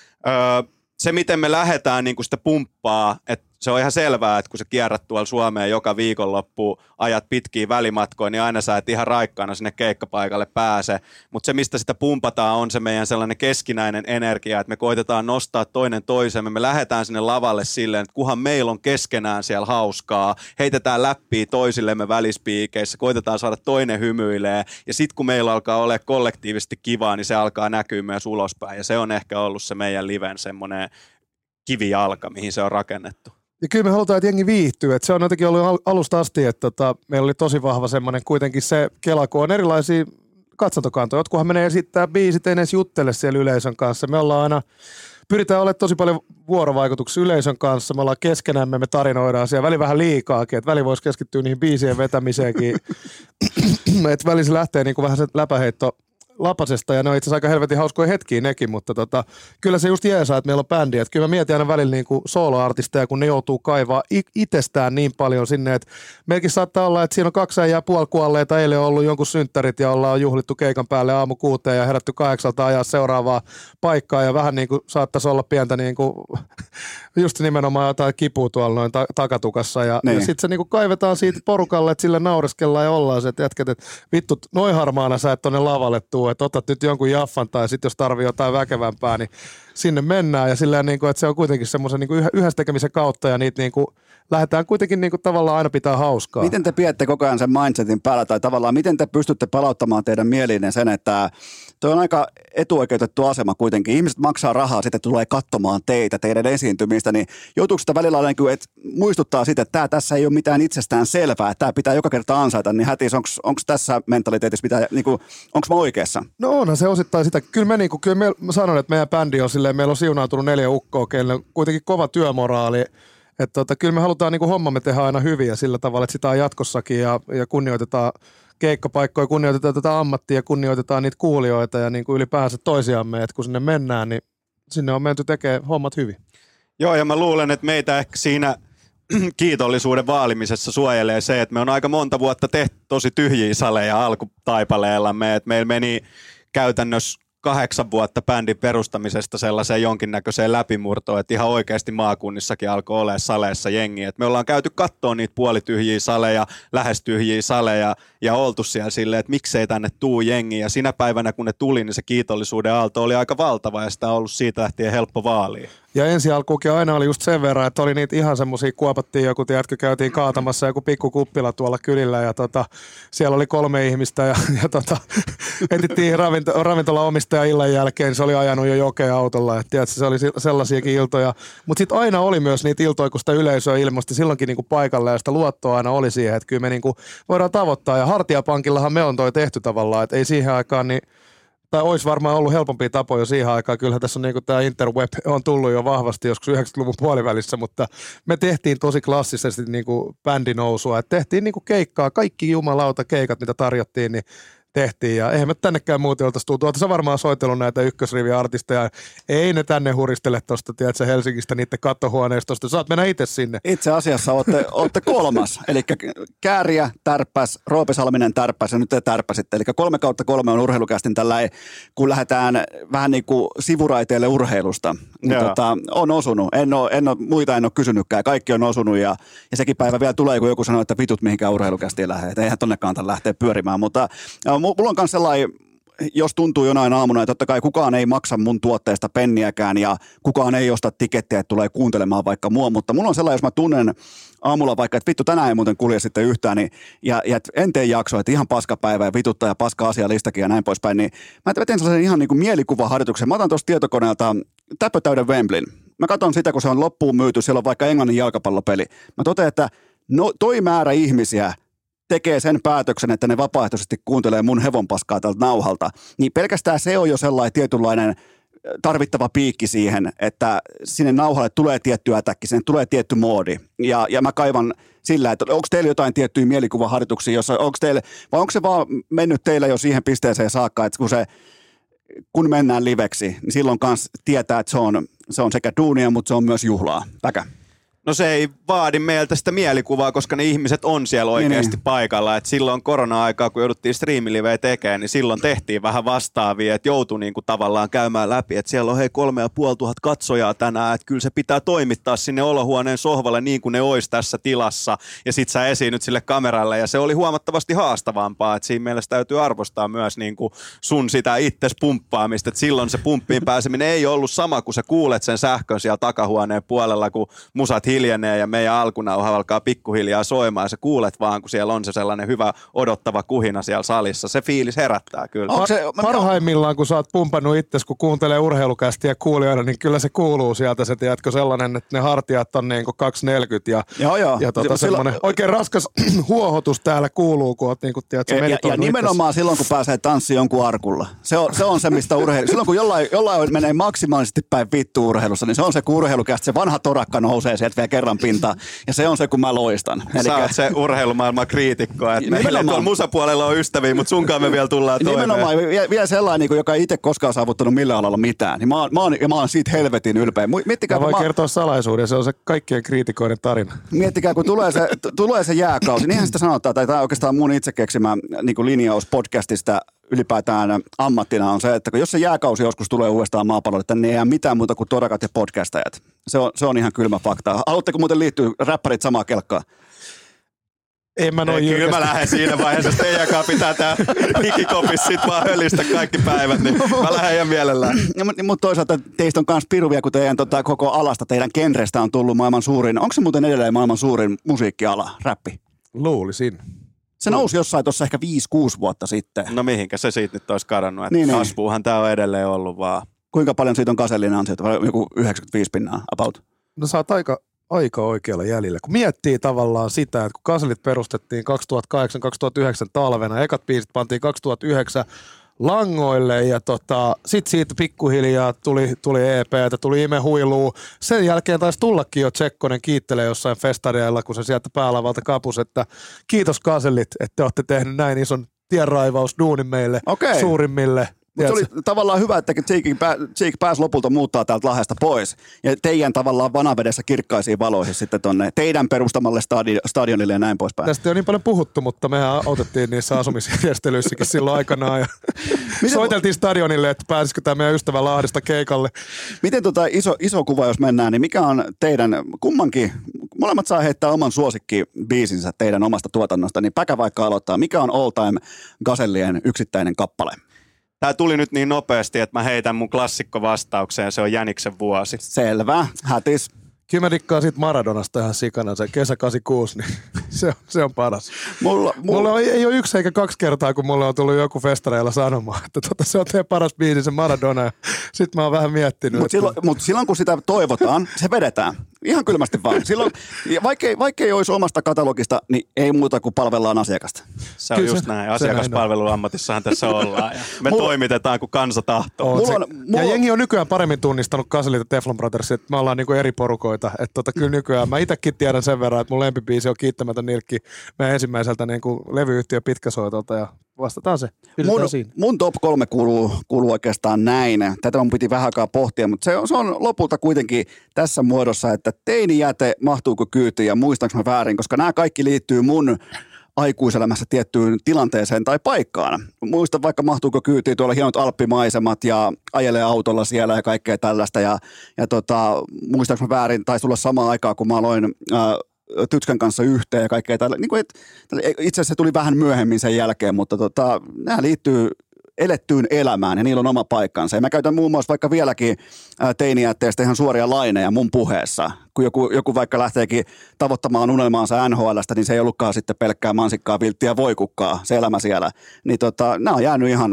Se, miten me lähdetään niin kuin sitä pumppaa, että se on ihan selvää, että kun sä kierrät tuolla Suomeen joka viikonloppu, ajat pitkiä välimatkoja, niin aina sä et ihan raikkaana sinne keikkapaikalle pääse. Mutta se, mistä sitä pumpataan, on se meidän sellainen keskinäinen energia, että me koitetaan nostaa toinen toisemme. Me lähdetään sinne lavalle silleen, että kunhan meillä on keskenään siellä hauskaa, heitetään läppiä toisillemme välispiikeissä, koitetaan saada toinen hymyilee. Ja sitten kun meillä alkaa olla kollektiivisesti kivaa, niin se alkaa näkyä myös ulospäin. Ja se on ehkä ollut se meidän liven semmoinen kivijalka, mihin se on rakennettu. Ja kyllä me halutaan, että jengi viihtyy. Että se on jotenkin ollut alusta asti, että meillä oli tosi vahva semmoinen kuitenkin se kela, kun on erilaisia katsontokantoja. Jotkuhan menee esittää biisit, ei edes juttele siellä yleisön kanssa. Me ollaan aina, pyritään olemaan tosi paljon vuorovaikutuksia yleisön kanssa. Me ollaan keskenämme, me tarinoidaan siellä väli vähän liikaakin, että väli voisi keskittyä niihin biisien vetämiseenkin. Että väli se lähtee niin kuin vähän se läpäheitto lapasesta, ja ne on itse asiassa aika helvetin hauskoja hetkiä nekin, mutta kyllä se just jeesaa, että meillä on bändi, että kyllä mä mietin aina välillä niinku soloartisteja, kun ne joutuu kaivaa itsestään niin paljon sinne, että meilläkin saattaa olla, että siinä on 2 äijää puolikuolleita, eilen on ollut jonkun synttärit ja ollaan juhlittu keikan päälle aamu 6 ja herätty 8 ajaa seuraavaa paikkaa ja vähän niin kuin saattaisi olla pientä niin kuin just nimenomaan jotain kipua tuolla noin takatukassa ja sitten se niin kuin kaivetaan siitä porukalle, että sille naureskellaan ja ollaan se, että jätkät, että vittu, noin harmaana sä et tonne lavalle tuu, kuuluu, että otat nyt jonkun jaffan tai sitten jos tarvii jotain väkevämpää, niin sinne mennään ja silleen, niin kuin, että se on kuitenkin semmoisen niin yhdessä tekemisen kautta ja niitä niin kuin, lähdetään kuitenkin niin kuin, tavallaan aina pitää hauskaa. Miten te pidätte koko ajan sen mindsetin päällä tai tavallaan miten te pystytte palauttamaan teidän mieliinne sen, että toi on aika etuoikeutettu asema kuitenkin. Ihmiset maksaa rahaa, sitten tulee katsomaan teitä, teidän esiintymistä, niin joutuuko sitä välillä olla, että muistuttaa sitä, että tämä tässä ei ole mitään itsestään selvää, että tämä pitää joka kerta ansaita, niin hätis, onko tässä mentaliteetissa, onko mä oikeassa? No onhan se osittain sitä. Kyllä mä sanon, että meidän bändi on silleen, meillä on siunautunut 4 ukkoa, keillä on kuitenkin kova työmoraali. Että kyllä me halutaan niin kuin hommamme tehdä aina hyvin ja sillä tavalla, että sitä on jatkossakin ja kunnioitetaan keikkapaikkoja, kunnioitetaan tätä ammattia ja kunnioitetaan niitä kuulijoita ja niin kuin ylipäänsä toisiamme, että kun sinne mennään, niin sinne on menty tekemään hommat hyvin. Joo, ja mä luulen, että meitä ehkä siinä kiitollisuuden vaalimisessa suojelee se, että me on aika monta vuotta tehty tosi tyhjiä saleja alkutaipaleellamme, että meillä meni käytännössä 8 vuotta bändin perustamisesta sellaiseen jonkinnäköiseen läpimurtoon, että ihan oikeasti maakunnissakin alkoi olemaan saleissa jengiä. Et me ollaan käyty katsoa niitä puolityhjiä saleja, lähes tyhjiä saleja ja oltu siellä silleen, että miksei tänne tuu jengiä. Ja sinä päivänä, kun ne tuli, niin se kiitollisuuden aalto oli aika valtava ja sitä on ollut siitä lähtien helppo vaalia. Ja ensi alkuukin aina oli just sen verran, että oli niitä ihan semmosia, kuopattiin joku, tiedätkö, käytiin kaatamassa joku pikkukuppila tuolla kylillä ja siellä oli 3 ihmistä ja etittiin ravintolaomistaja illan jälkeen, niin se oli ajanut jo jokea autolla, että tiedätkö, se oli sellaisiakin iltoja. Mutta sitten aina oli myös niitä iltoja, kun sitä yleisöä ilmoitti silloinkin niinku paikalla ja sitä luottoa aina oli siihen, että kyllä me niinku voidaan tavoittaa ja Hartiapankillahan me on toi tehty tavallaan, että ei siihen aikaan niin tai olisi varmaan ollut helpompia tapoja siihen aikaan. Kyllähän tässä on niin tämä interweb on tullut jo vahvasti joskus 90-luvun puolivälissä, mutta me tehtiin tosi klassisesti niin bändinousua. Et tehtiin niin keikkaa, kaikki jumalauta keikat, mitä tarjottiin, niin tehtiin. Ja eihän me tännekään muuten oltaisi tultu. Oletko varmaan soitellut näitä ykkösriviartisteja? Ei ne tänne huristele tuosta, tiedätkö, Helsingistä niiden kattohuoneistosta. Saat mennä itse sinne. Itse asiassa olette 3. Eli Kääriä, Tärppäs, Roope Salminen, Tärppäs ja nyt te tärppäsitte. Eli 3/3 on urheilukästin tällä, kun lähdetään vähän niin kuin sivuraiteille urheilusta. Niin on osunut. Muita en ole kysynytkään. Kaikki on osunut ja sekin päivä vielä tulee, kun joku sanoo, että vitut mihinkään urheilukästiin lähde. Että eihän tonne kannata lähteä pyörimään, mutta mulla on myös sellainen, jos tuntuu jonain aamuna, että totta kai kukaan ei maksa mun tuotteesta penniäkään ja kukaan ei osta tikettiä, että tulee kuuntelemaan vaikka mua, mutta mulla on sellainen, jos mä tunnen aamulla vaikka, että vittu tänään ei muuten kulje sitten yhtään, niin, ja en tee jaksoa, että ihan paskapäivä ja vituttaa ja paska asialistakin ja näin poispäin, niin mä teen sellaisen ihan niin kuin mielikuvaharjoituksen. Mä otan tuosta tietokoneelta täpötäyden Wembleyn. Mä katson sitä, kun se on loppuun myyty, siellä on vaikka Englannin jalkapallopeli. Mä totean, että toi määrä ihmisiä tekee sen päätöksen, että ne vapaaehtoisesti kuuntelee mun hevonpaskaa tältä nauhalta, niin pelkästään se on jo sellainen tietynlainen tarvittava piikki siihen, että sinne nauhalle tulee tietty ätäkki, sinne tulee tietty moodi. Ja mä kaivan sillä, että onko teillä jotain tiettyjä mielikuvaharjoituksia, vai onko se vaan mennyt teillä jo siihen pisteeseen saakka, että kun mennään liveksi, niin silloin kanssa tietää, että se on sekä duunia, mutta se on myös juhlaa. Päkä. No se ei vaadi meiltä sitä mielikuvaa, koska ne ihmiset on siellä oikeasti paikalla. Et silloin korona-aikaa, kun jouduttiin striimilivejä tekemään, niin silloin tehtiin vähän vastaavia, että joutui niinku tavallaan käymään läpi, että siellä on 3,500 katsojaa tänään, että kyllä se pitää toimittaa sinne olohuoneen sohvalle niin kuin ne olisi tässä tilassa, ja sit sä esiinnyt sille kameralle, ja se oli huomattavasti haastavampaa, että siinä mielessä täytyy arvostaa myös niinku sun sitä itses pumppaamista, että silloin se pumppiin pääseminen ei ollut sama, kun sä kuulet sen sähkön siellä takahuoneen puolella, kun musat hiljenee ja meidän alkunauha alkaa pikkuhiljaa soimaan ja sä kuulet vaan, kun siellä on se sellainen hyvä odottava kuhina siellä salissa. Se fiilis herättää kyllä. Parhaimmillaan, kun sä oot pumpannut itses, kun kuuntelee urheilukästiä kuulijoina, niin kyllä se kuuluu sieltä. Se tiedätkö sellainen, että ne hartiat on niin kuin 240 ja semmoinen oikein raskas huohotus täällä kuuluu, kun oot niin kuin, tiedätkö, ja nimenomaan silloin, kun pääsee tanssiin jonkun arkulla. Se on se, mistä silloin, kun jollain menee maksimaalisesti päin vittu urheilussa, niin se on se, kun urheilukästi, se vanha torakka nousee sieltä vielä kerran pintaan. Ja se on se, kun mä loistan. Sä oot se urheilumaailman kriitikko. Että meillä tuolla musapuolella on ystäviä, mutta sunkaan me vielä tullaan toimeen. Nimenomaan. Vielä sellainen, joka ei itse koskaan saavuttanut millään alalla mitään. Niin mä oon siitä helvetin ylpeä. Mä voin kertoa salaisuuden. Se on se kaikkien kriitikoiden tarina. Miettikää, kun tulee se jääkausi. Niinhän sitä sanotaan. Tai tämä oikeastaan mun itse keksimä niin linjaus podcastista ylipäätään ammattina on se, että jos se jääkausi joskus tulee uudestaan maapallolle, että ne ei jää mitään muuta kuin torakat ja podcastajat. Se on ihan kylmä fakta. Haluatteko muuten liittyä räppärit samaa kelkkaa? En mä noin Kyllä mä jyrkästi. lähden siinä vaiheessa, jos teidänkaan pitää tää hikikopissa sit vaan hölistä kaikki päivät, niin mä lähden ihan mielellään. Mutta toisaalta teistä on myös piruvia, kun teidän koko alasta, teidän genrestä on tullut maailman suurin. Onko se muuten edelleen maailman suurin musiikkiala, räppi? Luulisin. Se nousi jossain tuossa ehkä 5-6 vuotta sitten. No mihinkä se siitä nyt olisi kadonnut, että Niin. kasvuuhan tää on edelleen ollut vaan. Kuinka paljon siitä on Gasellinen ansiota? Vai joku 95 pinnaa about? No sä oot aika oikealla jäljellä. Kun miettii tavallaan sitä, että kun Gazellit perustettiin 2008-2009 talvena, ekat biisit pantiin 2009 langoille ja sit siitä pikkuhiljaa tuli EP:tä, tuli Imehuilua. Sen jälkeen taisi tullakin jo Tsekkonen kiittelee jossain festarialla, kun se sieltä päälavalta kapus, että kiitos Gazellit, että te olette tehnyt näin ison tienraivausduunin meille suurimmille. Mutta se oli tavallaan hyvä, että Cheek pääsi lopulta muuttaa täältä Lahdesta pois. Ja teidän tavallaan vanavedessä kirkkaisiin valoihin sitten tonne teidän perustamalle stadionille ja näin poispäin. Tästä ei ole niin paljon puhuttu, mutta mehän autettiin niissä asumisjärjestelyissäkin silloin aikanaan. Ja soiteltiin stadionille, että pääsisikö tämä meidän ystävä Lahdesta keikalle. Miten iso kuva, jos mennään, niin mikä on teidän, kummankin, molemmat saa heittää oman suosikkibiisinsä teidän omasta tuotannosta, niin Päkä vaikka aloittaa. Mikä on all time Gazellien yksittäinen kappale? Tää tuli nyt niin nopeasti, että mä heitän mun klassikkovastaukseen, se on Jäniksen vuosi. Selvä, hätis. Kyllä mä dikkaan siitä Maradonasta ihan sikana, se kesä 86, niin se on paras. Mulla ei ole 1 eikä 2 kertaa, kun mulle on tullut joku festareilla sanomaan, että se on teidän paras biisi, se Maradona. Sitten mä oon vähän miettinyt. Mutta silloin kun sitä toivotaan, se vedetään. Ihan kylmästi vaan. Silloin, vaikkei olisi omasta katalogista, niin ei muuta kuin palvellaan asiakasta. Se on just näin. Asiakaspalveluammatissahan tässä ollaan. Ja me toimitetaan, kun kansa tahtoo. Ja jengi on nykyään paremmin tunnistanut Gazellit ja Teflon Brothers, että me ollaan niinku eri porukoita. Että kyllä nykyään, mä itsekin tiedän sen verran, että mun lempibiisi on Kiittämätön nilkki meidän ensimmäiseltä niinku levyyhtiön pitkäsoitolta ja vastataan se. Mun top 3 kuuluu oikeastaan näin. Tätä mun piti vähän aikaa pohtia, mutta se on lopulta kuitenkin tässä muodossa, että teinijäte, mahtuuko kyytiin ja muistaanko mä väärin, koska nämä kaikki liittyy mun aikuiselämässä tiettyyn tilanteeseen tai paikkaan. Muistan vaikka mahtuuko kyytiin tuolla hienot alppimaisemat ja ajelee autolla siellä ja kaikkea tällaista. Ja muistaanko mä väärin, taisi tulla samaan aikaan, kun mä aloin Tytskän kanssa yhteen ja kaikkea tällä. Niin itse asiassa se tuli vähän myöhemmin sen jälkeen, mutta nämä liittyy elettyyn elämään ja niillä on oma paikkansa. Ja mä käytän muun muassa vaikka vieläkin teinijätteestä ihan suoria laineja mun puheessa. Kun joku vaikka lähteekin tavoittamaan unelmaansa NHL:stä, niin se ei ollutkaan sitten pelkkää mansikkaa, vilttiä, voikukkaa, se elämä siellä. Niin nämä on jäänyt ihan,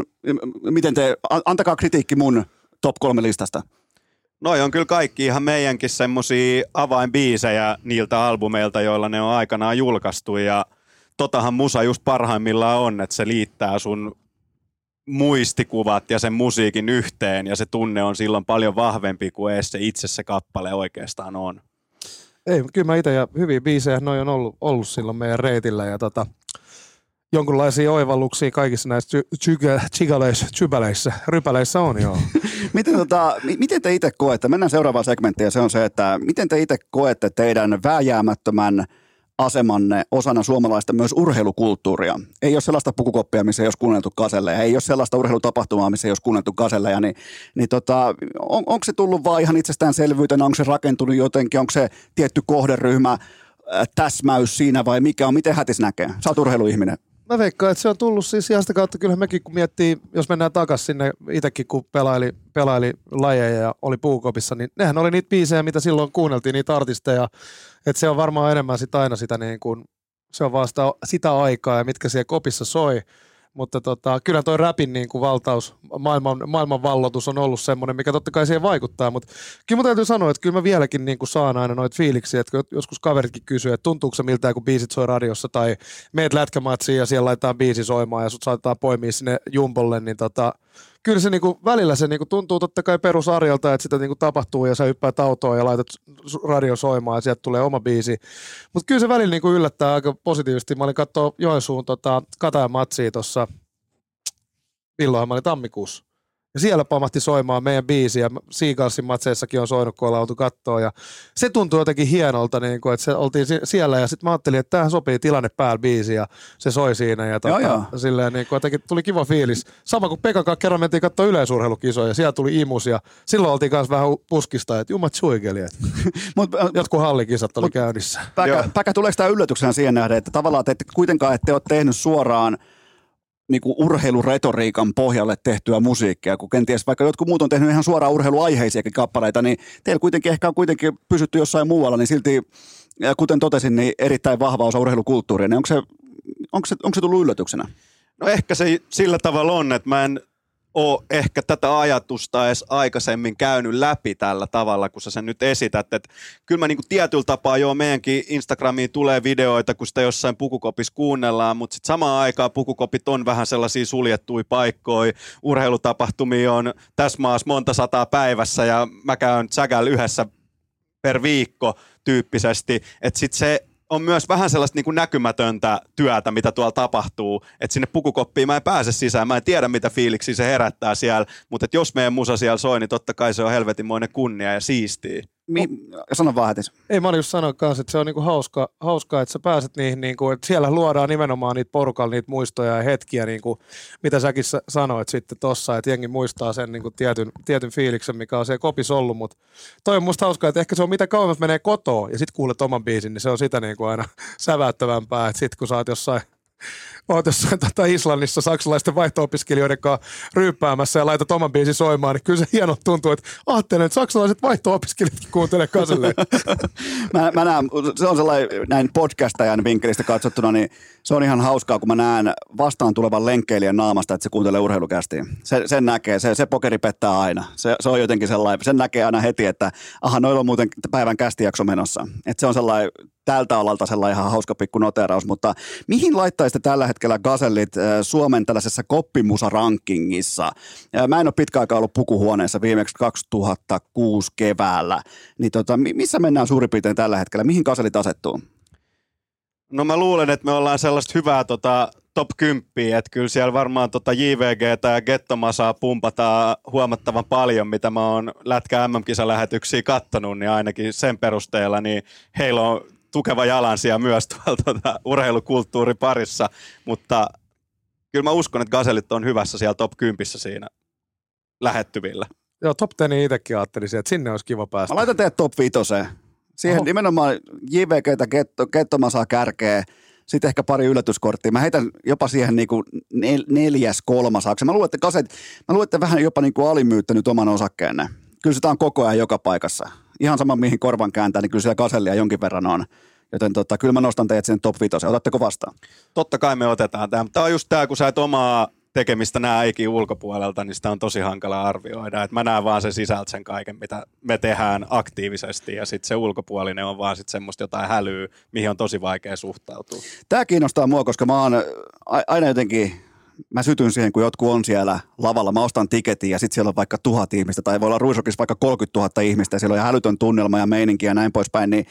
antakaa kritiikki mun top 3 listasta. Noi on kyllä kaikki ihan meidänkin semmosia avainbiisejä niiltä albumeilta, joilla ne on aikanaan julkaistu. Ja totahan musa just parhaimmillaan on, että se liittää sun muistikuvat ja sen musiikin yhteen ja se tunne on silloin paljon vahvempi kuin edes se itse se kappale oikeastaan on. Ei, kyllä mä itse ja hyviä biisejä noi on ollut silloin meidän reitillä ja jonkunlaisia oivalluksia kaikissa näissä rypäleissä on joo. Miten te itse koette, mennään seuraavaan segmenttiin ja se on se, että miten te itse koette teidän vääjäämättömän asemanne osana suomalaista myös urheilukulttuuria. Ei ole sellaista pukukoppia, missä ei olisi kuunneltu Gazelleja. Ei ole sellaista urheilutapahtumaa, missä ei olisi kuunneltu Gazelleja. Onko se tullut vaan ihan itsestäänselvyytenä? Onko se rakentunut jotenkin? Onko se tietty kohderyhmä, täsmäys siinä vai mikä on? Miten hätis näkee? Sä oot urheiluihminen. Mä veikkaan, että se on tullut siis ihan sitä kautta. Kyllähän mekin kun miettii, jos mennään takaisin sinne itsekin kun pelaili lajeja ja oli puukopissa, niin nehän oli niitä biisejä, mitä silloin kuunneltiin, niitä artisteja. Että se on varmaan enemmän aina sitä niin kuin, se on vaan sitä aikaa ja mitkä siellä kopissa soi. Mutta kyllä toi rapin niin kuin valtaus, maailman vallotus on ollut semmoinen, mikä totta kai siihen vaikuttaa. Mutta kyllä mun täytyy sanoa, että kyllä mä vieläkin niin kuin saan aina noita fiiliksiä, että joskus kaveritkin kysyy, että tuntuuko se miltään, kun biisit soi radiossa tai meet lätkämatsiin ja siellä laitetaan biisi soimaan ja sut saatetaan poimia sinne jumbolle, niin kyllä se niinku, välillä se niinku tuntuu totta kai perusarjalta, että sitä niinku tapahtuu ja sä hyppäät autoon ja laitat radio soimaan ja sieltä tulee oma biisi. Mutta kyllä se välillä niinku yllättää aika positiivisesti. Mä olin katsoa Joensuun Katajan matsia tuossa, milloinhan mä olin tammikuussa. Ja siellä pamahti soimaan meidän biisi ja Seagalsin matseissakin on soinut, kun ollaan oltu kattoo. Ja se tuntui jotenkin hienolta, niin kuin, että se oltiin siellä ja sitten mä ajattelin, että tämähän sopii tilanne päällä biisi ja se soi siinä. Ja silleen, niin kuin, jotenkin tuli kiva fiilis. Sama kuin Pekan kanssa kerran mentiin katsoa yleisurheilukisoja ja siellä tuli imus ja silloin oltiin kanssa vähän puskista, että jumat suikeli. Jotkut hallikisat oli käynnissä. Päkä, tuleeko tämä yllätyksenä siihen nähdä, että tavallaan te kuitenkaan ette ole tehnyt suoraan niin kuin urheiluretoriikan pohjalle tehtyä musiikkia, kun kenties vaikka jotkut muut on tehnyt ihan suoraan urheiluaiheisiakin kappaleita, niin teillä kuitenkin ehkä on kuitenkin pysytty jossain muualla, niin silti, kuten totesin, niin erittäin vahva osa urheilukulttuuria, niin onko se tullut yllätyksenä? No ehkä se sillä tavalla on, että mä en ole ehkä tätä ajatusta edes aikaisemmin käynyt läpi tällä tavalla, kun sä sen nyt esität. Et kyllä mä niinku tietyllä tapaa meidänkin Instagramiin tulee videoita, kun sitä jossain pukukopissa kuunnellaan, mutta sitten samaan aikaan pukukopit on vähän sellaisia suljettuja paikkoja. Urheilutapahtumia on tässä maassa monta sataa päivässä ja mä käyn säkällä yhdessä per viikko tyyppisesti, että sitten se on myös vähän sellaista niin kuin näkymätöntä työtä, mitä tuolla tapahtuu, että sinne pukukoppiin mä en pääse sisään, mä en tiedä mitä fiiliksiä se herättää siellä, mutta jos meidän musa siellä soi, niin totta kai se on helvetinmoinen kunnia ja siistiä. Sano vaan heti. Ei, mä olin just sanoa kanssa, että se on niinku hauskaa, että sä pääset niihin, niinku, että siellä luodaan nimenomaan niitä porukalla niitä muistoja ja hetkiä, niinku, mitä säkin sanoit sitten tossa, että jengi muistaa sen niinku tietyn fiiliksen, mikä on siellä kopissa ollut, mutta toi on musta hauskaa, että ehkä se on mitä kauemmas menee kotoa ja sit kuulet oman biisin, niin se on sitä niinku aina säväyttävämpää, että sit kun sä oot jossain Islannissa saksalaisten vaihto-opiskelijoiden kanssa ryyppäämässä ja laitat oman biisin soimaan, niin kyllä se hieno tuntuu, että ajattelen, että saksalaiset vaihto-opiskelijat kuuntelee kaselleen. mä näen, se on sellainen näin podcastajan vinkkelistä katsottuna, niin se on ihan hauskaa, kun mä näen vastaan tulevan lenkkeilijän naamasta, että se kuuntelee urheilukästiä. Sen näkee, se pokeri pettää aina. Se on jotenkin sellainen, sen näkee aina heti, että aha, noilla on muuten päivän kästijakso menossa. Että se on sellainen tältä alalta sellainen ihan hauska pikku noteraus, mutta mihin laittaisitte tällä hetkellä Gazellit Suomen tällaisessa koppimusarankingissa? Mä en ole pitkä aikaa ollut pukuhuoneessa viimeksi 2006 keväällä, niin missä mennään suurin piirtein tällä hetkellä? Mihin Gazellit asettuu? No mä luulen, että me ollaan sellaista hyvää top 10, että kyllä siellä varmaan JVGtä ja Gettomasaa pumpataan huomattavan paljon, mitä mä oon Lätkä MM-kisalähetyksiä kattonut, niin ainakin sen perusteella, niin heillä on tukeva jalansija myös tuolla urheilukulttuurin parissa, mutta kyllä mä uskon, että Gazellit on hyvässä siellä top 10 siinä lähettyvillä. Joo, top 10 itsekin ajattelisin, että sinne olisi kiva päästä. Mä laitan teidät top 5. Siihen nimenomaan JVGtä Gettomasaa kärkeä, sitten ehkä pari yllätyskorttia. Mä heitän jopa siihen niinku 4.3. Mä luulen, että vähän jopa niinku alimyyttänyt oman osakkeenne. Kyllä sitä on koko ajan joka paikassa. Ihan sama mihin korvan kääntää, niin kyllä siellä Gazellia jonkin verran on. Joten kyllä mä nostan teidät sinne top 5. Otatteko vastaan? Totta kai me otetaan tämä. Tämä on just tämä, kun sä et omaa tekemistä näe ikin ulkopuolelta, niin sitä on tosi hankala arvioida. Et mä näen vaan sen sisältä sen kaiken, mitä me tehdään aktiivisesti, ja sitten se ulkopuolinen on vaan sit semmoista jotain hälyä, mihin on tosi vaikea suhtautua. Tämä kiinnostaa mua, koska mä oon aina jotenkin, mä sytyn siihen, kun jotkut on siellä lavalla, mä ostan tiketin ja sitten siellä on vaikka 1000 ihmistä, tai voi olla Ruisokissa vaikka 30 000 ihmistä, ja siellä on ihan älytön tunnelma ja meininki ja näin poispäin, niin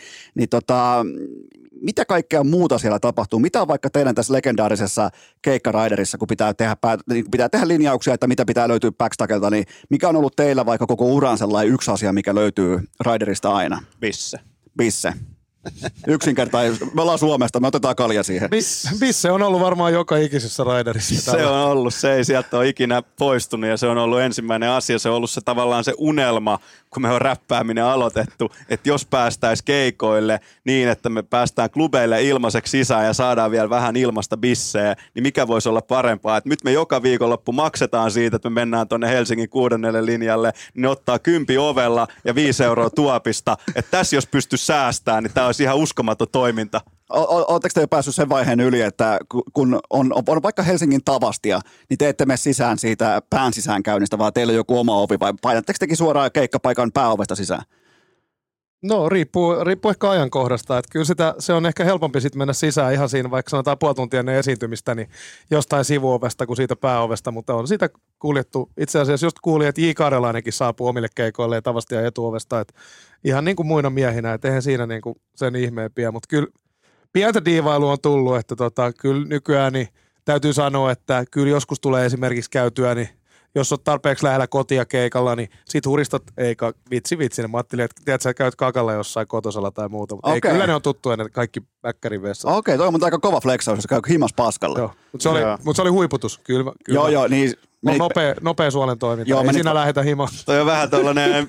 mitä kaikkea muuta siellä tapahtuu? Mitä on vaikka teidän tässä legendaarisessa keikkaraiderissa, kun pitää tehdä linjauksia, että mitä pitää löytyä backstagelta, niin mikä on ollut teillä vaikka koko uran sellainen yksi asia, mikä löytyy raiderista aina? Bisse. Yksinkertaisesti. Me ollaan Suomesta, me otetaan kalja siihen. Bisse on ollut varmaan joka ikisessä raiderissa. Se on ollut, se ei sieltä ole ikinä poistunut ja se on ollut ensimmäinen asia. Se on ollut se tavallaan se unelma, kun me on räppääminen aloitettu, että jos päästäisiin keikoille niin, että me päästään klubeille ilmaiseksi sisään ja saadaan vielä vähän ilmasta bisseä, niin mikä voisi olla parempaa? Että nyt me joka viikonloppu maksetaan siitä, että me mennään tuonne Helsingin 6. linjalle, niin ottaa 10 ovella ja 5 euroa tuopista. Että tässä jos pystyisi säästämään, niin tämä olisi ihan uskomaton toiminta. Oletteko te jo päässyt sen vaiheen yli, että kun on vaikka Helsingin Tavastia, niin te ette mene sisään siitä pään sisäänkäynnistä, vaan teillä on joku oma ovi, vai painatteko tekin suoraan keikkapaikan pääovesta sisään? No riippuu ehkä ajankohdasta, että kyllä se on ehkä helpompi sitten mennä sisään ihan siinä, vaikka sanotaan puoli tuntia ennen esiintymistä, niin jostain sivuovesta kuin siitä pääovesta, mutta on sitä kuljettu. Itse asiassa just kuulin, että J. Karjalainenkin saapuu omille keikoille ja Tavastia etuovesta, että ihan niin kuin muina miehinä, että eihän siinä niin kuin sen ihmeempiä, mutta kyllä pientä diivailua on tullut, että kyllä nykyään niin täytyy sanoa, että kyllä joskus tulee esimerkiksi käytyä niin jos oot tarpeeksi lähellä kotia keikalla, niin sit huristat, eikä vitsi. Mä ajattelin, että tiedät, sä käyt kakalla jossain kotosalla tai muuta, mutta ei, kyllä ne on tuttuja ne kaikki väkkärin vessat. Okei, toi on aika kova flexaus, jos käy himas paskalla. Joo, mutta se oli huiputus, kyllä. Joo, niin. On nopea suolen toiminta, ei siinä lähetä himaan. Toi on vähän tollanen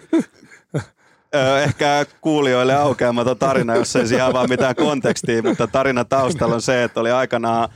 ehkä kuulijoille aukeamaton tarina, jos ei siihen vaan mitään kontekstia, mutta tarina taustalla on se, että oli aikanaan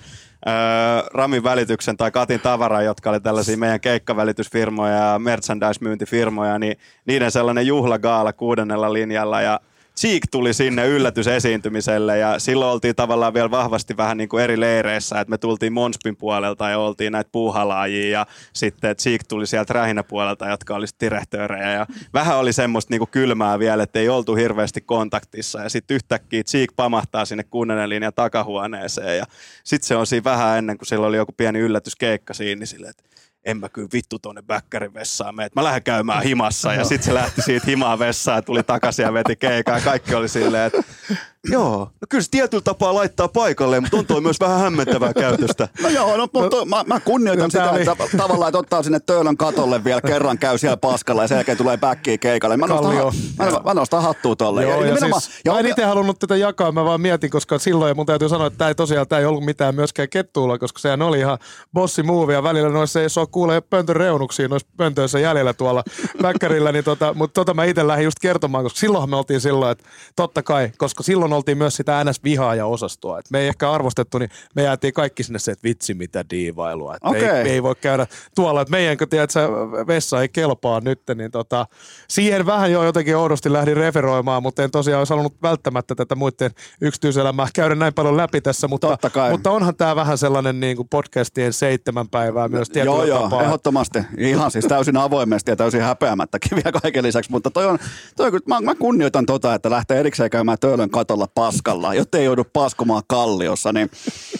Ramin välityksen tai Katin Tavara, jotka oli tällaisia meidän keikkavälitysfirmoja ja merchandise-myyntifirmoja, niin niiden sellainen juhlagaala 6. linjalla ja Cheek tuli sinne yllätysesiintymiselle ja silloin oltiin tavallaan vielä vahvasti vähän niin kuin eri leireissä, että me tultiin Monspin puolelta ja oltiin näitä puuhalaajia ja sitten Cheek tuli sieltä rähinäpuolelta, jotka oli direhtöörejä ja vähän oli semmoista niin kuin kylmää vielä, että ei oltu hirveästi kontaktissa ja sitten yhtäkkiä Cheek pamahtaa sinne 6. linjan takahuoneeseen ja sitten se on siinä vähän ennen kuin sillä oli joku pieni yllätyskeikka siinä, niin silleen, että en mä kyllä vittu tonne väkkärin vessaan mene, mä lähden käymään himassa ja sitten se lähti siitä himaan vessaan ja tuli takaisin ja veti keikaa ja kaikki oli silleen, että joo, no kyllä se tietyllä tapaa laittaa paikalleen, mutta on toi myös vähän hämmentävää käytöstä. No joo, mutta mä kunnioitan sitä, että tavallaan, että ottaa sinne Töölön katolle vielä kerran, käy siellä paskalla ja sen jälkeen tulee backiin keikalle. Mä nostan hattua tolle. Joo, ja siis, mä en itse halunnut tätä jakaa, mä vaan mietin, koska silloin mun täytyy sanoa, että tää ei ollut mitään myöskään kettuulla, koska sehän oli ihan bossi move ja välillä noissa ei ole kuulee pöntön reunuksia noissa pöntöissä jäljellä tuolla väkkärillä, niin mutta mä itse lähdin just kertomaan, koska silloinhan me oltiin silloin, että totta kai, koska silloin oltiin myös sitä NS-vihaaja-osastoa. Et me ei ehkä arvostettu, niin me jäätiin kaikki sinne se, että vitsi mitä diivailua. Ei voi käydä tuolla, että meidän, kun tiedät, vessa ei kelpaa nyt, niin siihen vähän jo jotenkin oudosti lähdin referoimaan, mutta en tosiaan olisi halunnut välttämättä tätä muiden yksityiselämää käydä näin paljon läpi tässä, mutta onhan tämä vähän sellainen niin kuin podcastien 7 päivää myös tietyllä tapaa. Ehdottomasti. Ihan siis täysin avoimesti ja täysin häpeämättäkin vielä kaiken lisäksi, mutta mä kunnioitan että lähtee erikseen käymään Töölön katolla paskalla, jotta ei joudu paskumaan kalliossa, niin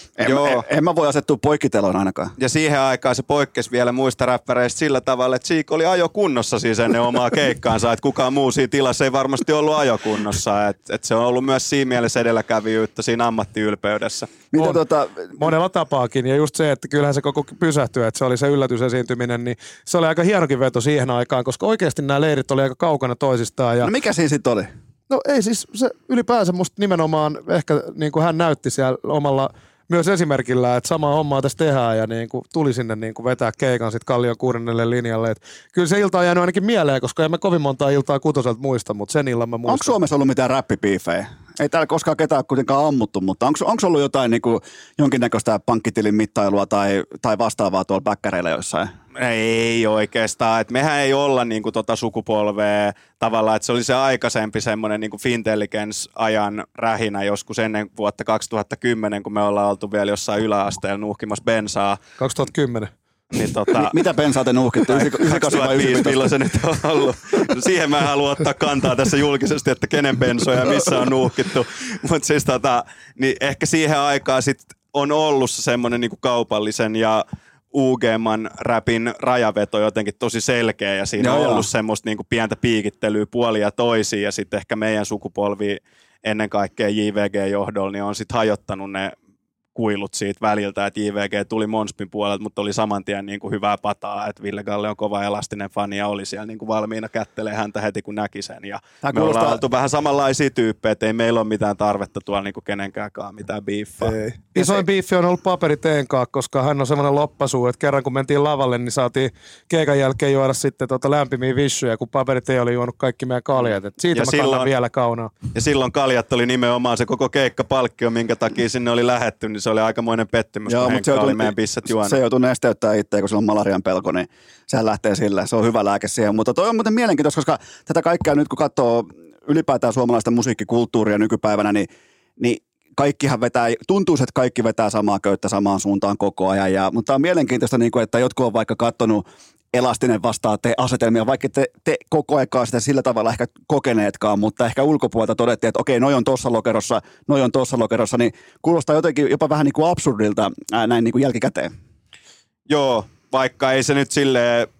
en mä voi asettua poikkiteloon ainakaan. Ja siihen aikaan se poikkesi vielä muista räppäreistä sillä tavalla, että Cheek oli ajokunnossa siis ennen omaa keikkaansa, että kukaan muu siinä tilassa ei varmasti ollut ajokunnossa, että se on ollut myös siinä mielessä edelläkävijyyttä siinä ammattiylpeydessä. Monella tapaakin, ja just se, että kyllähän se koko pysähtyi, että se oli se yllätysesiintyminen, niin se oli aika hienokin veto siihen aikaan, koska oikeasti nämä leirit oli aika kaukana toisistaan. Ja no mikä siinä sitten oli? No ei siis, se ylipäänsä musta nimenomaan ehkä niin kuin hän näytti siellä omalla myös esimerkillä, että samaa hommaa tässä tehdään ja niin kuin tuli sinne niin kuin vetää keikan sitten Kallion 6. linjalle. Et kyllä se ilta on jäänyt ainakin mieleen, koska en mä kovin montaa iltaa Kutoselta muista, mutta sen illan mä muistan. Onko Suomessa ollut mitään räppipiifejä? Ei täällä koskaan ketään kuitenkaan ammuttu, mutta onko ollut jotain niin kuin jonkinnäköistä pankkitilin mittailua tai vastaavaa tuolla bäkkäreillä jossain? Ei oikeastaan, että mehän ei olla niinku sukupolvea tavallaan, että se oli se aikaisempi semmoinen niinku Fintelligence-ajan rähinä joskus ennen vuotta 2010, kun me ollaan oltu vielä jossain yläasteella nuuhkimassa bensaa. 2010. Niin mitä bensaa te nuuhkittu? 2005, milloin se nyt on ollut? No siihen mä haluan ottaa kantaa tässä julkisesti, että kenen bensoja ja missä on nuuhkittu. Mutta siis niin ehkä siihen aikaan sit on ollut semmoinen niinku kaupallisen ja UG:man räpin rajaveto jotenkin tosi selkeä ja siinä on ollut semmoista niinku pientä piikittelyä puolia ja toisiin ja sitten ehkä meidän sukupolvi ennen kaikkea JVG-johdolla niin on sitten hajottanut ne kuilut siitä väliltä, että JVG tuli Monspin puolelta, mutta oli saman tien niin kuin hyvää pataa, että Ville Galle on kova elastinen fani ja oli siellä niin kuin valmiina kättelee häntä heti kun näki sen. Ja me ollaan oltu vähän samanlaisia tyyppejä, että ei meillä ole mitään tarvetta tuolla niin kuin kenenkäänkään mitään biiffaa. Isoin biiffi on ollut Paperi-Teen kanssa, koska hän on semmoinen loppasuu, että kerran kun mentiin lavalle, niin saatiin keikan jälkeen juoda sitten lämpimiä vissuja, kun Paperi-Teen oli juonut kaikki meidän kaljat. Et siitä mä kannan vielä kaunaa. Ja silloin kaljat oli nimenomaan se koko keikkapalkkio, minkä takia sinne oli lähetty, niin se oli aikamoinen pettymys, kun Henkka oli meidän pissat juonut. Se joutuu nesteyttämään itseä, kun sillä on malarian pelko, niin sehän lähtee sillä. Se on hyvä lääke siihen. Mutta toi on muuten mielenkiintoista, koska tätä kaikkea nyt kun katsoo ylipäätään suomalaista musiikkikulttuuria nykypäivänä, niin kaikkihan vetää, tuntuu, että kaikki vetää samaa köyttä samaan suuntaan koko ajan. Mutta on mielenkiintoista, että jotkut on vaikka katsonut elastinen vastaan asetelmia, vaikka te koko aikaa sitä sillä tavalla ehkä kokeneetkaan, mutta ehkä ulkopuolelta todettiin, että okei, noi on tossa lokerossa, niin kuulostaa jotenkin jopa vähän niin kuin absurdilta näin niin kuin jälkikäteen. Joo, vaikka ei se nyt silleen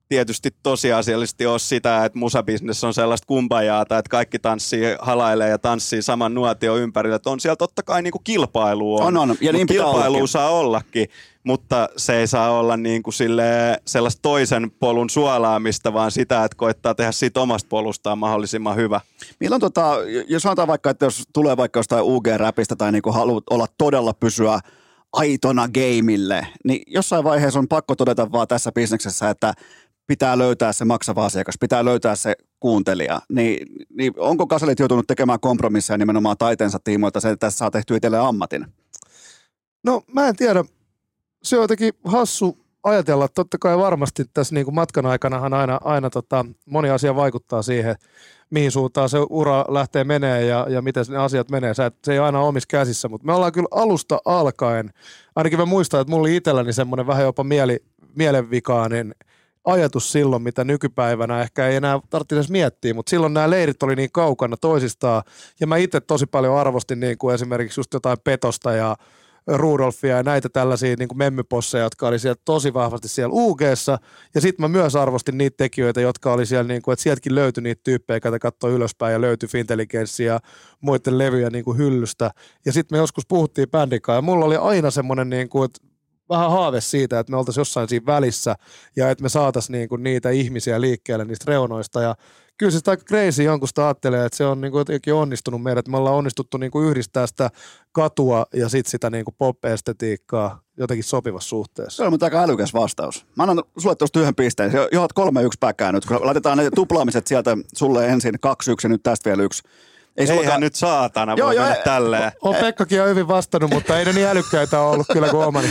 tietysti tosiasiallisesti ole sitä, että musabisnes on sellaista kumbajaata, että kaikki halailee ja tanssii saman nuotion ympärillä. Että on siellä totta kai niinku kilpailua On. Ja niin kilpailua saa ollakin, mutta se ei saa olla niinku sellaista toisen polun suolaamista, vaan sitä, että koettaa tehdä siitä omasta polustaan mahdollisimman hyvä. Milloin jos sanotaan vaikka, että jos tulee vaikka jostain UG-räpistä tai niinku haluat olla todella pysyä aitona gameille, niin jossain vaiheessa on pakko todeta vaan tässä bisneksessä, että pitää löytää se maksava asiakas, pitää löytää se kuuntelija. Niin onko Gazellit joutunut tekemään kompromisseja nimenomaan taiteensa tiimoilta se, että tässä saa tehtyä itselleen ammatin? No mä en tiedä. Se on jotenkin hassu ajatella. Totta kai varmasti tässä niin kuin matkan aikanahan aina moni asia vaikuttaa siihen, mihin suuntaan se ura lähtee menee ja miten ne asiat menee. Se ei aina ole omissa käsissä, mutta me ollaan kyllä alusta alkaen, ainakin mä muistan, että mulla oli itselläni semmoinen vähän jopa mielenvikainen ajatus silloin, mitä nykypäivänä ehkä ei enää tarvitse edes miettiä, mutta silloin nämä leirit oli niin kaukana toisistaan ja mä itse tosi paljon arvostin niin kuin esimerkiksi just jotain Petosta ja Rudolfia ja näitä tällaisia niin kuin memmyposseja, jotka oli siellä tosi vahvasti siellä UG:ssa. Ja sitten mä myös arvostin niitä tekijöitä, jotka oli siellä, niin kuin, että sieltäkin löytyi niitä tyyppejä, jotka katsoi ylöspäin ja löytyi Fintelligenssia ja muiden levyjä niin kuin hyllystä. Ja sitten me joskus puhuttiin bändikaan ja mulla oli aina semmoinen niin kuin, että vähän haave siitä, että me oltaisiin jossain siinä välissä ja että me saataisiin niin kuin niitä ihmisiä liikkeelle niistä reunoista ja kyllä se aika crazy on, kun sitä ajattelee, että se on niin kuin jotenkin onnistunut meidät, että me ollaan onnistuttu niin kuin yhdistää sitä katua ja sitten sitä niin kuin pop-estetiikkaa jotenkin sopivassa suhteessa. Se on mutta aika älykäs vastaus. Mä annan sulle tuosta yhden pisteen. Johdat 3-1 päkää nyt, kun laitetaan ne tuplaamiset sieltä sulle ensin 2-1 ja nyt tästä vielä 1. Eihän nyt saatana voi mennä tälleen. On Pekkakin on hyvin vastannut, mutta ei ne niin älykkäitä ole ollut kyllä kuin omani.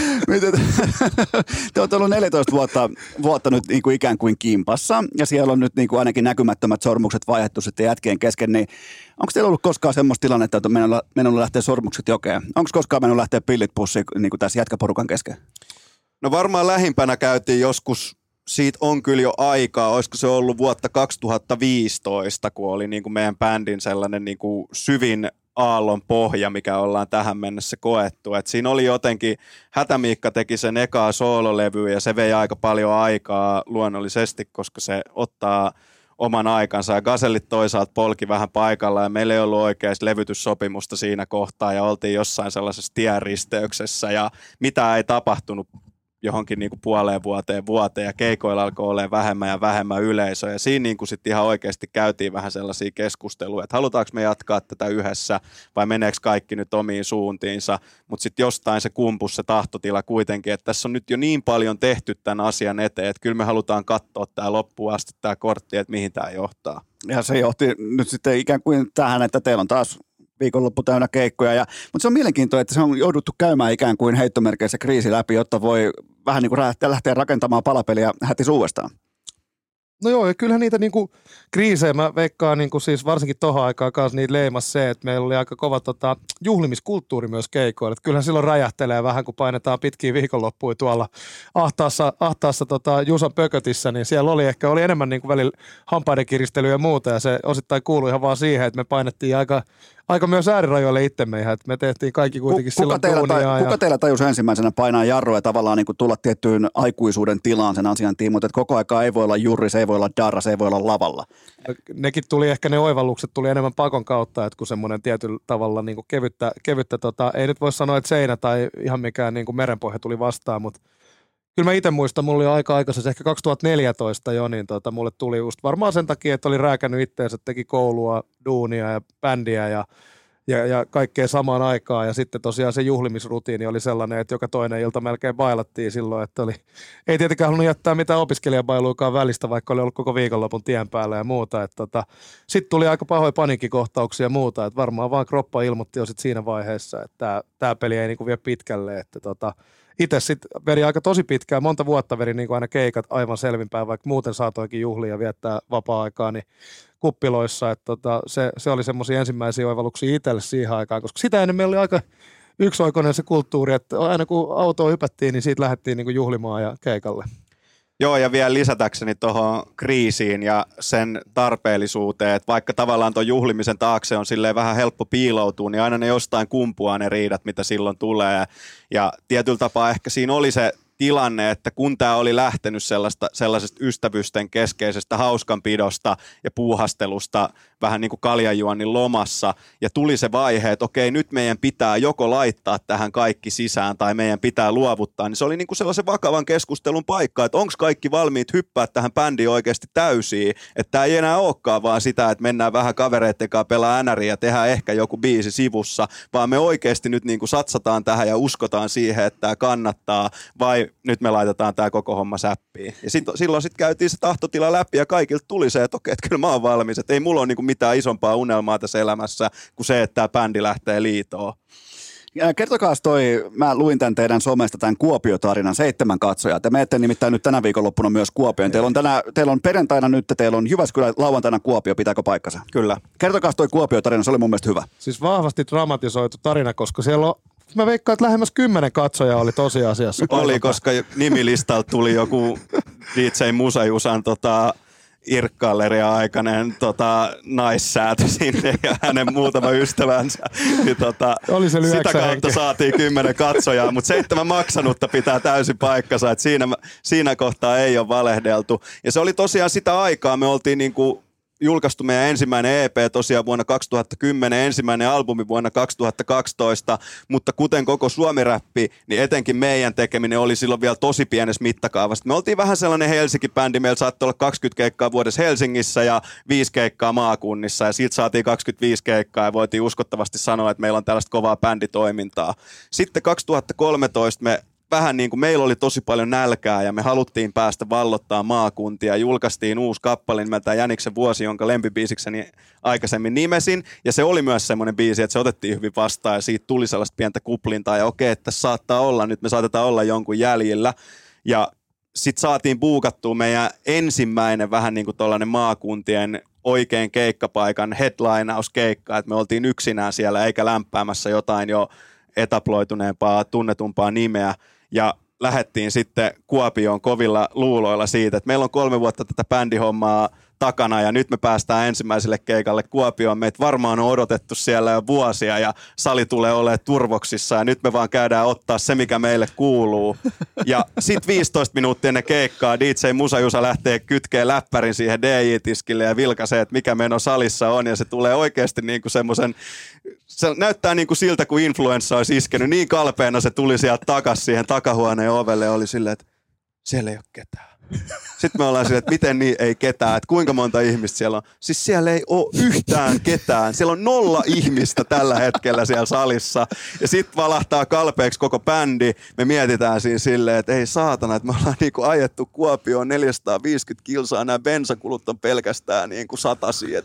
Te olette ollut 14 vuotta nyt niin kuin ikään kuin kimpassa, ja siellä on nyt niin kuin ainakin näkymättömät sormukset vaihdettu sitten jätkien kesken, niin onko teillä ollut koskaan semmoista tilannetta, että menon lähtee sormukset jokeen? Onko koskaan mennyt lähteä pillit pussiin niin kuin tässä jätkäporukan kesken? No varmaan lähimpänä käytiin joskus. Siitä on kyllä jo aikaa, olisiko se ollut vuotta 2015, kun oli niin kuin meidän bändin sellainen niin kuin syvin aallon pohja, mikä ollaan tähän mennessä koettu. Et siinä oli jotenkin, Hätämiikka teki sen ekaa soololevyä ja se vei aika paljon aikaa luonnollisesti, koska se ottaa oman aikansa ja Gazellit toisaalta polki vähän paikalla ja meillä ei ollut oikeasti levytyssopimusta siinä kohtaa ja oltiin jossain sellaisessa tienristeyksessä ja mitä ei tapahtunut johonkin niin kuin puoleen vuoteen ja keikoilla alkoi olemaan vähemmän ja vähemmän yleisöä. Ja siinä niin kuin sitten ihan oikeasti käytiin vähän sellaisia keskusteluja, että halutaanko me jatkaa tätä yhdessä vai meneekö kaikki nyt omiin suuntiinsa. Mutta sitten jostain se kumpus se tahtotila kuitenkin, että tässä on nyt jo niin paljon tehty tämän asian eteen, että kyllä me halutaan katsoa tämä loppuun asti tämä kortti, että mihin tämä johtaa. Ja se johti nyt sitten ikään kuin tähän, että teillä on taas viikonloppu täynnä keikkoja. Mutta se on mielenkiintoista, että se on jouduttu käymään ikään kuin heittomerkeissä kriisi läpi, jotta voi vähän niin kuin lähteä rakentamaan palapeliä hätis uudestaan. No joo, ja kyllähän niitä niinku kriisejä, mä veikkaan niinku siis varsinkin tohon aikaan kanssa niitä leimas se, että meillä oli aika kova juhlimiskulttuuri myös keikoilla. Et kyllähän silloin räjähtelee vähän, kun painetaan pitkiä viikonloppuja tuolla ahtaassa Jusan pökötissä, niin siellä oli enemmän niinku välillä hampaiden kiristelyä ja muuta, ja se osittain kuului ihan vaan siihen, että me painettiin aika myös äärirajoille itsemme ihan, että me tehtiin kaikki kuitenkin silloin duunia. Kuka teillä tajusi ensimmäisenä painaa jarrua ja tavallaan niin kuin tulla tiettyyn aikuisuuden tilaan sen asian tiimoilta, että koko aikaa ei voi olla jurri, se ei voi olla darra, se ei voi olla lavalla? Nekin tuli ehkä ne oivallukset tuli enemmän pakon kautta, että kun semmoinen tietyllä tavalla niin kuin kevyttä ei nyt voi sanoa, että seinä tai ihan mikään niin kuin merenpohja tuli vastaan, mutta kyllä mä itse muistan, mulla oli aika aikaisessa, ehkä 2014 jo, niin mulle tuli just varmaan sen takia, että oli rääkännyt itteensä, teki koulua, duunia ja bändiä ja kaikkea samaan aikaan. Ja sitten tosiaan se juhlimisrutiini oli sellainen, että joka toinen ilta melkein bailattiin silloin, että ei tietenkään halunnut jättää mitään opiskelijabailuikaan välistä, vaikka oli ollut koko viikonlopun tien päällä ja muuta. Sitten tuli aika pahoja paniikkikohtauksia ja muuta, että varmaan vaan kroppa ilmoitti jo sit siinä vaiheessa, että tämä peli ei niinku vie pitkälle, että itse sitten veri aika tosi pitkään, monta vuotta veri niin kuin aina keikat aivan selvinpäin, vaikka muuten saatoikin juhlia ja viettää vapaa-aikaa niin kuppiloissa. Että se oli semmoisia ensimmäisiä oivalluksia itselle siihen aikaan, koska sitä ennen meillä oli aika yksioikoinen se kulttuuri, että aina kun autoon hypättiin, niin siitä lähdettiin niin kuin juhlimaan ja keikalle. Joo, ja vielä lisätäkseni tuohon kriisiin ja sen tarpeellisuuteen, että vaikka tavallaan tuon juhlimisen taakse on silleen vähän helppo piiloutua, niin aina ne jostain kumpuaa ne riidat, mitä silloin tulee. Ja tietyllä tapaa ehkä siinä oli se tilanne, että kun tämä oli lähtenyt sellaisesta ystävysten keskeisestä hauskanpidosta ja puuhastelusta vähän niin kuin kaljanjuonnin lomassa, ja tuli se vaihe, että okei, nyt meidän pitää joko laittaa tähän kaikki sisään tai meidän pitää luovuttaa, niin se oli niin kuin sellaisen vakavan keskustelun paikka, että onko kaikki valmiit hyppää tähän bändiin oikeasti täysiin, että tämä ei enää olekaan vaan sitä, että mennään vähän kavereitten kanssa pelaa NRiä ja tehdään ehkä joku biisi sivussa, vaan me oikeasti nyt niin kuin satsataan tähän ja uskotaan siihen, että tämä kannattaa, vai nyt me laitetaan tämä koko homma säppiin. Ja silloin sitten käytiin se tahtotila läpi ja kaikilta tuli se, että okei, että kyllä mä oon valmis, että ei mulla ole niin kuin mitään isompaa unelmaa tässä elämässä kuin se, että tämä bändi lähtee liitoon. Kertokaas mä luin tämän teidän somesta tämän Kuopio-tarinan, 7 katsojaa. Te menette nimittäin nyt tänä viikonloppuna myös Kuopioon. Teillä on perjantaina nyt, teillä on Jyväskylä, lauantaina Kuopio, pitääkö paikkansa? Kyllä. Kertokaas toi Kuopio-tarina, se oli mun mielestä hyvä. Siis vahvasti dramatisoitu tarina, koska siellä on, mä veikkaan, että lähemmäs 10 katsojaa oli tosiasiassa. Oli, koska nimilistalta tuli joku DJ Musajusan Irkkalleria aikainen naissäätö sinne ja hänen muutama ystävänsä. Niin, oli se sitä kautta saatiin 10 katsojaa, mutta 7 maksanutta pitää täysin paikkansa, että siinä kohtaa ei ole valehdeltu. Ja se oli tosiaan sitä aikaa, me oltiin niinku julkaistu meidän ensimmäinen EP tosiaan vuonna 2010, ensimmäinen albumi vuonna 2012, mutta kuten koko Suomi-räppi, niin etenkin meidän tekeminen oli silloin vielä tosi pienessä mittakaavassa. Me oltiin vähän sellainen Helsinki-bändi, meillä saattoi olla 20 keikkaa vuodessa Helsingissä ja 5 keikkaa maakunnissa, ja siitä saatiin 25 keikkaa ja voitiin uskottavasti sanoa, että meillä on tällaista kovaa bänditoimintaa. Sitten 2013 me vähän niin kuin meillä oli tosi paljon nälkää ja me haluttiin päästä vallottaa maakuntia. Julkaistiin uusi kappale nimeltä Jäniksen vuosi, jonka lempibiisikseni aikaisemmin nimesin. Ja se oli myös semmoinen biisi, että se otettiin hyvin vastaan ja siitä tuli sellaista pientä kuplintaa. Ja okei, että saattaa olla, nyt me saatetaan olla jonkun jäljillä. Ja sitten saatiin buukattua meidän ensimmäinen vähän niin kuin tollainen maakuntien oikein keikkapaikan headlineauskeikka. Että me oltiin yksinään siellä eikä lämpäämässä jotain jo etaploituneempaa, tunnetumpaa nimeä. Ja lähdettiin sitten Kuopioon kovilla luuloilla siitä, että meillä on 3 vuotta tätä bändihommaa takana ja nyt me päästään ensimmäiselle keikalle Kuopioon. Meitä varmaan on odotettu siellä jo vuosia ja sali tulee olemaan turvoksissa ja nyt me vaan käydään ottaa se, mikä meille kuuluu. Ja sitten 15 minuuttia ennen keikkaa DJ Musajusa lähtee kytkeen läppärin siihen DJ-tiskille ja vilkaisee, että mikä meno salissa on ja se tulee oikeasti niinku semmoisen, se näyttää niinku siltä, kun influenssa olisi iskenyt. Niin kalpeena se tuli sieltä takas siihen takahuoneen ovelle ja oli silleen, että siellä ei ole ketään. Sitten me ollaan silleen, että miten niin ei ketään, että kuinka monta ihmistä siellä on. Siis siellä ei ole yhtään ketään. Siellä on 0 ihmistä tällä hetkellä siellä salissa. Ja sitten valahtaa kalpeeksi koko bändi. Me mietitään siinä silleen, että ei saatana, että me ollaan niinku ajettu Kuopioon 450 kilsaa. Nämä bensakulut on pelkästään niinku satasia.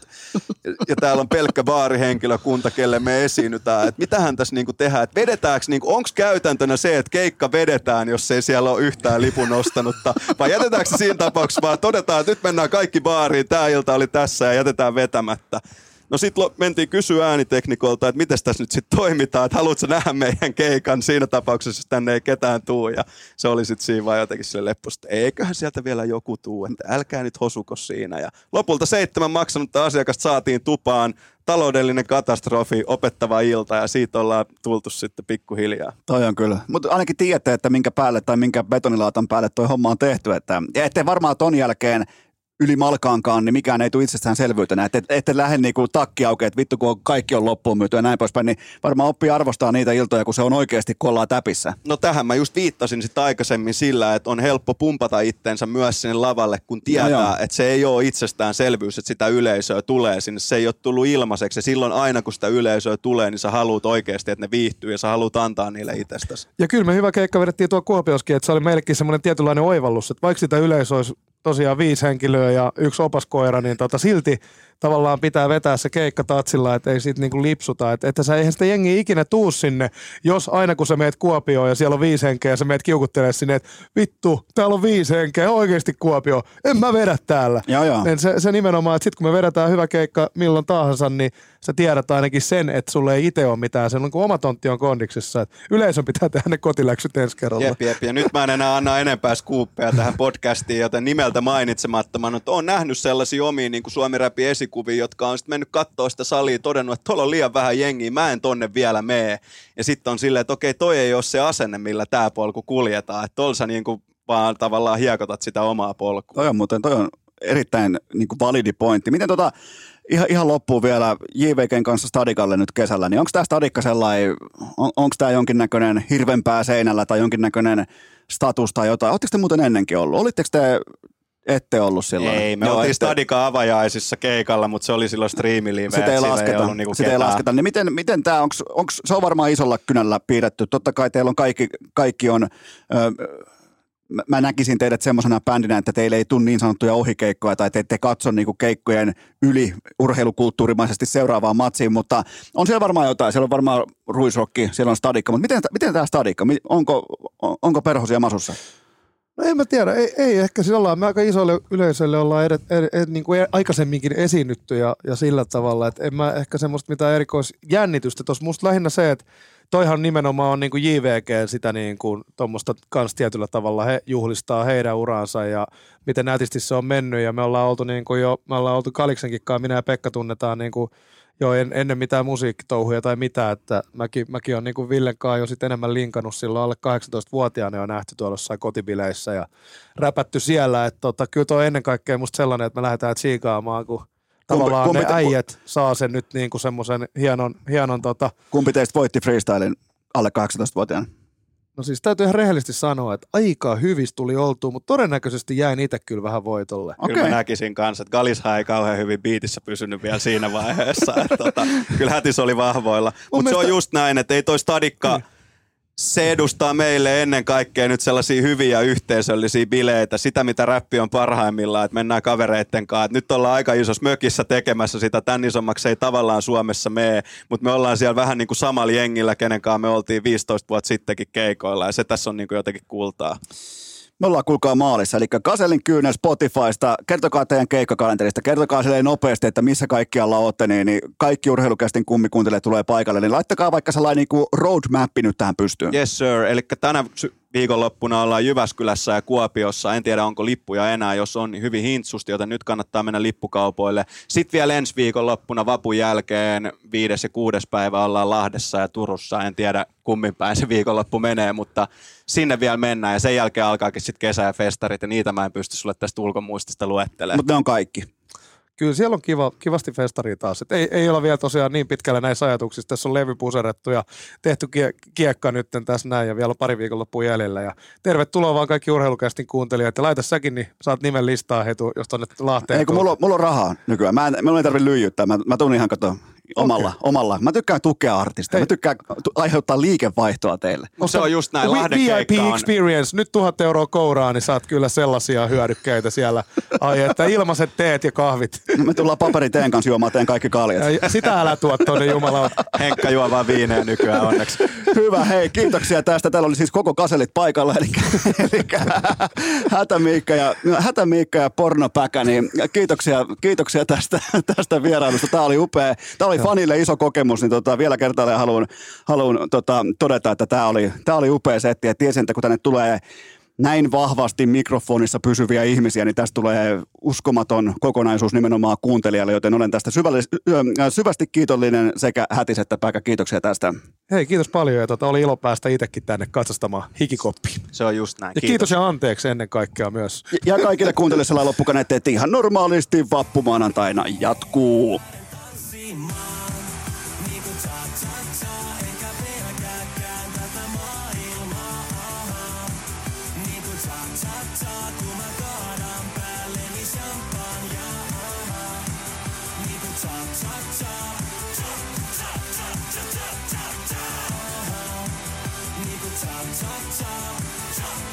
Ja täällä on pelkkä baarihenkilökunta, kelle me esiinnytään. Että mitähän tässä niinku tehdään? Että vedetäänkö, niinku, onko käytäntönä se, että keikka vedetään, jos ei siellä ole yhtään lipun ostanutta? Vai jätetäänkö se siinä tapauksessa vaan todetaan, että nyt mennään kaikki baariin, tää ilta oli tässä ja jätetään vetämättä. No sit mentiin kysyä ääniteknikolta, että miten tässä nyt sitten toimitaan, että haluatko nähdä meidän keikan siinä tapauksessa, jos tänne ei ketään tuu. Ja se oli sitten siinä vaan jotenkin sille lepposta, eiköhän sieltä vielä joku tuu, että älkää nyt hosuko siinä. Ja lopulta 7 maksanutta asiakasta saatiin tupaan, taloudellinen katastrofi, opettava ilta ja siitä ollaan tultu sitten pikkuhiljaa. Toi on kyllä. Mutta ainakin tiedätte, että minkä päälle tai minkä betonilaatan päälle toi homma on tehty. Että, ja ettei varmaan ton jälkeen yli malkaankaan, niin mikään ei tule itsestäänselvyytenä. Että ette lähde niinku takki auki, että vittu kun kaikki on loppuun myyty ja näin poispäin, niin varmaan oppii arvostaa niitä iltoja, kun se on oikeasti kollaa täpissä. No tähän mä just viittasin sitten aikaisemmin sillä, että on helppo pumpata itsensä myös sinne lavalle, kun tietää, että se ei ole itsestäänselvyys, että sitä yleisöä tulee sinne. Se ei ole tullut ilmaiseksi ja silloin aina kun sitä yleisöä tulee, niin sä haluut oikeasti, että ne viihtyy ja sä haluut antaa niille itsestäsi. Ja kyllä me hyvä keikka vedettiin tuo Kuopioskin, että se oli meillekin semmoinen tietynlainen oivallus, että vaikka sitä yleisö olisi tosiaan 5 henkilöä ja 1 opaskoira, niin silti tavallaan pitää vetää se keikka tatsilla, että ei siitä niinku lipsuta. Että eihän sitä jengi ikinä tuu sinne, jos aina kun sä meet Kuopioon ja siellä on 5 henkeä ja sä meet kiukuttelee sinne, että vittu, täällä on 5 henkeä, oikeasti Kuopio, en mä vedä täällä. Se nimenomaan, että sit kun me vedetään hyvä keikka milloin tahansa, niin sä tiedät ainakin sen, että sulle ei itse ole mitään. Se on kuin oma tontti on kondiksessa. Että yleisön pitää tehdä ne kotiläksyt ensi kerralla. Jep. Ja nyt mä en enää anna enempää skuuppeja tähän podcastiin, joten nimeltä mainitsemattoman. Oon nähnyt sellaisia omia niin kuin Suomi-räpin muistikuvia, jotka on sitten mennyt katsoa sitä salia, todennut, että tuolla on liian vähän jengiä, mä en tonne vielä mene. Ja sitten on silleen, että okei, toi ei ole se asenne, millä tää polku kuljetaan. Että tuolla sä niinku vaan tavallaan hiekotat sitä omaa polkua. Toi on erittäin niinku validi pointti. Miten ihan loppuun vielä JVGn kanssa stadikalle nyt kesällä, niin onko tämä stadikka sellainen, onko tämä jonkinnäköinen hirvenpää seinällä tai jonkinnäköinen status tai jotain? Oletteko te muuten ennenkin ollut? Olitteko te, ette ollut silloin? Ei, me oltiin stadikan avajaisissa keikalla, mutta se oli silloin striimilive. Sitä ei lasketa. Niin miten tämä, onko se on varmaan isolla kynällä piirretty? Totta kai teillä on kaikki on... Mä näkisin teidät semmoisena bändinä, että teille ei tule niin sanottuja ohikeikkoja tai te ette katso niinku keikkojen yli urheilukulttuurimaisesti seuraavaan matsiin, mutta on siellä varmaan jotain. Siellä on varmaan ruisrokki, siellä on stadikka, mutta miten tämä stadikka? Onko perhosia masussa? No en mä tiedä, ei ehkä sillä me aika isolle yleisölle ollaan niin kuin aikaisemminkin esiinnytty ja sillä tavalla, että en mä ehkä semmoista mitään erikoisjännitystä. Tuossa musta lähinnä se, että toihan nimenomaan on niin kuin JVG sitä niin kuin tuommoista kans tietyllä tavalla juhlistaa heidän uraansa ja miten nätisti se on mennyt ja me ollaan oltu Kaliksenkin, minä ja Pekka tunnetaan niin kuin jo ennen mitään musiikkitouhuja tai mitään, että mäkin on niin kuin Villen kanssa jo sit enemmän linkannut silloin alle 18-vuotiaana jo nähty tuolla jossain kotibileissä ja räpätty siellä, että kyllä toi ennen kaikkea musta sellainen, että me lähdetään tsiikaamaan, kun tavallaan ne äijät saa sen nyt niin kuin semmoisen hienon Kumpi teistä voitti freestylin alle 18-vuotiaana? No siis täytyy ihan rehellisesti sanoa, että aika hyvissä tuli oltua, mutta todennäköisesti jäin itse kyllä vähän voitolle. Okay. Kyllä mä näkisin kanssa, että Galishan ei kauhean hyvin biitissä pysynyt vielä siinä vaiheessa. Kyllä Hätis oli vahvoilla. Mutta se on just näin, että ei toi stadikka, se edustaa meille ennen kaikkea nyt sellaisia hyviä yhteisöllisiä bileitä, sitä mitä räppi on parhaimmillaan, että mennään kavereitten kanssa. Et nyt ollaan aika isossa mökissä tekemässä sitä, tämän isommaksi ei tavallaan Suomessa mene, mutta me ollaan siellä vähän niin kuin samalla jengillä, kenen kanssa me oltiin 15 vuotta sittenkin keikoilla ja se tässä on niin kuin jotenkin kultaa. Me ollaan kuulkaa maalissa, eli Gazelin kyynel Spotifysta, kertokaa teidän keikkakalenterista, kertokaa silleen nopeasti, että missä kaikkialla olette, niin kaikki urheilukästin kummikuuntelijat tulee paikalle, niin laittakaa vaikka sellainen niin kuin roadmappi nyt tähän pystyyn. Yes sir, eli tänä viikonloppuna ollaan Jyväskylässä ja Kuopiossa, en tiedä onko lippuja enää, jos on niin hyvin hintsusti, joten nyt kannattaa mennä lippukaupoille. Sitten vielä ensi viikonloppuna vapun jälkeen 5. ja 6. päivä ollaan Lahdessa ja Turussa, en tiedä kummin päin se viikonloppu menee, mutta sinne vielä mennään ja sen jälkeen alkaakin sitten kesä ja festarit ja niitä mä en pysty sulle tästä ulkomuistista luettelemaan. Mutta ne on kaikki. Kyllä siellä on kivasti festaria taas. Ei olla vielä tosiaan niin pitkällä näissä ajatuksissa. Tässä on levy puserettu ja tehty kiekka nyt tässä näin ja vielä pari viikonloppua jäljellä. Ja tervetuloa vaan kaikki urheilukästin kuuntelijat. Ja laita säkin, niin saat nimen listaa hetu, jos tonne Lahteen. Ei kun mulla on rahaa nykyään. Mulla ei tarvitse lyijyttää. Mä tuun ihan omalla. Mä tykkään tukea artisteja. Mä tykkään aiheuttaa liikevaihtoa teille. Se on just näin. Lahden keikka VIP experience. Nyt 1000 euroa kouraa, niin saat kyllä sellaisia hyödykkeitä siellä. Ai, että ilmaiset teet ja kahvit. Me tullaan paperiteen kanssa juomaan teen kaikki kaljat. Ja sitä älä tuo tonne jumalauta. Henkka juo vaan viineä nykyään onneksi. Hyvä, hei, kiitoksia tästä. Täällä oli siis koko Gazelit paikalla, eli Hätämiikka ja Pornopäkä, niin kiitoksia tästä vierailusta. Tämä oli upea. Tämä oli fanille iso kokemus, niin vielä kertaalleen haluan todeta, että tämä oli upea setti. Ja tiesin, että kun tänne tulee näin vahvasti mikrofonissa pysyviä ihmisiä, niin tästä tulee uskomaton kokonaisuus nimenomaan kuuntelijalle, joten olen tästä syvästi kiitollinen sekä Hätis että Päkä. Kiitoksia tästä. Hei, kiitos paljon ja oli ilo päästä itsekin tänne katsastamaan hikikoppiin. Se on just näin. Ja kiitos ja anteeksi ennen kaikkea myös. Ja kaikille kuuntelijoille loppukaneet, että ihan normaalisti vappumaanantaina jatkuu. Cha cha cha cha